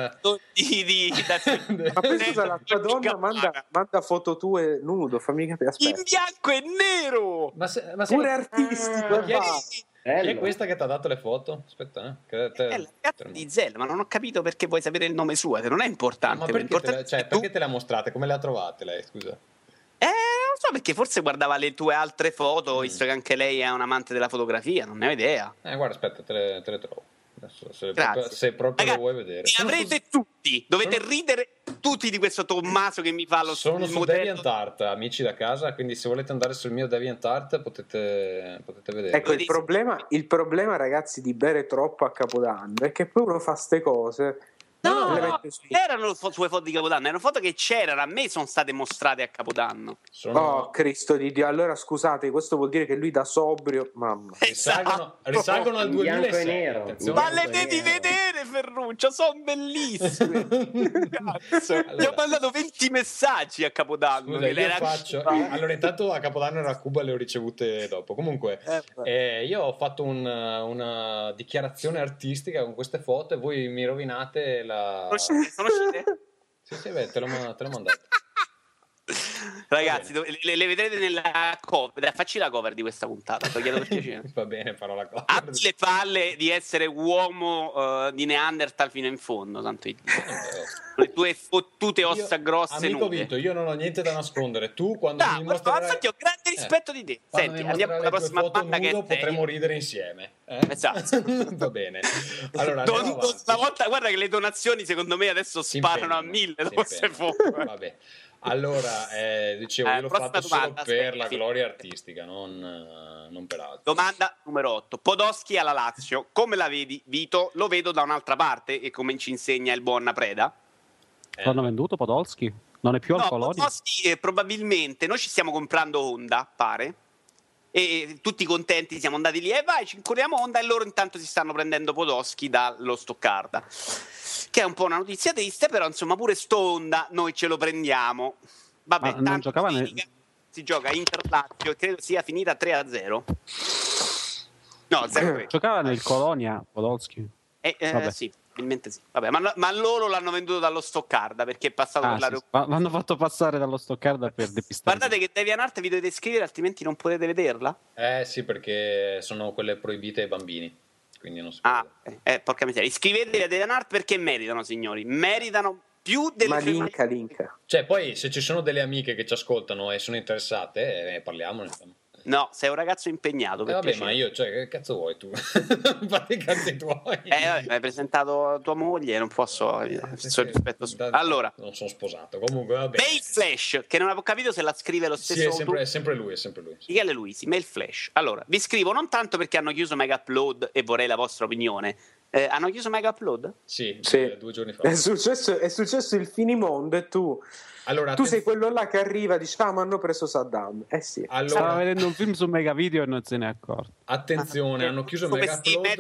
Ma pensa la tua donna manda foto tue nudo, fammi capire. Aspetta. In bianco e nero! Ma pure artistico. Chi è questa che ti ha dato le foto? Aspetta, è la ragazza di Zell, ma non ho capito perché vuoi sapere il nome suo, non è importante. Ma perché te le ha mostrate? Come le ha trovate lei, scusa? Non so, perché forse guardava le tue altre foto, visto che anche lei è un amante della fotografia, non ne ho idea. Guarda, aspetta, te le trovo. Adesso, se proprio Ragazzi, lo vuoi vedere. Ne avrete tutti, dovete ridere tutti di questo Tommaso che mi fa lo Sono su modello. DeviantArt, amici da casa, quindi se volete andare sul mio DeviantArt potete vedere. Ecco, il problema, ragazzi, di bere troppo a Capodanno è che poi uno fa ste cose No, erano sue foto di Capodanno, erano foto che c'erano, a me sono state mostrate a Capodanno. Oh Cristo di Dio, allora scusate, questo vuol dire che lui da sobrio, mamma. Risalgono al 2006. Ma le devi vedere, Ferruccio, sono bellissime. Cazzo, gli ho mandato 20 messaggi a Capodanno. Scusa, allora intanto a Capodanno ero a Cuba e le ho ricevute dopo. Comunque io ho fatto una dichiarazione artistica con queste foto e voi mi rovinate Sono uscite? Sì, beh, te l'ho mandato. Ragazzi, le vedrete nella cover. Facci la cover di questa puntata, lo chiedo per piacere. Va bene, farò la cover. Abbi le palle di essere uomo di Neanderthal fino in fondo, tanto le tue fottute ossa grosse. Amico Vito, io non ho niente da nascondere. Tu quando mi mostrerai... infatti ho grande rispetto di te. Senti, andiamo alla prossima banda che potremo ridere insieme. Esatto. Va bene. Allora, una volta, guarda che le donazioni secondo me adesso sparano a 1000 dopo queste foto. Vabbè. Allora, dicevo, io l'ho fatto solo per la gloria artistica, non per altro. Domanda numero 8. Podolski alla Lazio, come la vedi, Vito? Lo vedo da un'altra parte e come ci insegna il buon Preda. L'hanno venduto Podolski? Non è più al Colonia? Podolski probabilmente, noi ci stiamo comprando Honda, pare, e tutti contenti siamo andati lì e vai, ci incuriamo Honda, e loro intanto si stanno prendendo Podolski dallo Stoccarda, che è un po' una notizia triste, però insomma pure sto Honda noi ce lo prendiamo. Vabbè, non giocava si gioca Inter-Lazio e credo sia finita 3-0. No, 0-3. Giocava nel Colonia Podolski? Sì, probabilmente sì. Vabbè, ma loro l'hanno venduto dallo Stoccarda perché è passato per l'aeroporto. L'hanno fatto passare dallo Stoccarda per depistare. Guardate che DeviantArt vi dovete iscrivere, altrimenti non potete vederla. Sì, perché sono quelle proibite ai bambini. Quindi non si può. Porca miseria. Iscrivetevi a DeviantArt perché meritano, signori. Meritano più delle... Ma linka. Cioè, poi se ci sono delle amiche che ci ascoltano e sono interessate, parliamone. No, sei un ragazzo impegnato. Vabbè, ma io, che cazzo vuoi tu? Fatti i cazzi tuoi. Hai presentato tua moglie, non posso. Rispetto. Allora, non sono sposato. Comunque, vabbè. Mail Flash, che non avevo capito se la scrive lo stesso. Sì, è sempre lui. Michele Luisi, Mail Flash. Allora, vi scrivo non tanto perché hanno chiuso Mega Upload e vorrei la vostra opinione. Hanno chiuso Mega Upload? Sì. 2 giorni fa. È successo il finimondo e tu sei quello là che arriva e dice ma hanno preso Saddam. Sì. Allora, stava vedendo un film su Mega Video e non se ne è accorto. Attenzione, hanno chiuso Mega Upload.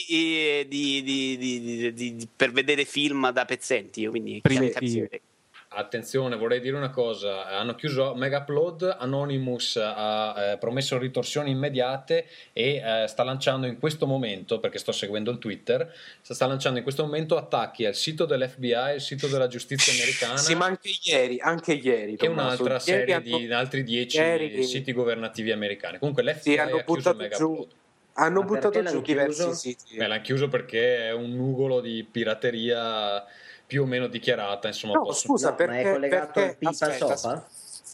Mezzi per vedere film da pezzenti, quindi Attenzione, vorrei dire una cosa: hanno chiuso Mega Upload. Anonymous ha promesso ritorsioni immediate e sta lanciando in questo momento, perché sto seguendo il Twitter, sta lanciando in questo momento attacchi al sito dell'FBI, il sito della giustizia americana. Sì, ma anche ieri che un'altra serie di altri 10 siti governativi americani. Comunque l'FBI ha chiuso Mega Upload. Hanno buttato giù diversi siti. L'hanno chiuso perché è un nugolo di pirateria più o meno dichiarata, insomma. Perché ma è collegato al Pipa Sofa?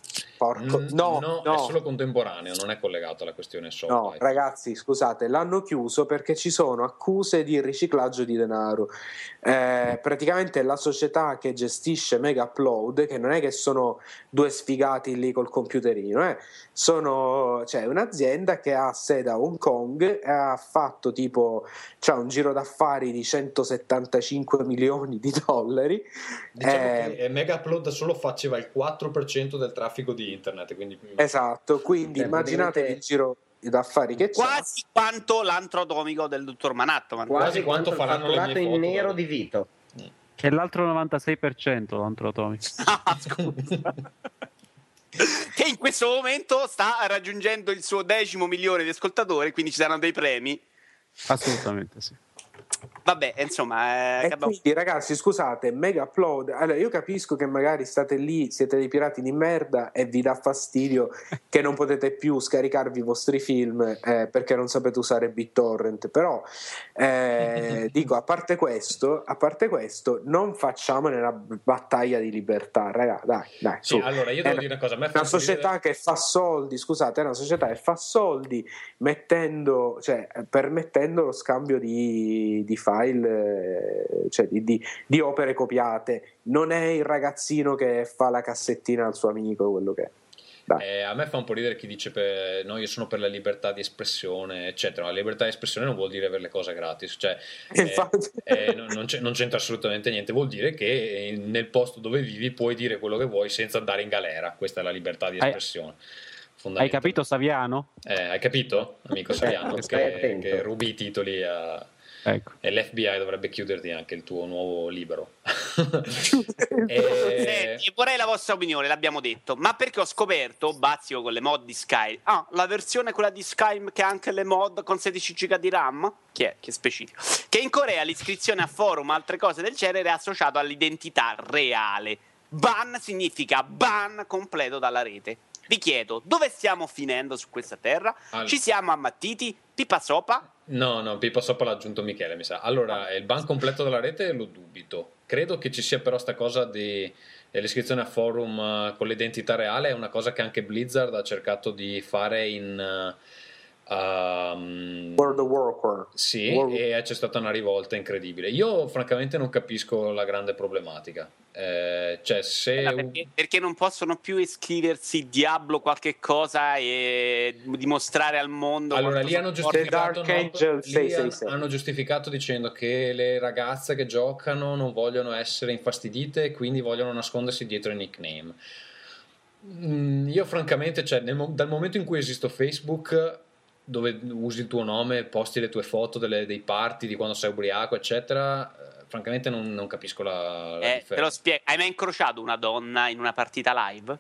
No, è solo contemporaneo, non è collegato alla questione Sofa. No, ragazzi, scusate, l'hanno chiuso perché ci sono accuse di riciclaggio di denaro. Praticamente la società che gestisce Mega Upload, che non è che sono due sfigati lì col computerino, c'è un'azienda che ha sede a Hong Kong e ha fatto c'ha un giro d'affari di 175 milioni di dollari. Diciamo che Mega Upload solo faceva il 4% del traffico di internet, quindi... Esatto, quindi immaginatevi il giro d'affari che c'è. Quasi quanto l'antro atomico del dottor Manhattan. Quasi quanto faranno le mie foto in nero di Vito. È l'altro 96% l'antro atomico. Scusa. Che in questo momento sta raggiungendo il suo 10° milione di ascoltatori, quindi ci saranno dei premi. Assolutamente sì. Vabbè, insomma, quindi ragazzi, scusate, Mega Upload. Allora, io capisco che magari state lì, siete dei pirati di merda e vi dà fastidio che non potete più scaricarvi i vostri film perché non sapete usare BitTorrent. Però dico, a parte questo, non facciamone una battaglia di libertà, ragazzi. Dai. Sì, allora io devo dire una cosa. Una società che fa soldi, scusate, è una società che fa soldi permettendo lo scambio di file, di opere copiate. Non è il ragazzino che fa la cassettina al suo amico, quello che è. A me fa un po' ridere chi dice no, io sono per la libertà di espressione, eccetera. La libertà di espressione non vuol dire avere le cose gratis, cioè non c'entra assolutamente niente, vuol dire che nel posto dove vivi puoi dire quello che vuoi senza andare in galera. Questa è la libertà di espressione. Hai capito, Saviano? Hai capito, amico Saviano, che rubi i titoli a... Ecco. E l'FBI dovrebbe chiuderti anche il tuo nuovo libro. Vorrei la vostra opinione, l'abbiamo detto, ma perché ho scoperto, bazzico con le mod di Skyrim, la versione quella di Skyrim che ha anche le mod con 16 giga di RAM, che è specifico, che in Corea l'iscrizione a forum altre cose del genere è associato all'identità reale. Ban significa ban completo dalla rete. Vi chiedo, dove stiamo finendo su questa terra? Ci siamo ammattiti? Pippa Soppa? No, Pippa Soppa l'ha aggiunto Michele, mi sa. Allora, il ban completo della rete lo dubito. Credo che ci sia però sta cosa dell'iscrizione a forum con l'identità reale, è una cosa che anche Blizzard ha cercato di fare in... World of Warcraft. Sì, e c'è stata una rivolta incredibile. Io francamente non capisco la grande problematica. Perché non possono più iscriversi Diablo qualche cosa e dimostrare al mondo. Allora lì hanno giustificato dicendo che le ragazze che giocano non vogliono essere infastidite e quindi vogliono nascondersi dietro i nickname. Io francamente, dal momento in cui esiste Facebook, dove usi il tuo nome, posti le tue foto dei party di quando sei ubriaco, eccetera, francamente non capisco la differenza. Te lo spiego. Hai mai incrociato una donna in una partita live?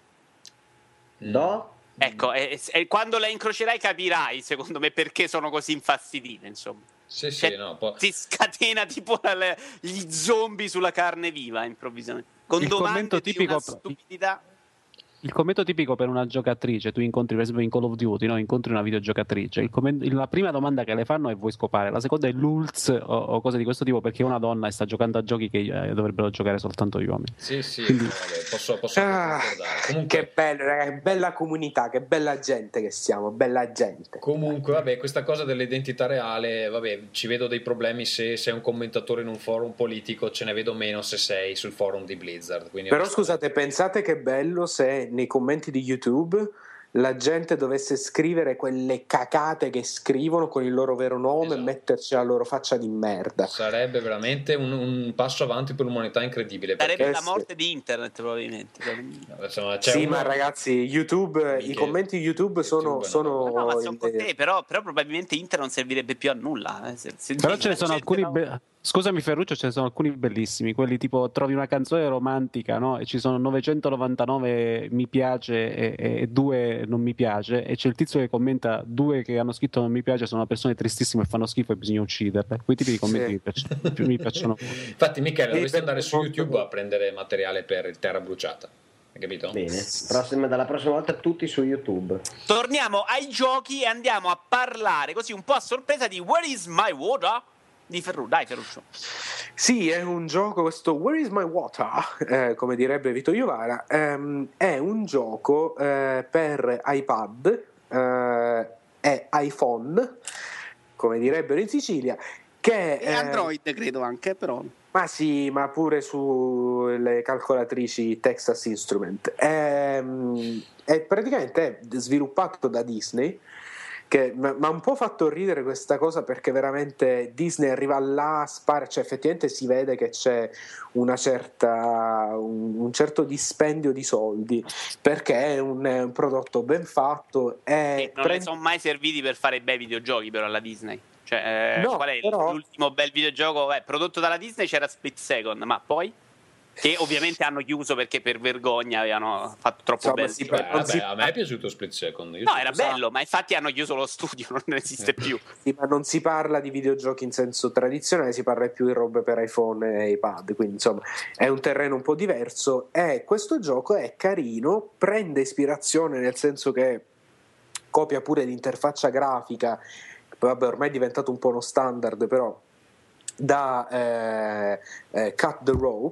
No. Ecco, quando la incrocerai capirai, secondo me, perché sono così infastidite, insomma. Sì, si scatena tipo gli zombie sulla carne viva, improvvisamente. Con il domande di una stupidità. Il commento tipico per una giocatrice, tu incontri per esempio in Call of Duty, no? Incontri una videogiocatrice, la prima domanda che le fanno è vuoi scopare, la seconda è l'ulz o cose di questo tipo, perché è una donna e sta giocando a giochi che dovrebbero giocare soltanto gli uomini. Sì, quindi... posso concordare. Comunque... Che bello, ragazzi, che bella comunità, che bella gente che siamo, bella gente. Comunque, questa cosa dell'identità reale, ci vedo dei problemi se sei un commentatore in un forum politico, ce ne vedo meno se sei sul forum di Blizzard. Però scusate, pensate che bello se nei commenti di YouTube la gente dovesse scrivere quelle cacate che scrivono con il loro vero nome e metterci la loro faccia di merda. Sarebbe veramente un passo avanti per l'umanità incredibile. Sarebbe la morte di internet, probabilmente. Insomma, ma ragazzi, YouTube, i commenti YouTube sono ma sono con te, però probabilmente internet non servirebbe più a nulla. Però ce ne sono alcuni scusami Ferruccio, ce ne sono alcuni bellissimi, quelli tipo trovi una canzone romantica, no? E ci sono 999 mi piace e 2 non mi piace, e c'è il tizio che commenta 2 che hanno scritto non mi piace sono persone tristissime e fanno schifo e bisogna ucciderle. Quei tipi di commenti mi piacciono. Infatti Michele, dovresti andare su YouTube a prendere materiale per Terra Bruciata. Hai capito? Bene, dalla prossima volta tutti su YouTube. Torniamo ai giochi e andiamo a parlare così un po' a sorpresa di Where is my water? Di Ferruccio. Sì, è un gioco, questo Where is my water, come direbbe Vito Iovara, è un gioco per iPad e iPhone, come direbbero in Sicilia, che e Android credo anche, però. Ma sì, ma pure sulle calcolatrici Texas Instrument. È praticamente sviluppato da Disney, che mi ha un po' fatto ridere questa cosa, perché veramente Disney arriva là, spara, cioè effettivamente si vede che c'è un certo dispendio di soldi, perché è un prodotto ben fatto e non ne sono mai serviti per fare bei videogiochi però alla Disney. Cioè, no, qual è l'ultimo bel videogioco prodotto dalla Disney? C'era Split Second, ma poi? Che ovviamente hanno chiuso perché per vergogna avevano fatto troppo bello. A me è piaciuto Split Second. No, era bello, ma infatti hanno chiuso lo studio, non esiste più. Sì, ma non si parla di videogiochi in senso tradizionale, si parla più di robe per iPhone e iPad, quindi insomma è un terreno un po' diverso. E questo gioco è carino, prende ispirazione nel senso che copia pure l'interfaccia grafica, vabbè, ormai è diventato un po' uno standard, però da Cut the Rope,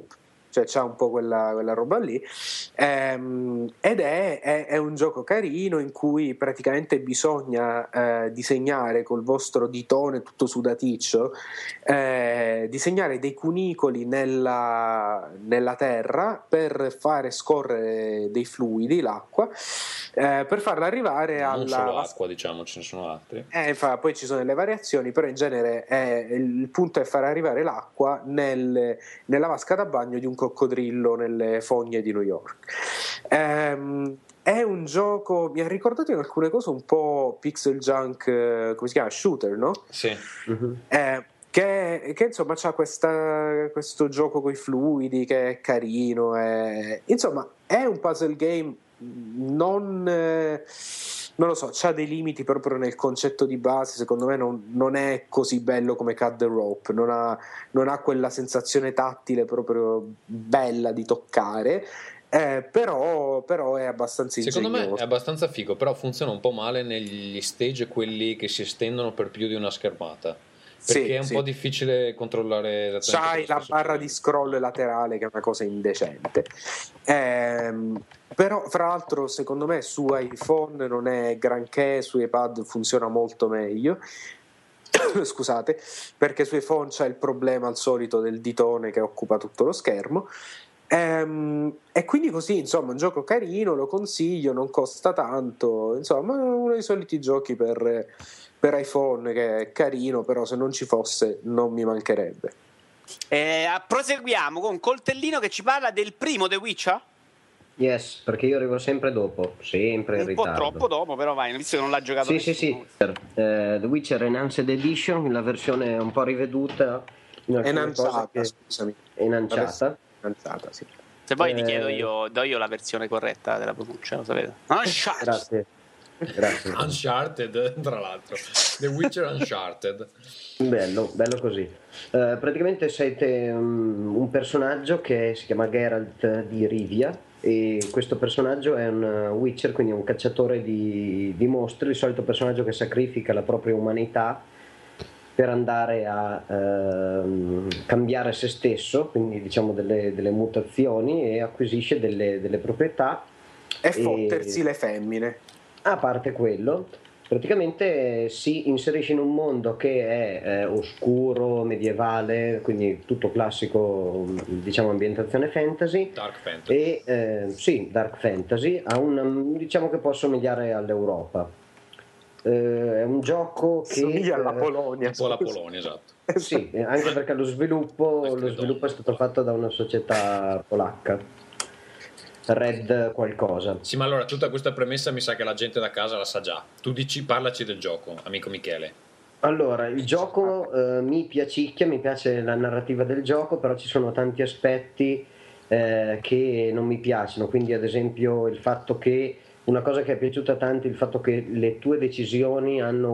cioè c'ha un po' quella roba lì, ed è un gioco carino in cui praticamente bisogna disegnare col vostro ditone tutto sudaticcio, disegnare dei cunicoli nella terra per fare scorrere dei fluidi, l'acqua, per farla arrivare non solo acqua, diciamo, ce ne sono altri. Poi ci sono delle variazioni, però in genere il punto è far arrivare l'acqua nella vasca da bagno di un coccodrillo nelle fogne di New York. È un gioco, mi ha ricordato in alcune cose un po' Pixel Junk, come si chiama? Shooter, no? Sì. Che insomma c'ha questo gioco coi fluidi che è carino, insomma è un puzzle game, non lo so, c'ha dei limiti proprio nel concetto di base, secondo me non è così bello come Cut the Rope, non ha quella sensazione tattile proprio bella di toccare, però è abbastanza ingegnoso. Secondo me è abbastanza figo, però funziona un po' male negli stage, quelli che si estendono per più di una schermata, perché è un po' difficile controllare c'hai la barra di scroll laterale che è una cosa indecente, però fra l'altro secondo me su iPhone non è granché, su iPad funziona molto meglio. Scusate, perché su iPhone c'è il problema al solito del ditone che occupa tutto lo schermo. E quindi così, insomma, un gioco carino, lo consiglio, non costa tanto, insomma, uno dei soliti giochi per iPhone che è carino, però se non ci fosse non mi mancherebbe. Proseguiamo con Coltellino che ci parla del primo The Witcher. Yes, perché io arrivo sempre dopo, sempre in ritardo. Un po' troppo dopo, però vai, visto che non l'ha giocato nessuno. Sì. The Witcher Enhanced Edition, la versione un po' riveduta. Enhanciata, scusami. Enhanciata, sì. Se poi vi chiedo do io la versione corretta della pronuncia, lo sapete? Grazie. Uncharted, tra l'altro. The Witcher Uncharted. Bello così. Praticamente siete un personaggio che si chiama Geralt di Rivia, e questo personaggio è un Witcher, quindi un cacciatore di mostri, il solito personaggio che sacrifica la propria umanità per andare a cambiare se stesso, quindi diciamo delle mutazioni, e acquisisce delle proprietà e fottersi le femmine. A parte quello, praticamente si inserisce in un mondo che è oscuro, medievale, quindi tutto classico, diciamo ambientazione fantasy. Dark fantasy. Sì, dark fantasy, diciamo che può somigliare all'Europa. È un gioco che somiglia alla Polonia. Un po' la Polonia, esatto. Sì, anche perché lo sviluppo è stato fatto da una società polacca. Red qualcosa. Sì, ma allora tutta questa premessa mi sa che la gente da casa la sa già. Tu parlaci del gioco, amico Michele. Allora, il gioco mi piacicchia, mi piace la narrativa del gioco, però ci sono tanti aspetti che non mi piacciono, quindi ad esempio il fatto che una cosa che è piaciuta a tanti, il fatto che le tue decisioni hanno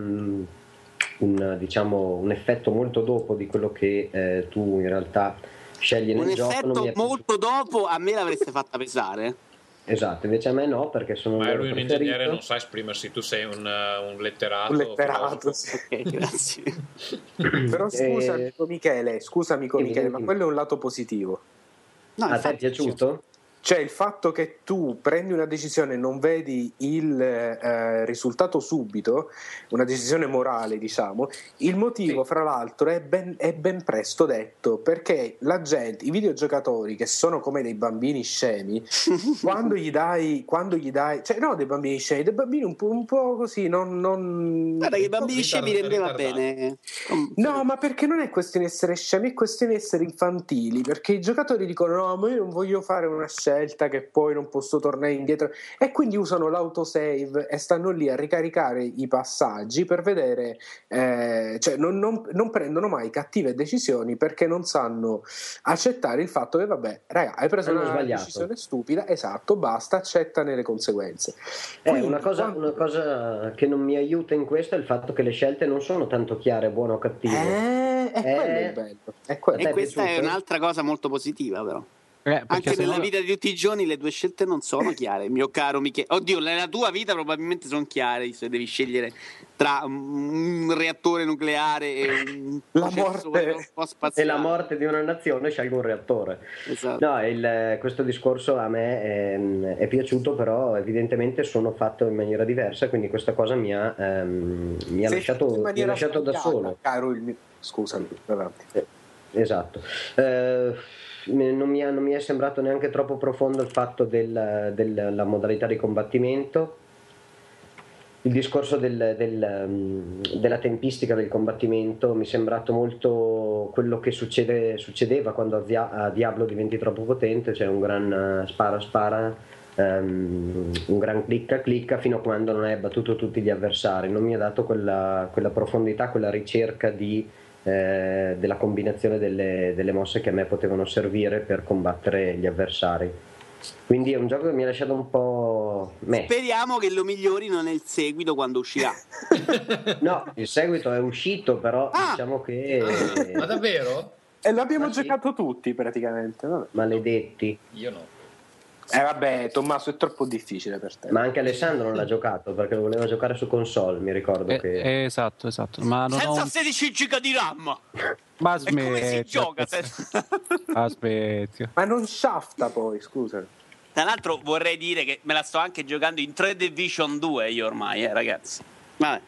un effetto molto dopo di quello che tu in realtà scegli nel gioco. Un effetto molto dopo a me l'avreste fatta pesare. Esatto, invece a me no, perché sono ma lui un ingegnere, non sa esprimersi, tu sei un letterato. Un letterato, sì. Okay, grazie. Però scusa amico Michele, ma quello è un lato positivo. No, a te è piaciuto? Cioè il fatto che tu prendi una decisione e non vedi il risultato subito, una decisione morale diciamo, il motivo fra l'altro è ben presto detto, perché la gente, i videogiocatori che sono come dei bambini scemi, quando gli dai, cioè no dei bambini scemi, dei bambini un po' così, guarda che i bambini scemi rendeva bene. No, ma perché non è questione di essere scemi, è questione di essere infantili, perché i giocatori dicono no, ma io non voglio fare una scelta che poi non posso tornare indietro, e quindi usano l'autosave e stanno lì a ricaricare i passaggi per vedere, cioè non prendono mai cattive decisioni perché non sanno accettare il fatto che vabbè raga, hai preso una decisione stupida, esatto, basta, accettane le conseguenze. Quindi, una cosa che non mi aiuta in questo è il fatto che le scelte non sono tanto chiare, buono o cattivo. È quello il bello, è quello. E questa è un'altra cosa molto positiva, però. Anche nella vita di tutti i giorni le tue scelte non sono chiare, mio caro Michele. Oddio, nella tua vita probabilmente sono chiare, se devi scegliere tra un reattore nucleare e un morte un po' spaziale. E la morte di una nazione, scelgo un reattore. Esatto. No, questo discorso a me è piaciuto, però evidentemente sono fatto in maniera diversa, quindi questa cosa mi ha lasciato da solo. Caro scusami, avanti. Esatto. Non mi è sembrato neanche troppo profondo il fatto della modalità di combattimento. Il discorso della tempistica del combattimento mi è sembrato molto quello che succedeva quando a Diablo diventi troppo potente, cioè un gran spara, un gran clicca fino a quando non hai abbattuto tutti gli avversari. Non mi ha dato quella profondità, quella ricerca della combinazione delle mosse che a me potevano servire per combattere gli avversari. Quindi è un gioco che mi ha lasciato un po' Speriamo che lo migliorino nel seguito quando uscirà. No, il seguito è uscito, però diciamo che ma davvero? E lo abbiamo giocato tutti praticamente. Vabbè. Maledetti. Io no. Vabbè, Tommaso, è troppo difficile per te. Ma anche Alessandro non l'ha giocato perché lo voleva giocare su console, mi ricordo che esatto. Ma non senza 16 giga di RAM. Ma E come si gioca? Aspetti. Ma non shafta poi, scusa. Tra l'altro vorrei dire che me la sto anche giocando in 3 Division 2 io ormai, ragazzi. Vabbè.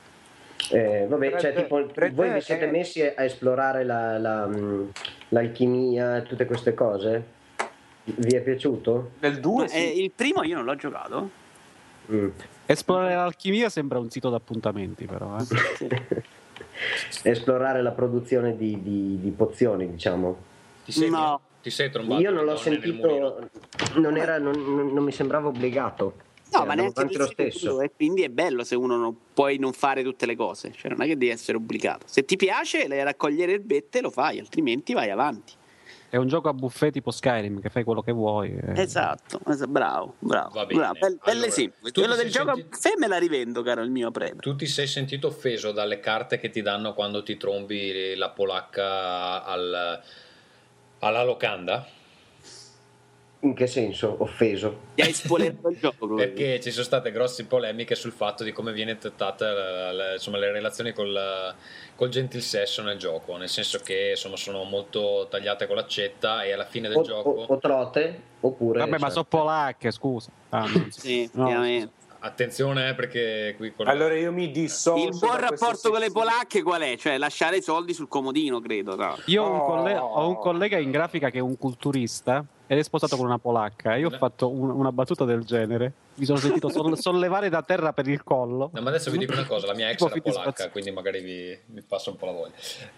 Cioè, tipo, voi vi siete messi a esplorare l'alchimia e tutte queste cose? Vi è piaciuto? Nel 2 sì. Il primo io non l'ho giocato. Esplorare l'alchimia sembra un sito d'appuntamenti, però. Sì. Esplorare la produzione di pozioni, diciamo. Ti sei trombato? Io non l'ho sentito, non mi sembrava obbligato. No, ma neanche lo stesso. E quindi è bello se uno non puoi non fare tutte le cose, cioè non è che devi essere obbligato. Se ti piace, raccogliere il bette lo fai, altrimenti vai avanti. È un gioco a buffet tipo Skyrim, che fai quello che vuoi. Esatto, bravo. Va bene. Bell'esempio. Quello del gioco a buffet me la rivendo, caro il mio Preda. Tu ti sei sentito offeso dalle carte che ti danno quando ti trombi la polacca alla locanda? In che senso? Offeso? Ti hai spoilerato il gioco. Perché ci sono state grosse polemiche sul fatto di come viene trattata le relazioni col gentil sesso nel gioco, nel senso che insomma sono molto tagliate con l'accetta e alla fine del gioco o trote oppure vabbè, ma sono polacche, scusa. Sì, no. ovviamente. Attenzione, perché qui allora io mi dissocio. Il buon rapporto con le polacche qual è? Cioè lasciare i soldi sul comodino, credo. No? Io ho un collega in grafica che è un culturista ed è sposato con una polacca. Io ho fatto una battuta del genere. Mi sono sentito sollevare da terra per il collo. No, ma adesso vi dico una cosa: la mia ex era polacca, quindi magari vi passa un po' la voglia.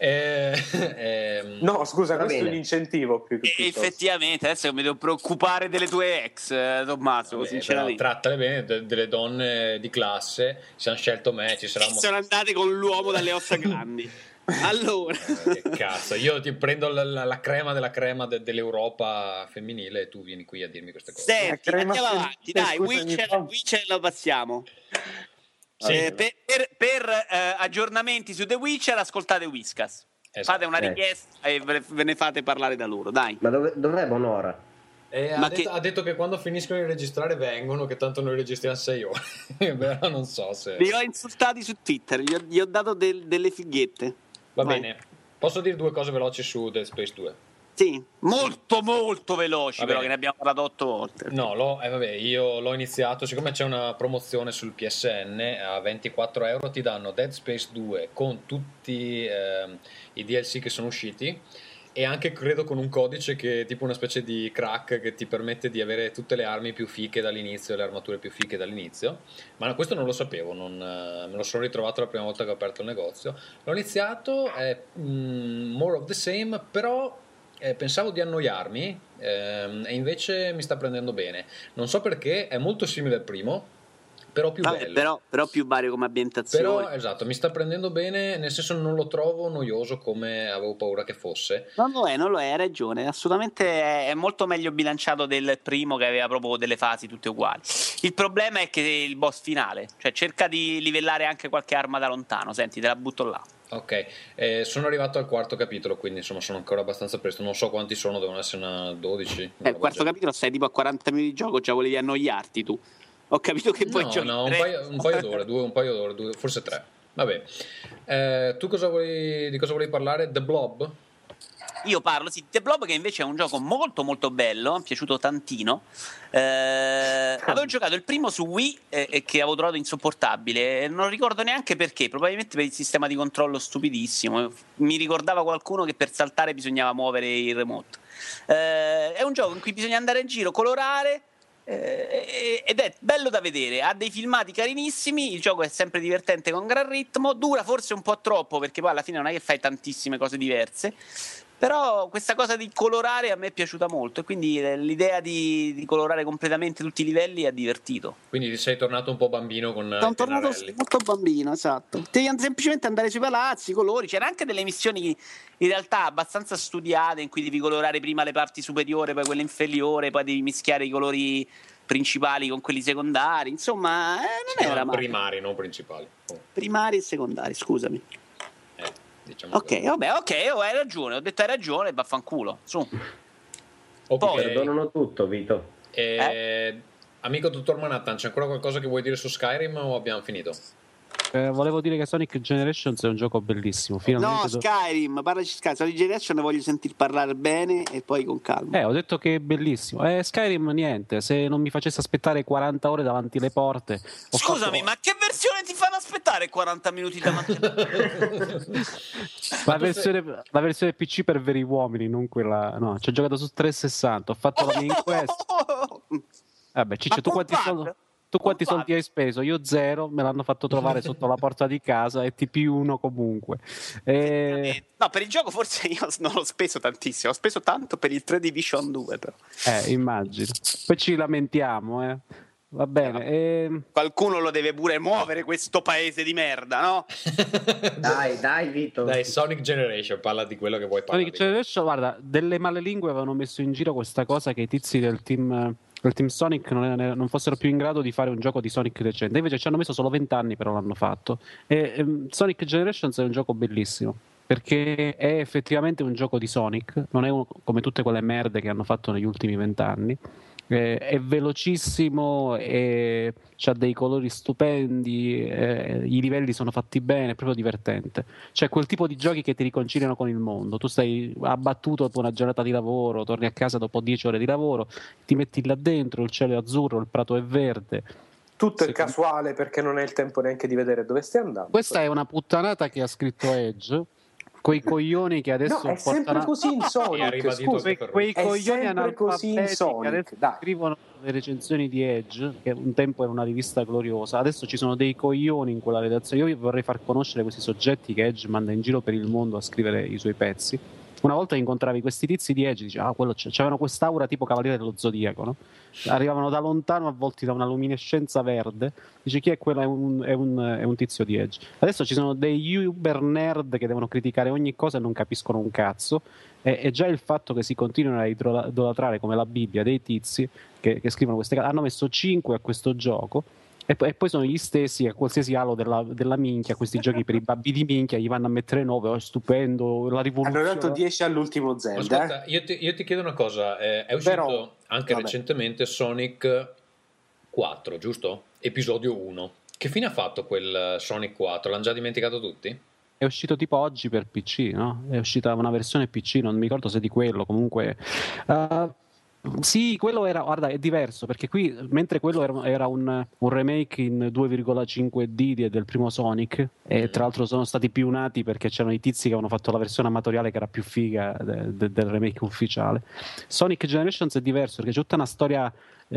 No, scusa, questo è un incentivo più che effettivamente, adesso mi devo preoccupare delle tue ex, Tommaso. Sinceramente, trattale bene, delle donne di classe. Ci hanno scelto me, ci saranno. Sono andate con l'uomo dalle ossa grandi. Allora, che cazzo, io ti prendo la crema della crema dell'Europa femminile e tu vieni qui a dirmi queste cose. Senti, andiamo avanti, dai, Witcher lo passiamo. Sì. Per aggiornamenti su The Witcher ascoltate Whiskas. Esatto. Fate una richiesta e ve ne fate parlare da loro, dai. Ma dov'è Bonora? Ha detto che quando finiscono di registrare vengono, che tanto noi registriamo 6 ore. Però non so se. Li ho insultati su Twitter, gli ho dato delle fighette. Va bene, posso dire 2 cose veloci su Dead Space 2? Sì, molto molto veloci, però, che ne abbiamo parlato 8 volte. No, io l'ho iniziato, siccome c'è una promozione sul PSN a 24 euro ti danno Dead Space 2 con tutti i DLC che sono usciti e anche credo con un codice che è tipo una specie di crack che ti permette di avere tutte le armi più fiche dall'inizio, le armature più fiche dall'inizio, ma questo non lo sapevo, me lo sono ritrovato la prima volta che ho aperto il negozio. L'ho iniziato, è more of the same, però pensavo di annoiarmi e invece mi sta prendendo bene. Non so perché, è molto simile al primo, però più bello. Però più vario come ambientazione. Però esatto, mi sta prendendo bene, nel senso non lo trovo noioso come avevo paura che fosse. Non lo è, hai ragione, assolutamente è molto meglio bilanciato del primo che aveva proprio delle fasi tutte uguali. Il problema è che il boss finale, cioè cerca di livellare anche qualche arma da lontano, senti, te la butto là. Ok, sono arrivato al quarto capitolo, quindi insomma sono ancora abbastanza presto. Non so quanti sono, devono essere una 12. Il quarto capitolo stai tipo a 40 minuti di gioco, già volevi annoiarti tu. Ho capito che poi giochi. No, un paio d'ore, forse 3. Vabbè. Tu di cosa volevi parlare? The Blob? Io parlo, sì, The Blob, che invece è un gioco molto molto bello, mi è piaciuto tantino. Avevo giocato il primo su Wii e che avevo trovato insopportabile, non ricordo neanche perché, probabilmente per il sistema di controllo stupidissimo. Mi ricordava qualcuno che per saltare bisognava muovere il remote. È un gioco in cui bisogna andare in giro, colorare, ed è bello da vedere, ha dei filmati carinissimi, il gioco è sempre divertente con gran ritmo, dura forse un po' troppo perché poi alla fine non è che fai tantissime cose diverse, però questa cosa di colorare a me è piaciuta molto e quindi l'idea di colorare completamente tutti i livelli ha divertito. Quindi sei tornato un po' bambino con Sono tornato molto bambino, esatto. Devi semplicemente andare sui palazzi, i colori, c'era anche delle missioni in realtà abbastanza studiate in cui devi colorare prima le parti superiori, poi quelle inferiori, poi devi mischiare i colori principali con quelli secondari, insomma non era male. Primari, non principali. Primari e secondari, scusami. Diciamo ok, vabbè, hai ragione, ho detto hai ragione, vaffanculo, su. Poi perdonano tutto, Vito. Amico dottor Manhattan, c'è ancora qualcosa che vuoi dire su Skyrim o abbiamo finito? Volevo dire che Sonic Generations è un gioco bellissimo. Finalmente Skyrim, parlaci Skyrim. Sonic Generation ne voglio sentir parlare bene e poi con calma. Ho detto che è bellissimo. Skyrim niente, se non mi facesse aspettare 40 ore davanti alle porte. Scusami, ma che versione ti fanno aspettare 40 minuti davanti alle porte? La versione PC per veri uomini, non quella. No, ci ho giocato su 360, ho fatto la mia inquest. Vabbè, Ciccio, tu quanti soldi hai speso? Io 0, me l'hanno fatto trovare sotto la porta di casa e TP1 comunque. No, per il gioco forse io non l'ho speso tantissimo, ho speso tanto per il 3 Division 2 però. Immagino. Poi ci lamentiamo, Va bene. Qualcuno lo deve pure muovere questo paese di merda, no? Dai Vito. Dai, Sonic Generation, parla di quello che vuoi parlare. Sonic Generation, guarda, delle male lingue avevano messo in giro questa cosa che i tizi del team Sonic non fossero più in grado di fare un gioco di Sonic decente. Invece ci hanno messo solo 20 anni, però l'hanno fatto. Sonic Generations è un gioco bellissimo perché è effettivamente un gioco di Sonic, non è come tutte quelle merde che hanno fatto negli ultimi 20 anni. È velocissimo e c'ha dei colori stupendi, i livelli sono fatti bene, è proprio divertente. Cioè quel tipo di giochi che ti riconciliano con il mondo. Tu stai abbattuto dopo una giornata di lavoro, torni a casa dopo 10 ore di lavoro, ti metti là dentro, il cielo è azzurro, il prato è verde. Tutto è casuale perché non hai il tempo neanche di vedere dove stai andando. Questa è una puttanata che ha scritto Edge. Quei coglioni che adesso è sempre così in Sonic, scusa, quei coglioni analfabeti che adesso scrivono le recensioni di Edge, che un tempo era una rivista gloriosa, adesso ci sono dei coglioni in quella redazione. Io vorrei far conoscere questi soggetti che Edge manda in giro per il mondo a scrivere i suoi pezzi. Una volta incontravi questi tizi di Edge, dici, quello c'avevano quest'aura tipo Cavaliere dello Zodiaco, no? Arrivavano da lontano avvolti da una luminescenza verde, dici chi è quello? È un tizio di Edge. Adesso ci sono dei uber nerd che devono criticare ogni cosa e non capiscono un cazzo, e già il fatto che si continuino a idolatrare come la Bibbia dei tizi che scrivono queste cose. Hanno messo 5 a questo gioco e poi sono gli stessi a qualsiasi alo della minchia, questi giochi per i babbi di minchia gli vanno a mettere 9, è stupendo, la rivoluzione. Hanno dato 10 all'ultimo Zelda. Ascolta, io ti chiedo una cosa, è uscito anche recentemente Sonic 4, giusto? Episodio 1. Che fine ha fatto quel Sonic 4? L'hanno già dimenticato tutti? È uscito tipo oggi per PC, no? È uscita una versione PC, non mi ricordo se di quello, comunque... Sì, quello era, guarda, è diverso perché qui, mentre quello era un remake in 2,5D del primo Sonic, e tra l'altro sono stati pionati perché c'erano i tizi che avevano fatto la versione amatoriale che era più figa del remake ufficiale. Sonic Generations è diverso perché c'è tutta una storia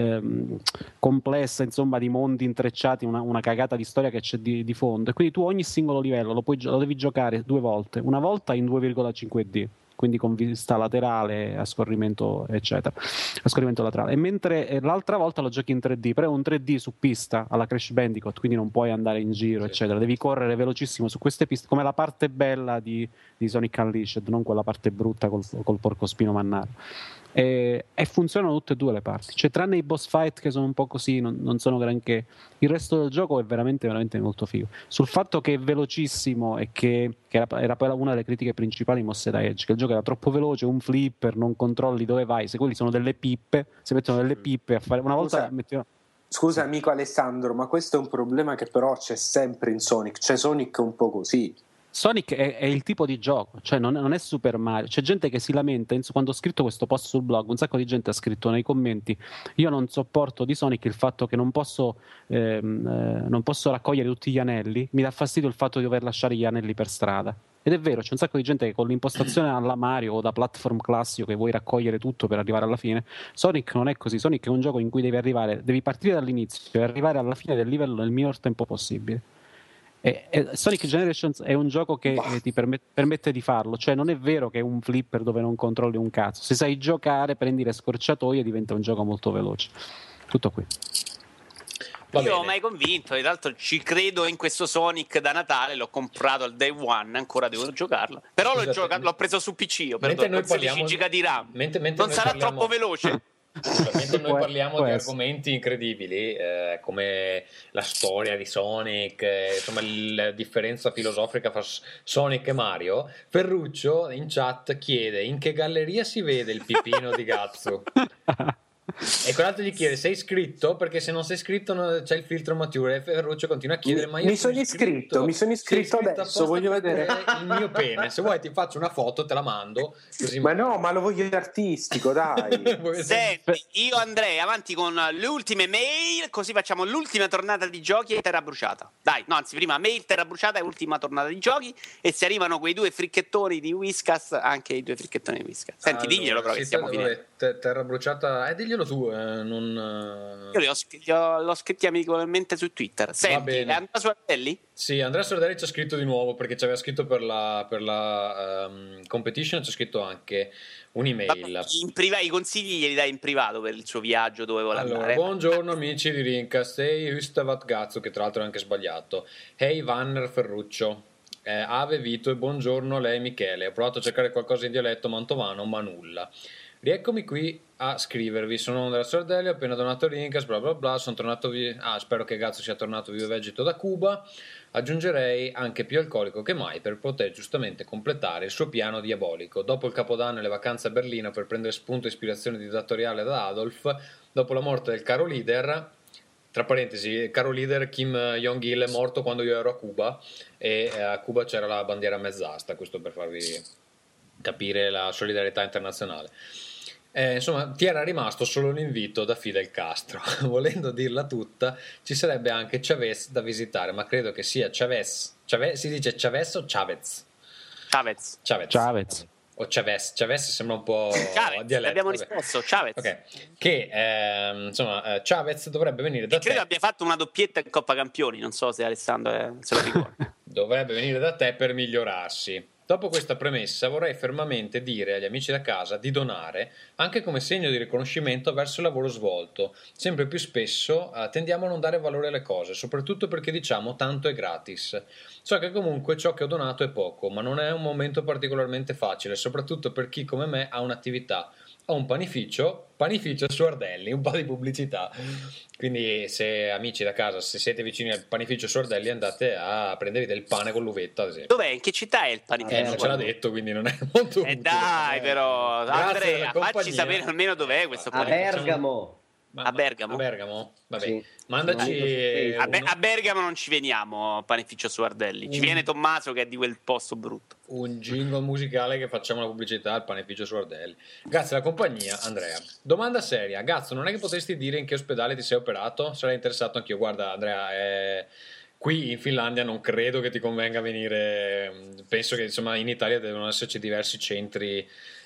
complessa, insomma, di mondi intrecciati, una cagata di storia che c'è di fondo, e quindi tu ogni singolo livello lo devi giocare 2 volte, una volta in 2,5D, quindi con vista laterale, a scorrimento eccetera, a scorrimento laterale, e mentre l'altra volta lo giochi in 3D, però è un 3D su pista alla Crash Bandicoot, quindi non puoi andare in giro eccetera, devi correre velocissimo su queste piste, come la parte bella di Sonic Unleashed, non quella parte brutta col porcospino mannaro. e funzionano tutte e due le parti, cioè tranne i boss fight che sono un po' così, non sono granché, il resto del gioco è veramente veramente molto figo. Sul fatto che è velocissimo e che era poi una delle critiche principali mosse da Edge, che il gioco era troppo veloce, un flipper, non controlli dove vai, se quelli sono delle pippe, se mettono delle pippe a fare una volta Scusa amico Alessandro, ma questo è un problema che però c'è sempre in Sonic, cioè Sonic è un po' così. Sonic è il tipo di gioco, cioè non è Super Mario. C'è gente che si lamenta, quando ho scritto questo post sul blog, un sacco di gente ha scritto nei commenti: io non sopporto di Sonic il fatto che non posso raccogliere tutti gli anelli, mi dà fastidio il fatto di dover lasciare gli anelli per strada. Ed è vero, c'è un sacco di gente che con l'impostazione alla Mario o da platform classico, che vuoi raccogliere tutto per arrivare alla fine. Sonic non è così. Sonic è un gioco in cui devi partire dall'inizio e arrivare alla fine del livello nel minor tempo possibile. Sonic Generations è un gioco che ti permette di farlo, cioè non è vero che è un flipper dove non controlli un cazzo. Se sai giocare, prendi le scorciatoie, diventa un gioco molto veloce. Tutto qui. Io ho mai convinto, tra l'altro ci credo in questo Sonic da Natale, l'ho comprato al day one, ancora devo giocarlo. Però l'ho preso su PC, io per 16 giga di RAM. Non sarà troppo veloce. Mentre noi parliamo di argomenti incredibili come la storia di Sonic, insomma la differenza filosofica fra Sonic e Mario, Ferruccio in chat chiede in che galleria si vede il pipino di Gatsu. E quell'altro gli chiede: sei iscritto? Perché se non sei iscritto c'è il filtro mature. E Ferruccio continua a chiedere: ma io mi sono iscritto adesso, voglio vedere il mio pene. Se vuoi ti faccio una foto, te la mando così. Ma no, ma lo voglio artistico, dai. Senti, io andrei avanti con le ultime mail, così facciamo l'ultima tornata di giochi e terra bruciata. Dai, no, anzi, prima mail, terra bruciata e ultima tornata di giochi. E se arrivano quei due fricchettoni di Whiskas, anche i due fricchettoni di Whiskas. Senti, allora, diglielo però che stiamo finendo. Terra bruciata, diglielo tu. Io l'ho scritti amichevolmente su Twitter. Senti, è Andrea Sordelli? Sì, Andrea Sordelli ci ha scritto di nuovo, perché ci aveva scritto per la competition, ci ha scritto anche un'email. I consigli glieli dai in privato per il suo viaggio dove vuole andare. Buongiorno amici di Rincast, hey Hustavat Gazzo, che tra l'altro è anche sbagliato. Hey Vanner Ferruccio, Ave Vito e buongiorno lei Michele. Ho provato a cercare qualcosa in dialetto mantovano, ma nulla. Rieccomi qui a scrivervi, sono Andrea Sordelli, ho appena donato Rincast, bla bla bla, sono tornato via, spero che Gazzo sia tornato vivo e vegeto da Cuba, aggiungerei anche più alcolico che mai per poter giustamente completare il suo piano diabolico. Dopo il Capodanno e le vacanze a Berlino per prendere spunto e ispirazione dittatoriale da Adolf, dopo la morte del caro leader, tra parentesi, il caro leader Kim Jong-il è morto quando io ero a Cuba e a Cuba c'era la bandiera mezz'asta, questo per farvi capire la solidarietà internazionale. Insomma, ti era rimasto solo l'invito da Fidel Castro. Volendo dirla tutta, ci sarebbe anche Chavez da visitare, ma credo che sia Chavez. Si dice Chavez o Chavez? Chavez. O Chavez. Chavez sembra un po' dialetto. Abbiamo risposto, Chavez. Okay. Che Chavez dovrebbe venire da te. Credo abbia fatto una doppietta in Coppa Campioni, non so se Alessandro se lo ricorda. Dovrebbe venire da te per migliorarsi. Dopo questa premessa vorrei fermamente dire agli amici da casa di donare anche come segno di riconoscimento verso il lavoro svolto. Sempre più spesso tendiamo a non dare valore alle cose, soprattutto perché diciamo tanto è gratis. So che comunque ciò che ho donato è poco, ma non è un momento particolarmente facile, soprattutto per chi come me ha un'attività. Ho un panificio su Ardelli, un po' di pubblicità. Quindi se amici da casa, se siete vicini al panificio su Ardelli, andate a prendervi del pane con l'uvetta, ad esempio. Dov'è? In che città è il panificio? Non ce l'ha detto, quindi non è molto utile. Dai però, Andrea, facci sapere almeno dov'è questo panificio. A Bergamo. A Bergamo? A Bergamo? Vabbè. Sì. Mandaci a Bergamo non ci veniamo, panificio su Ardelli. Ci viene Tommaso che è di quel posto brutto. Un jingle musicale che facciamo la pubblicità al panificio su Ardelli. Grazie alla compagnia, Andrea. Domanda seria. Gazzo, non è che potresti dire in che ospedale ti sei operato? Sarei interessato anch'io. Guarda, Andrea, qui in Finlandia non credo che ti convenga venire. Penso che insomma in Italia devono esserci diversi centri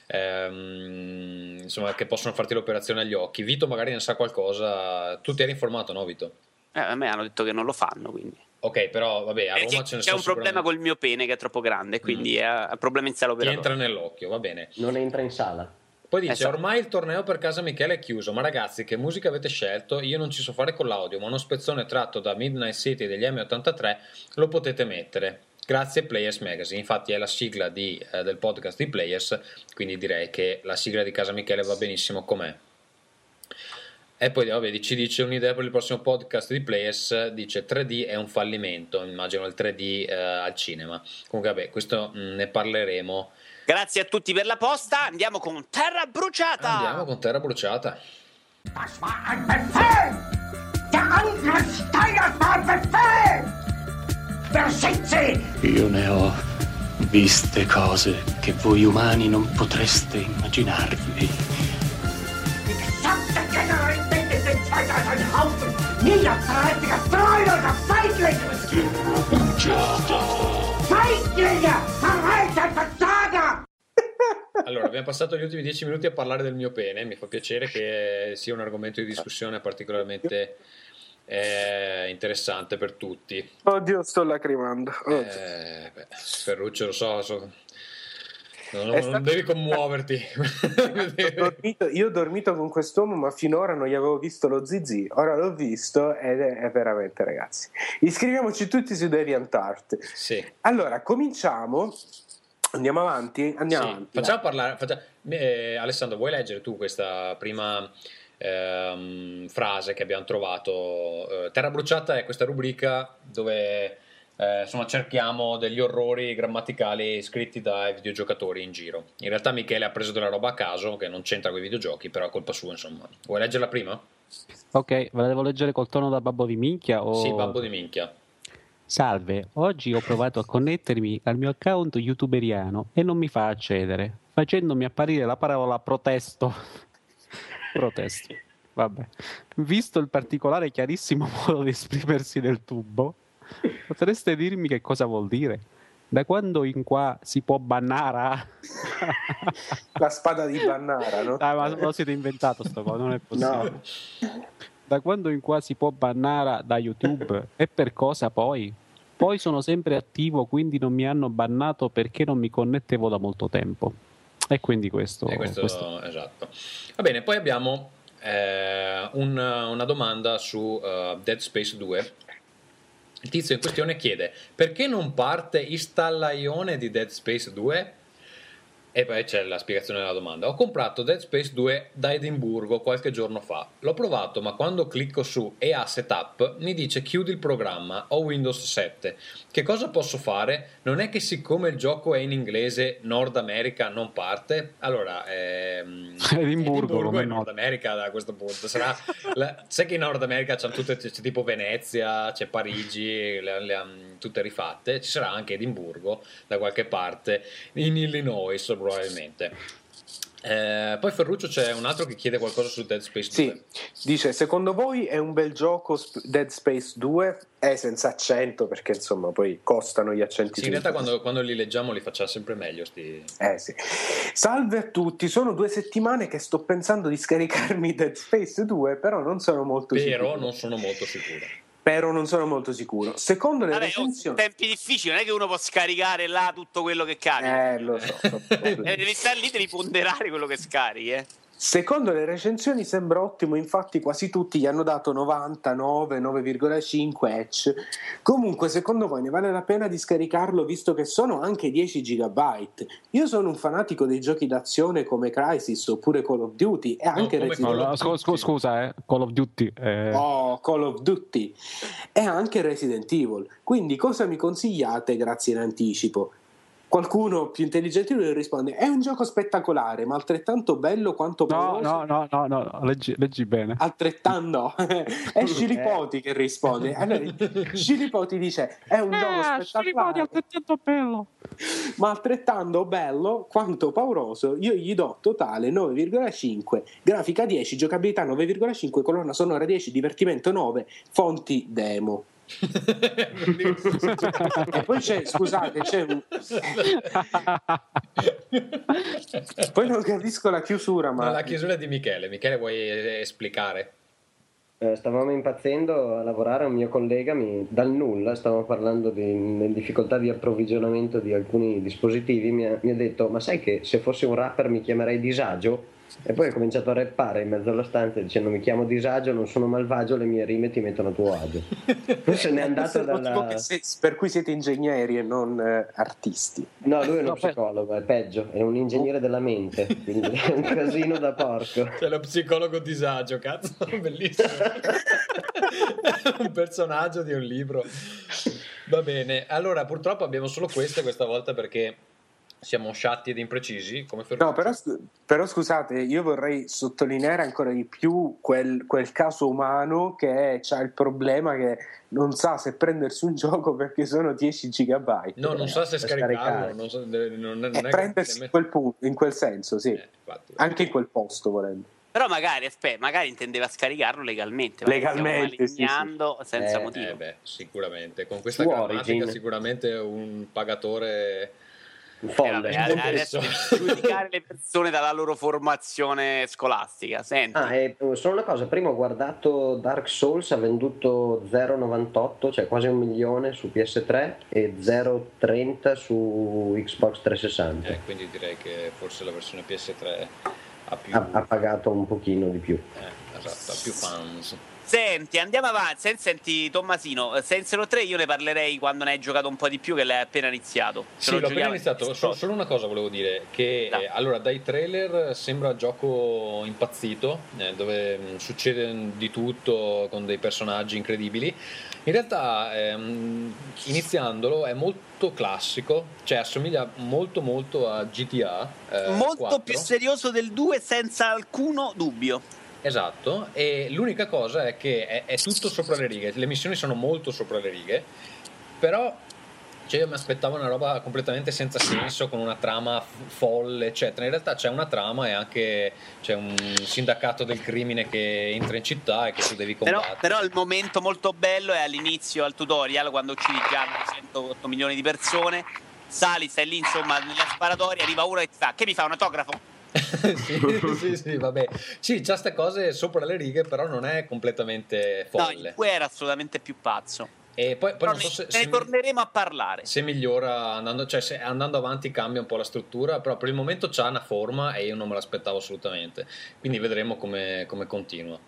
insomma che possono farti l'operazione agli occhi. Vito magari ne sa qualcosa. Tu ti eri informato, no Vito? A me hanno detto che non lo fanno, quindi. Ok, però vabbè, a Roma ce ne c'è un problema col mio pene che è troppo grande, quindi è un problema in sala operatoria. Ti entra nell'occhio, va bene. Non entra in sala. Poi dice, ormai il torneo per casa Michele è chiuso, ma ragazzi che musica avete scelto? Io non ci so fare con l'audio, ma uno spezzone tratto da Midnight City degli M83 lo potete mettere. Grazie Players Magazine, infatti è la sigla del podcast di Players, quindi direi che la sigla di Casa Michele va benissimo com'è. E poi vabbè, ci dice un'idea per il prossimo podcast di Players, dice 3D è un fallimento, immagino il 3D al cinema. Comunque vabbè, questo ne parleremo. Grazie a tutti per la posta, andiamo con Terra Bruciata. Andiamo con Terra Bruciata. Das war ein Befehl! Der Angriffsteiner war Befehl! Versitze! Io ne ho viste cose che voi umani non potreste immaginarvi. Die gesamte Generalität ist in ein Haufen niederträchtiger, treuloser Feiglinge! Feiglinge! Verreiter, Versager! Allora, abbiamo passato gli ultimi 10 minuti a parlare del mio pene, mi fa piacere che sia un argomento di discussione particolarmente interessante per tutti. Oddio, sto lacrimando. Ferruccio, lo so. Non devi commuoverti. Io ho dormito con quest'uomo, ma finora non gli avevo visto lo zizi. Ora l'ho visto ed è veramente, ragazzi. Iscriviamoci tutti su DeviantArt. Sì. Allora, cominciamo. Andiamo avanti? Andiamo avanti. Facciamo parlare. Alessandro, vuoi leggere tu questa prima frase che abbiamo trovato? Terra Bruciata è questa rubrica dove insomma cerchiamo degli orrori grammaticali scritti dai videogiocatori in giro. In realtà Michele ha preso della roba a caso che non c'entra con i videogiochi, però è colpa sua, insomma. Vuoi leggerla prima? Ok, ve la devo leggere col tono da babbo di minchia o... Sì, babbo di minchia. Salve, oggi ho provato a connettermi al mio account youtuberiano e non mi fa accedere, facendomi apparire la parola protesto. Protesto, vabbè. Visto il particolare chiarissimo modo di esprimersi del tubo, potreste dirmi che cosa vuol dire? Da quando in qua si può bannare? La spada di Bannara, no? Ma lo siete inventato sto qua, non è possibile. No. Da quando in qua si può bannare da YouTube? E per cosa poi? Poi sono sempre attivo, quindi non mi hanno bannato perché non mi connettevo da molto tempo. E quindi questo. Esatto. Va bene, poi abbiamo una domanda su Dead Space 2. Il tizio in questione chiede: perché non parte installaione di Dead Space 2? E poi c'è la spiegazione della domanda. Ho comprato Dead Space 2 da Edimburgo qualche giorno fa. L'ho provato, ma quando clicco su EA Setup mi dice chiudi il programma, ho Windows 7. Che cosa posso fare? Non è che siccome il gioco è in inglese Nord America non parte? Allora, Edimburgo è Nord America da questo punto. Sai che in Nord America c'è tipo Venezia, c'è Parigi, tutte rifatte. Ci sarà anche Edimburgo da qualche parte in Illinois probabilmente. Poi Ferruccio c'è un altro che chiede qualcosa su Dead Space 2. Sì, dice: secondo voi è un bel gioco Dead Space 2? È senza accento, perché insomma poi costano gli accenti. Sì, in realtà quando li leggiamo li facciamo sempre meglio sì. Salve a tutti, sono 2 settimane che sto pensando di scaricarmi Dead Space 2, però non sono molto sicuro. Secondo le recensioni, tempi difficili, non è che uno può scaricare là tutto quello che carica. Lo so. Devi stare lì, devi ponderare quello che scarichi. Secondo le recensioni sembra ottimo, infatti quasi tutti gli hanno dato 99, 9,5 Edge. Comunque, secondo voi ne vale la pena di scaricarlo, visto che sono anche 10 GB? Io sono un fanatico dei giochi d'azione come Crysis oppure Call of Duty e anche scusa, Call of Duty. Call of Duty e anche Resident Evil. Quindi cosa mi consigliate? Grazie in anticipo. Qualcuno più intelligente lui risponde: è un gioco spettacolare, ma altrettanto bello quanto pauroso. No, leggi bene. Altrettanto è Scilipoti che risponde. Allora Scilipoti dice: è un gioco spettacolare, altrettanto bello, ma altrettanto bello quanto pauroso. Io gli do totale 9,5, grafica 10, giocabilità 9,5, colonna sonora 10, divertimento 9, fonti demo. E poi c'è poi non capisco la chiusura, ma la chiusura è di Michele vuoi esplicare? Stavamo impazzendo a lavorare, un mio collega dal nulla, stavamo parlando di difficoltà di approvvigionamento di alcuni dispositivi, mi ha detto: ma sai che se fossi un rapper mi chiamerei Disagio? E poi ho cominciato a rappare in mezzo alla stanza dicendo: mi chiamo Disagio, non sono malvagio, le mie rime ti mettono a tuo agio. Se n'è andato per cui siete ingegneri e non artisti. No, lui è uno psicologo, è peggio, è un ingegnere della mente, quindi è un casino da porco. C'è lo psicologo Disagio, cazzo, bellissimo. Un personaggio di un libro. Va bene, allora purtroppo abbiamo solo questa volta perché siamo sciatti ed imprecisi come no, però scusate, io vorrei sottolineare ancora di più quel caso umano che c'ha il problema che non sa se prendersi un gioco perché sono 10 gigabyte. No, non sa se scaricarlo, non è prendersi in quel punto, in quel senso, sì. Anche in quel posto, volendo. Però magari intendeva scaricarlo legalmente sì. senza motivo. Sicuramente con questa grammatica sicuramente un pagatore folle. Adesso giudicare le persone dalla loro formazione scolastica. Senti. Solo una cosa, prima ho guardato Dark Souls, ha venduto 0,98, cioè quasi 1 milione su PS3 e 0,30 su Xbox 360. Quindi direi che forse la versione PS3 ha pagato un pochino di più. Esatto, ha più fans. Senti, andiamo avanti. Senti, Tommasino, Saints Row 3 io ne parlerei quando ne hai giocato un po' di più, che l'hai appena iniziato. Sì, l'ho appena iniziato. Solo una cosa volevo dire, che allora dai trailer sembra gioco impazzito, dove succede di tutto con dei personaggi incredibili. In realtà iniziandolo è molto classico, cioè assomiglia molto molto a GTA molto 4. Più serioso del 2 senza alcuno dubbio. Esatto, e l'unica cosa è che è tutto sopra le righe, le missioni sono molto sopra le righe, però io mi aspettavo una roba completamente senza senso, con una trama folle, eccetera. In realtà c'è una trama e anche c'è un sindacato del crimine che entra in città e che tu devi combattere. Però il momento molto bello è all'inizio, al tutorial, quando uccidi già 108 milioni di persone, stai lì insomma nella sparatoria, arriva uno e ti fa: che mi fa un autografo? sì, vabbè. Sì, c'ha ste cose sopra le righe, però non è completamente folle. No, il 2 era assolutamente più pazzo. E poi non so se ne torneremo a parlare. Se migliora andando avanti cambia un po' la struttura, però per il momento c'ha una forma e io non me l'aspettavo assolutamente. Quindi vedremo come continua.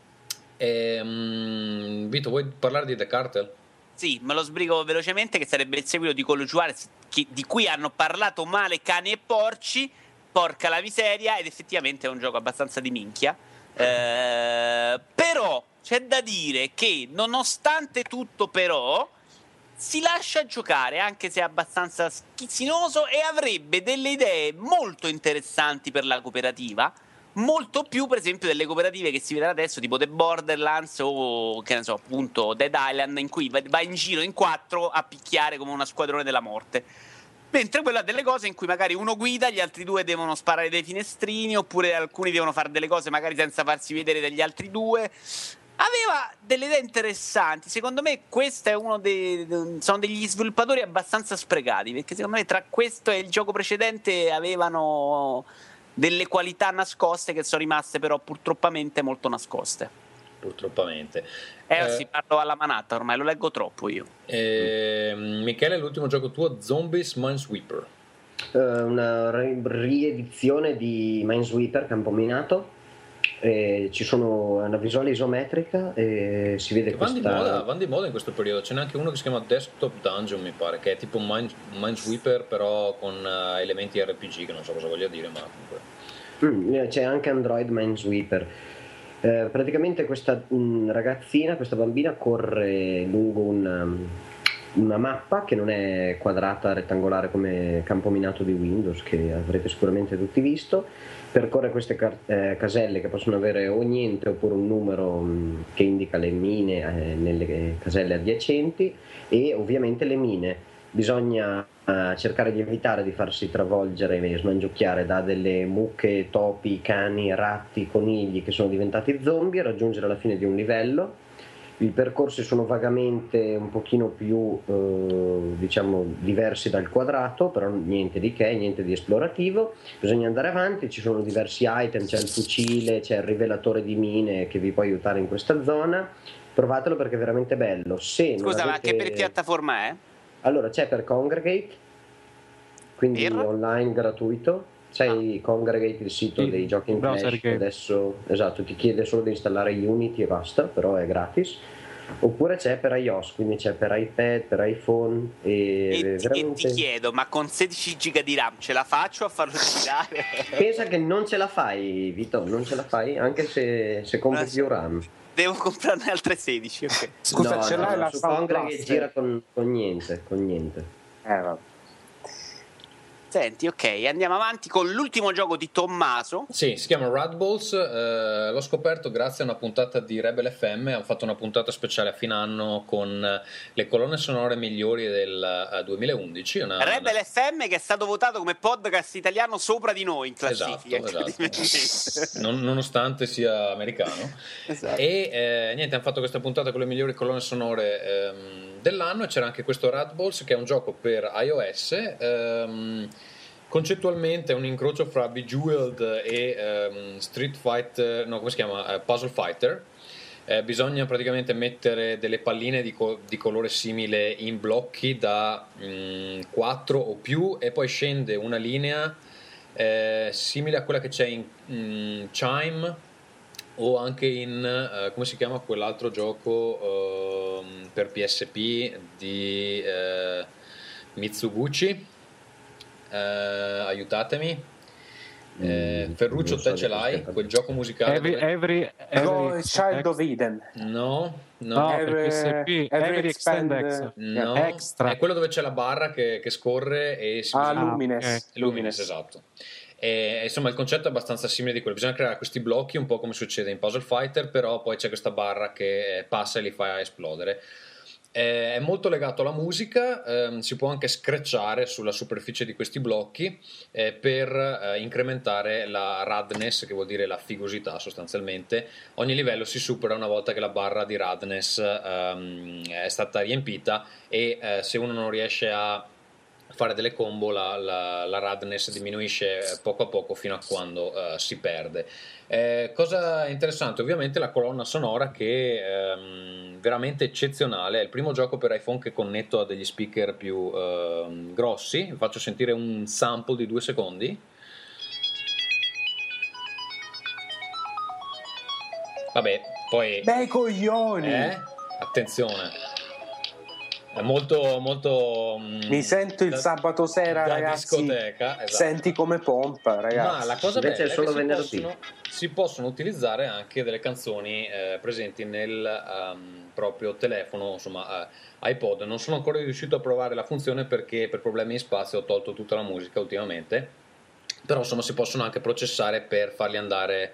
Vito, vuoi parlare di The Cartel? Sì, me lo sbrigo velocemente, che sarebbe il seguito di Call of Juarez, di cui hanno parlato male cani e porci. Porca la miseria, ed effettivamente è un gioco abbastanza di minchia. Però c'è da dire che nonostante tutto però si lascia giocare, anche se è abbastanza schizzinoso, e avrebbe delle idee molto interessanti per la cooperativa, molto più per esempio delle cooperative che si vedono adesso, tipo The Borderlands o che ne so, appunto Dead Island, in cui vai in giro in 4 a picchiare come una squadrone della morte. Mentre quella ha delle cose in cui magari uno guida, gli altri due devono sparare dei finestrini, oppure alcuni devono fare delle cose magari senza farsi vedere dagli altri due. Aveva delle idee interessanti. Secondo me questo è sono degli sviluppatori abbastanza sprecati, perché secondo me tra questo e il gioco precedente avevano delle qualità nascoste che sono rimaste però purtroppamente molto nascoste. Purtroppamente. Sì, parlo alla manata, ormai lo leggo troppo io. Michele, l'ultimo gioco tuo, Zombies Minesweeper. Una riedizione di Minesweeper, Campominato. Ci sono una visuale isometrica e si vede vanno di moda in questo periodo. Ce n'è anche uno che si chiama Desktop Dungeon, mi pare, che è tipo Minesweeper però con elementi RPG, che non so cosa voglia dire, ma comunque c'è anche Android Minesweeper. Praticamente questa ragazzina, questa bambina corre lungo una mappa che non è quadrata, rettangolare come Campominato di Windows, che avrete sicuramente tutti visto. Percorre queste caselle che possono avere o niente oppure un numero che indica le mine nelle caselle adiacenti, e ovviamente le mine bisogna cercare di evitare di farsi travolgere e smangiucchiare da delle mucche, topi, cani, ratti, conigli che sono diventati zombie, e raggiungere la fine di un livello. I percorsi sono vagamente un pochino più diciamo diversi dal quadrato, però niente di che, niente di esplorativo. Bisogna andare avanti, ci sono diversi item, c'è il fucile, c'è il rivelatore di mine che vi può aiutare in questa zona. Provatelo perché è veramente bello. Scusa, ma che per piattaforma è? Allora c'è per Congregate, quindi online gratuito, Sai, Congregate, il sito Sì, dei giochi in browser Flash, che- adesso ti chiede solo di installare Unity e basta, però è gratis. Oppure c'è per iOS, quindi c'è per iPad, per iPhone E veramente... ti chiedo, ma con 16 giga di RAM ce la faccio a farlo girare? Pensa che non ce la fai, Vito, non ce la fai, anche se compri più RAM. Devo comprarne altre 16, ok. Scusa, ce l'hai la su Sound Congregate Blaster? gira con niente. Vabbè. Senti, ok, andiamo avanti con l'ultimo gioco di Tommaso. Sì, si chiama Rad Balls, l'ho scoperto grazie a una puntata di Rebel FM, hanno fatto una puntata speciale a fine anno con le colonne sonore migliori del 2011. Rebel FM che è stato votato come podcast italiano sopra di noi in classifica. Esatto. Nonostante sia americano. Esatto. E niente, hanno fatto questa puntata con le migliori colonne sonore dell'anno e c'era anche questo Rad Balls che è un gioco per iOS. Concettualmente è un incrocio fra Bejeweled e Street Fighter, no, come si chiama? Puzzle Fighter. Bisogna praticamente mettere delle palline di colore simile in blocchi da 4 o più e poi scende una linea simile a quella che c'è in Chime o anche in come si chiama quell'altro gioco per PSP di Mitsuguchi. Aiutatemi, Ferruccio, te ce l'hai quel gioco musicale? Every Child of Eden. No, per PSP, Every Expand Extra. è quello dove c'è la barra che scorre e si Lumines. Lumines, esatto. E, insomma, il concetto è abbastanza simile di quello. Bisogna creare questi blocchi un po' come succede in Puzzle Fighter, però poi c'è questa barra che passa e li fa esplodere. È molto legato alla musica, si può anche screcciare sulla superficie di questi blocchi per incrementare la radness, che vuol dire la figosità sostanzialmente. Ogni livello si supera una volta che la barra di radness è stata riempita e se uno non riesce a fare delle combo la radness diminuisce poco a poco fino a quando si perde. Cosa interessante, ovviamente la colonna sonora che è veramente eccezionale. È il primo gioco per iPhone che connetto a degli speaker più grossi. Vi faccio sentire un sample di 2 secondi. Vabbè, poi Bei coglioni! attenzione, è molto mi sento il sabato sera, da ragazzi. discoteca, esatto. Senti come pompa, ragazzi. Ma la cosa Invece bella è solo è che venerdì. si possono utilizzare anche delle canzoni presenti nel proprio telefono, insomma iPod. Non sono ancora riuscito a provare la funzione perché per problemi di spazio ho tolto tutta la musica ultimamente, però insomma si possono anche processare per farli andare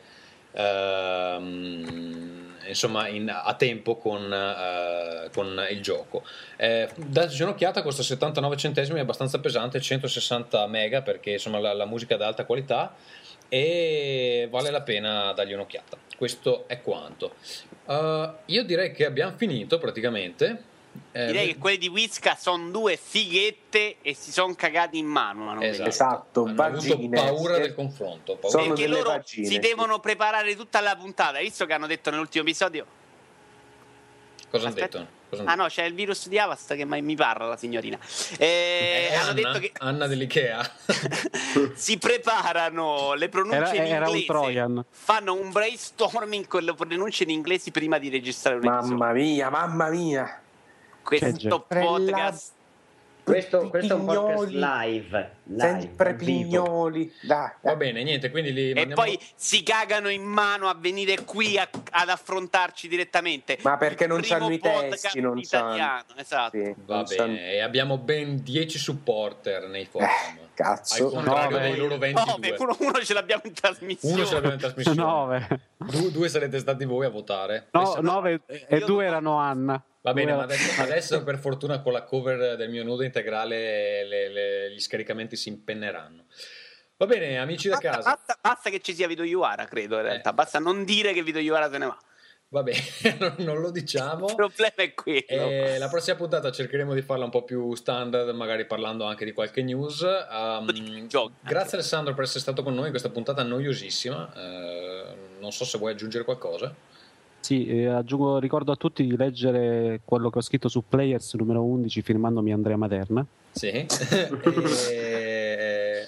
insomma a tempo con il gioco. Dacci un'occhiata, costa 79 centesimi, è abbastanza pesante, 160 mega perché insomma la musica è ad alta qualità e vale la pena dargli un'occhiata. Questo è quanto. Io direi che abbiamo finito praticamente. Direi che quelli di Wizka sono 2 fighette e si sono cagati in mano. Esatto, hanno avuto paura del confronto. Perché loro si devono preparare tutta la puntata. Hai visto che hanno detto nell'ultimo episodio? Cosa hanno detto? No, c'è il virus di Avast che mi parla la signorina. Hanno detto che Anna dell'Ikea si preparano le pronunce in era inglese. un Trojan. Fanno un brainstorming con le pronunce in inglese prima di registrare un episodio. Mamma mia. Questo podcast. Questo è un podcast live sempre pignoli. Dai. Va bene, niente, quindi li e poi si cagano in mano a venire qui ad affrontarci direttamente. Ma perché non c'hanno i podcast testi, non italiano, esatto. Sì, va bene, e abbiamo ben 10 supporter nei forum. Cazzo. Al contrario dei loro 22. Uno ce l'abbiamo in trasmissione. Uno ce l'abbiamo in trasmissione. 9. Due sarete stati voi a votare. No, 9 e 2 erano Anna. Va bene, ma adesso per fortuna con la cover del mio nudo integrale gli scaricamenti si impenneranno. Va bene, amici da casa. Basta che ci sia Vito Iuara, credo in realtà. Basta non dire che Vito Iuara se ne va. Va bene, non lo diciamo. Il problema è quello. La prossima puntata cercheremo di farla un po' più standard, magari parlando anche di qualche news. Grazie Alessandro per essere stato con noi in questa puntata noiosissima. Non so se vuoi aggiungere qualcosa. Sì, ricordo a tutti di leggere quello che ho scritto su Players numero 11 firmandomi Andrea Maderna. Sì.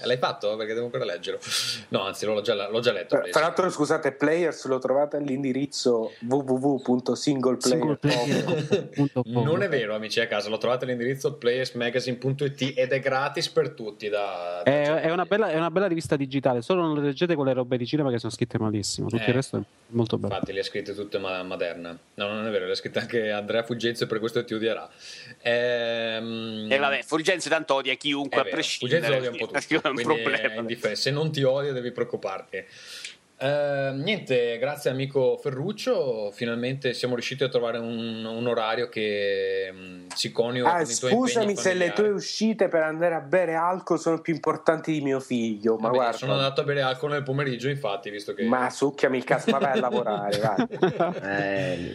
L'hai fatto? Perché devo ancora leggerlo. No, anzi, l'ho già letto. Tra l'altro, scusate, Players lo trovate all'indirizzo www.singleplayer.com. Non è vero, amici a casa, lo trovate all'indirizzo playersmagazine.it ed è gratis per tutti. È una bella rivista digitale, solo non leggete quelle robe di cinema che sono scritte malissimo, tutto il resto è molto bello. Infatti le ha scritte tutte Maderna. No, non è vero, le ha scritte anche Andrea Fulgenzio, per questo ti odierà. E vabbè, Fulgenzio tanto odia chiunque a prescindere. Fulgenzio odia un po' tutti, è un problema. Se non ti odia devi preoccuparti. Niente, grazie amico Ferruccio, finalmente siamo riusciti a trovare un orario che si conio con i tuoi scusami se le tue familiari. uscite per andare a bere alcol sono più importanti di mio figlio, ma guarda, sono andato a bere alcol nel pomeriggio, infatti, visto che ma succhiami il cazzo, ma vai a lavorare, vai.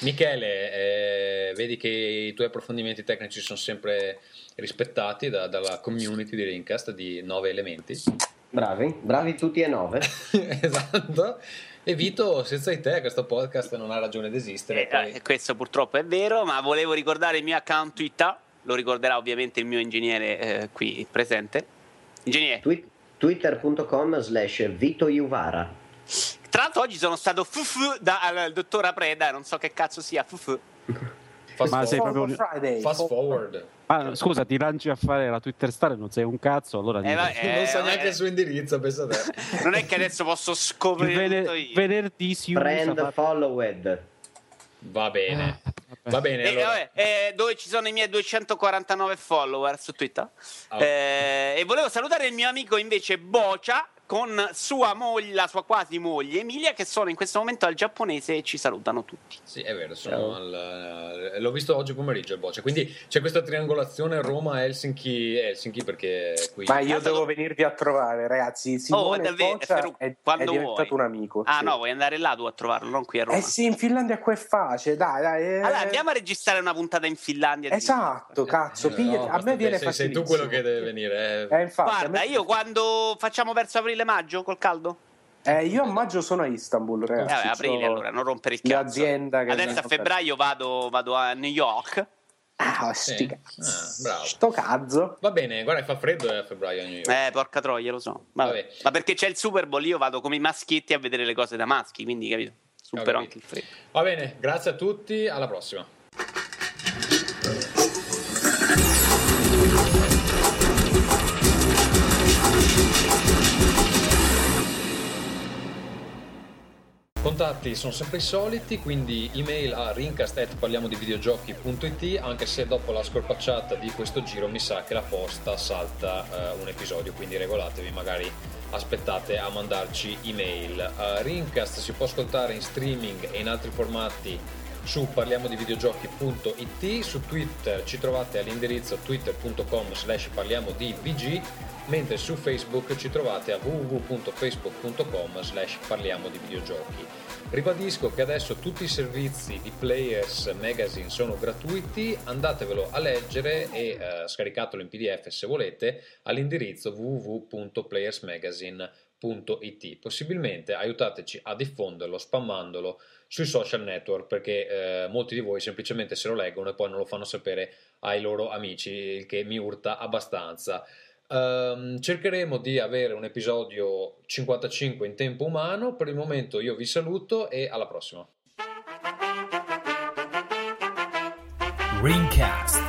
Michele, vedi che i tuoi approfondimenti tecnici sono sempre rispettati dalla community di Rincast di 9 elementi. Bravi tutti e 9. Esatto. E Vito, senza di te questo podcast non ha ragione di esistere. Questo purtroppo è vero, ma volevo ricordare il mio account Twitter, lo ricorderà ovviamente il mio ingegnere qui presente. Ingegnere. Twitter.com/Vito Juvara. Tra l'altro oggi sono stato dal dottor Apreda, non so che cazzo sia Sei proprio fast forward. Scusa, ti lanci a fare la Twitter Star e non sei un cazzo, allora non so neanche il suo indirizzo, pensa te. Non è che adesso posso scoprire tutto io. Venerdì si Friend followed. Va bene. Va bene, allora. Dove ci sono i miei 249 follower su Twitter. E volevo salutare il mio amico invece Bocia con sua moglie, la sua quasi moglie Emilia, che sono in questo momento al giapponese e ci salutano tutti. Sì, è vero, l'ho visto oggi pomeriggio il Bocia, quindi c'è questa triangolazione Roma-Helsinki perché qui... Ma io devo venirvi a trovare, ragazzi. Simone Bocia è diventato un amico. No, vuoi andare là tu a trovarlo, non qui a Roma? Sì, in Finlandia qua è facile, dai. Allora andiamo a registrare una puntata in Finlandia. Esatto, cazzo, a me viene facilissimo. Sei tu quello che deve venire. Infatti, guarda, io quando facciamo verso aprile-maggio col caldo? Io a maggio sono a Istanbul, ragazzi. Aprile allora, non rompere il cazzo. L'azienda che adesso a febbraio vado a New York. Bravo. Sto cazzo. Va bene, guarda, fa freddo a febbraio a New York. Porca troia, lo so. Vabbè. Ma perché c'è il Super Bowl, io vado come i maschietti a vedere le cose da maschi, quindi capito? Supero anche il freddo. Va bene, grazie a tutti, alla prossima. Contatti sono sempre i soliti, quindi email a rincast@parliamodivideogiochi.it, anche se dopo la scorpacciata di questo giro mi sa che la posta salta un episodio, quindi regolatevi, magari aspettate a mandarci email. Rincast si può ascoltare in streaming e in altri formati su parliamodivideogiochi.it, su Twitter ci trovate all'indirizzo twitter.com/parliamodivg, mentre su Facebook ci trovate a www.facebook.com/parliamodivideogiochi. Ribadisco che adesso tutti i servizi di Players Magazine sono gratuiti, andatevelo a leggere e scaricatelo in PDF se volete all'indirizzo www.playersmagazine.it. Possibilmente aiutateci a diffonderlo spammandolo sui social network, perché molti di voi semplicemente se lo leggono e poi non lo fanno sapere ai loro amici, il che mi urta abbastanza. Cercheremo di avere un episodio 55 in tempo umano. Per il momento io vi saluto e alla prossima. Ringcast.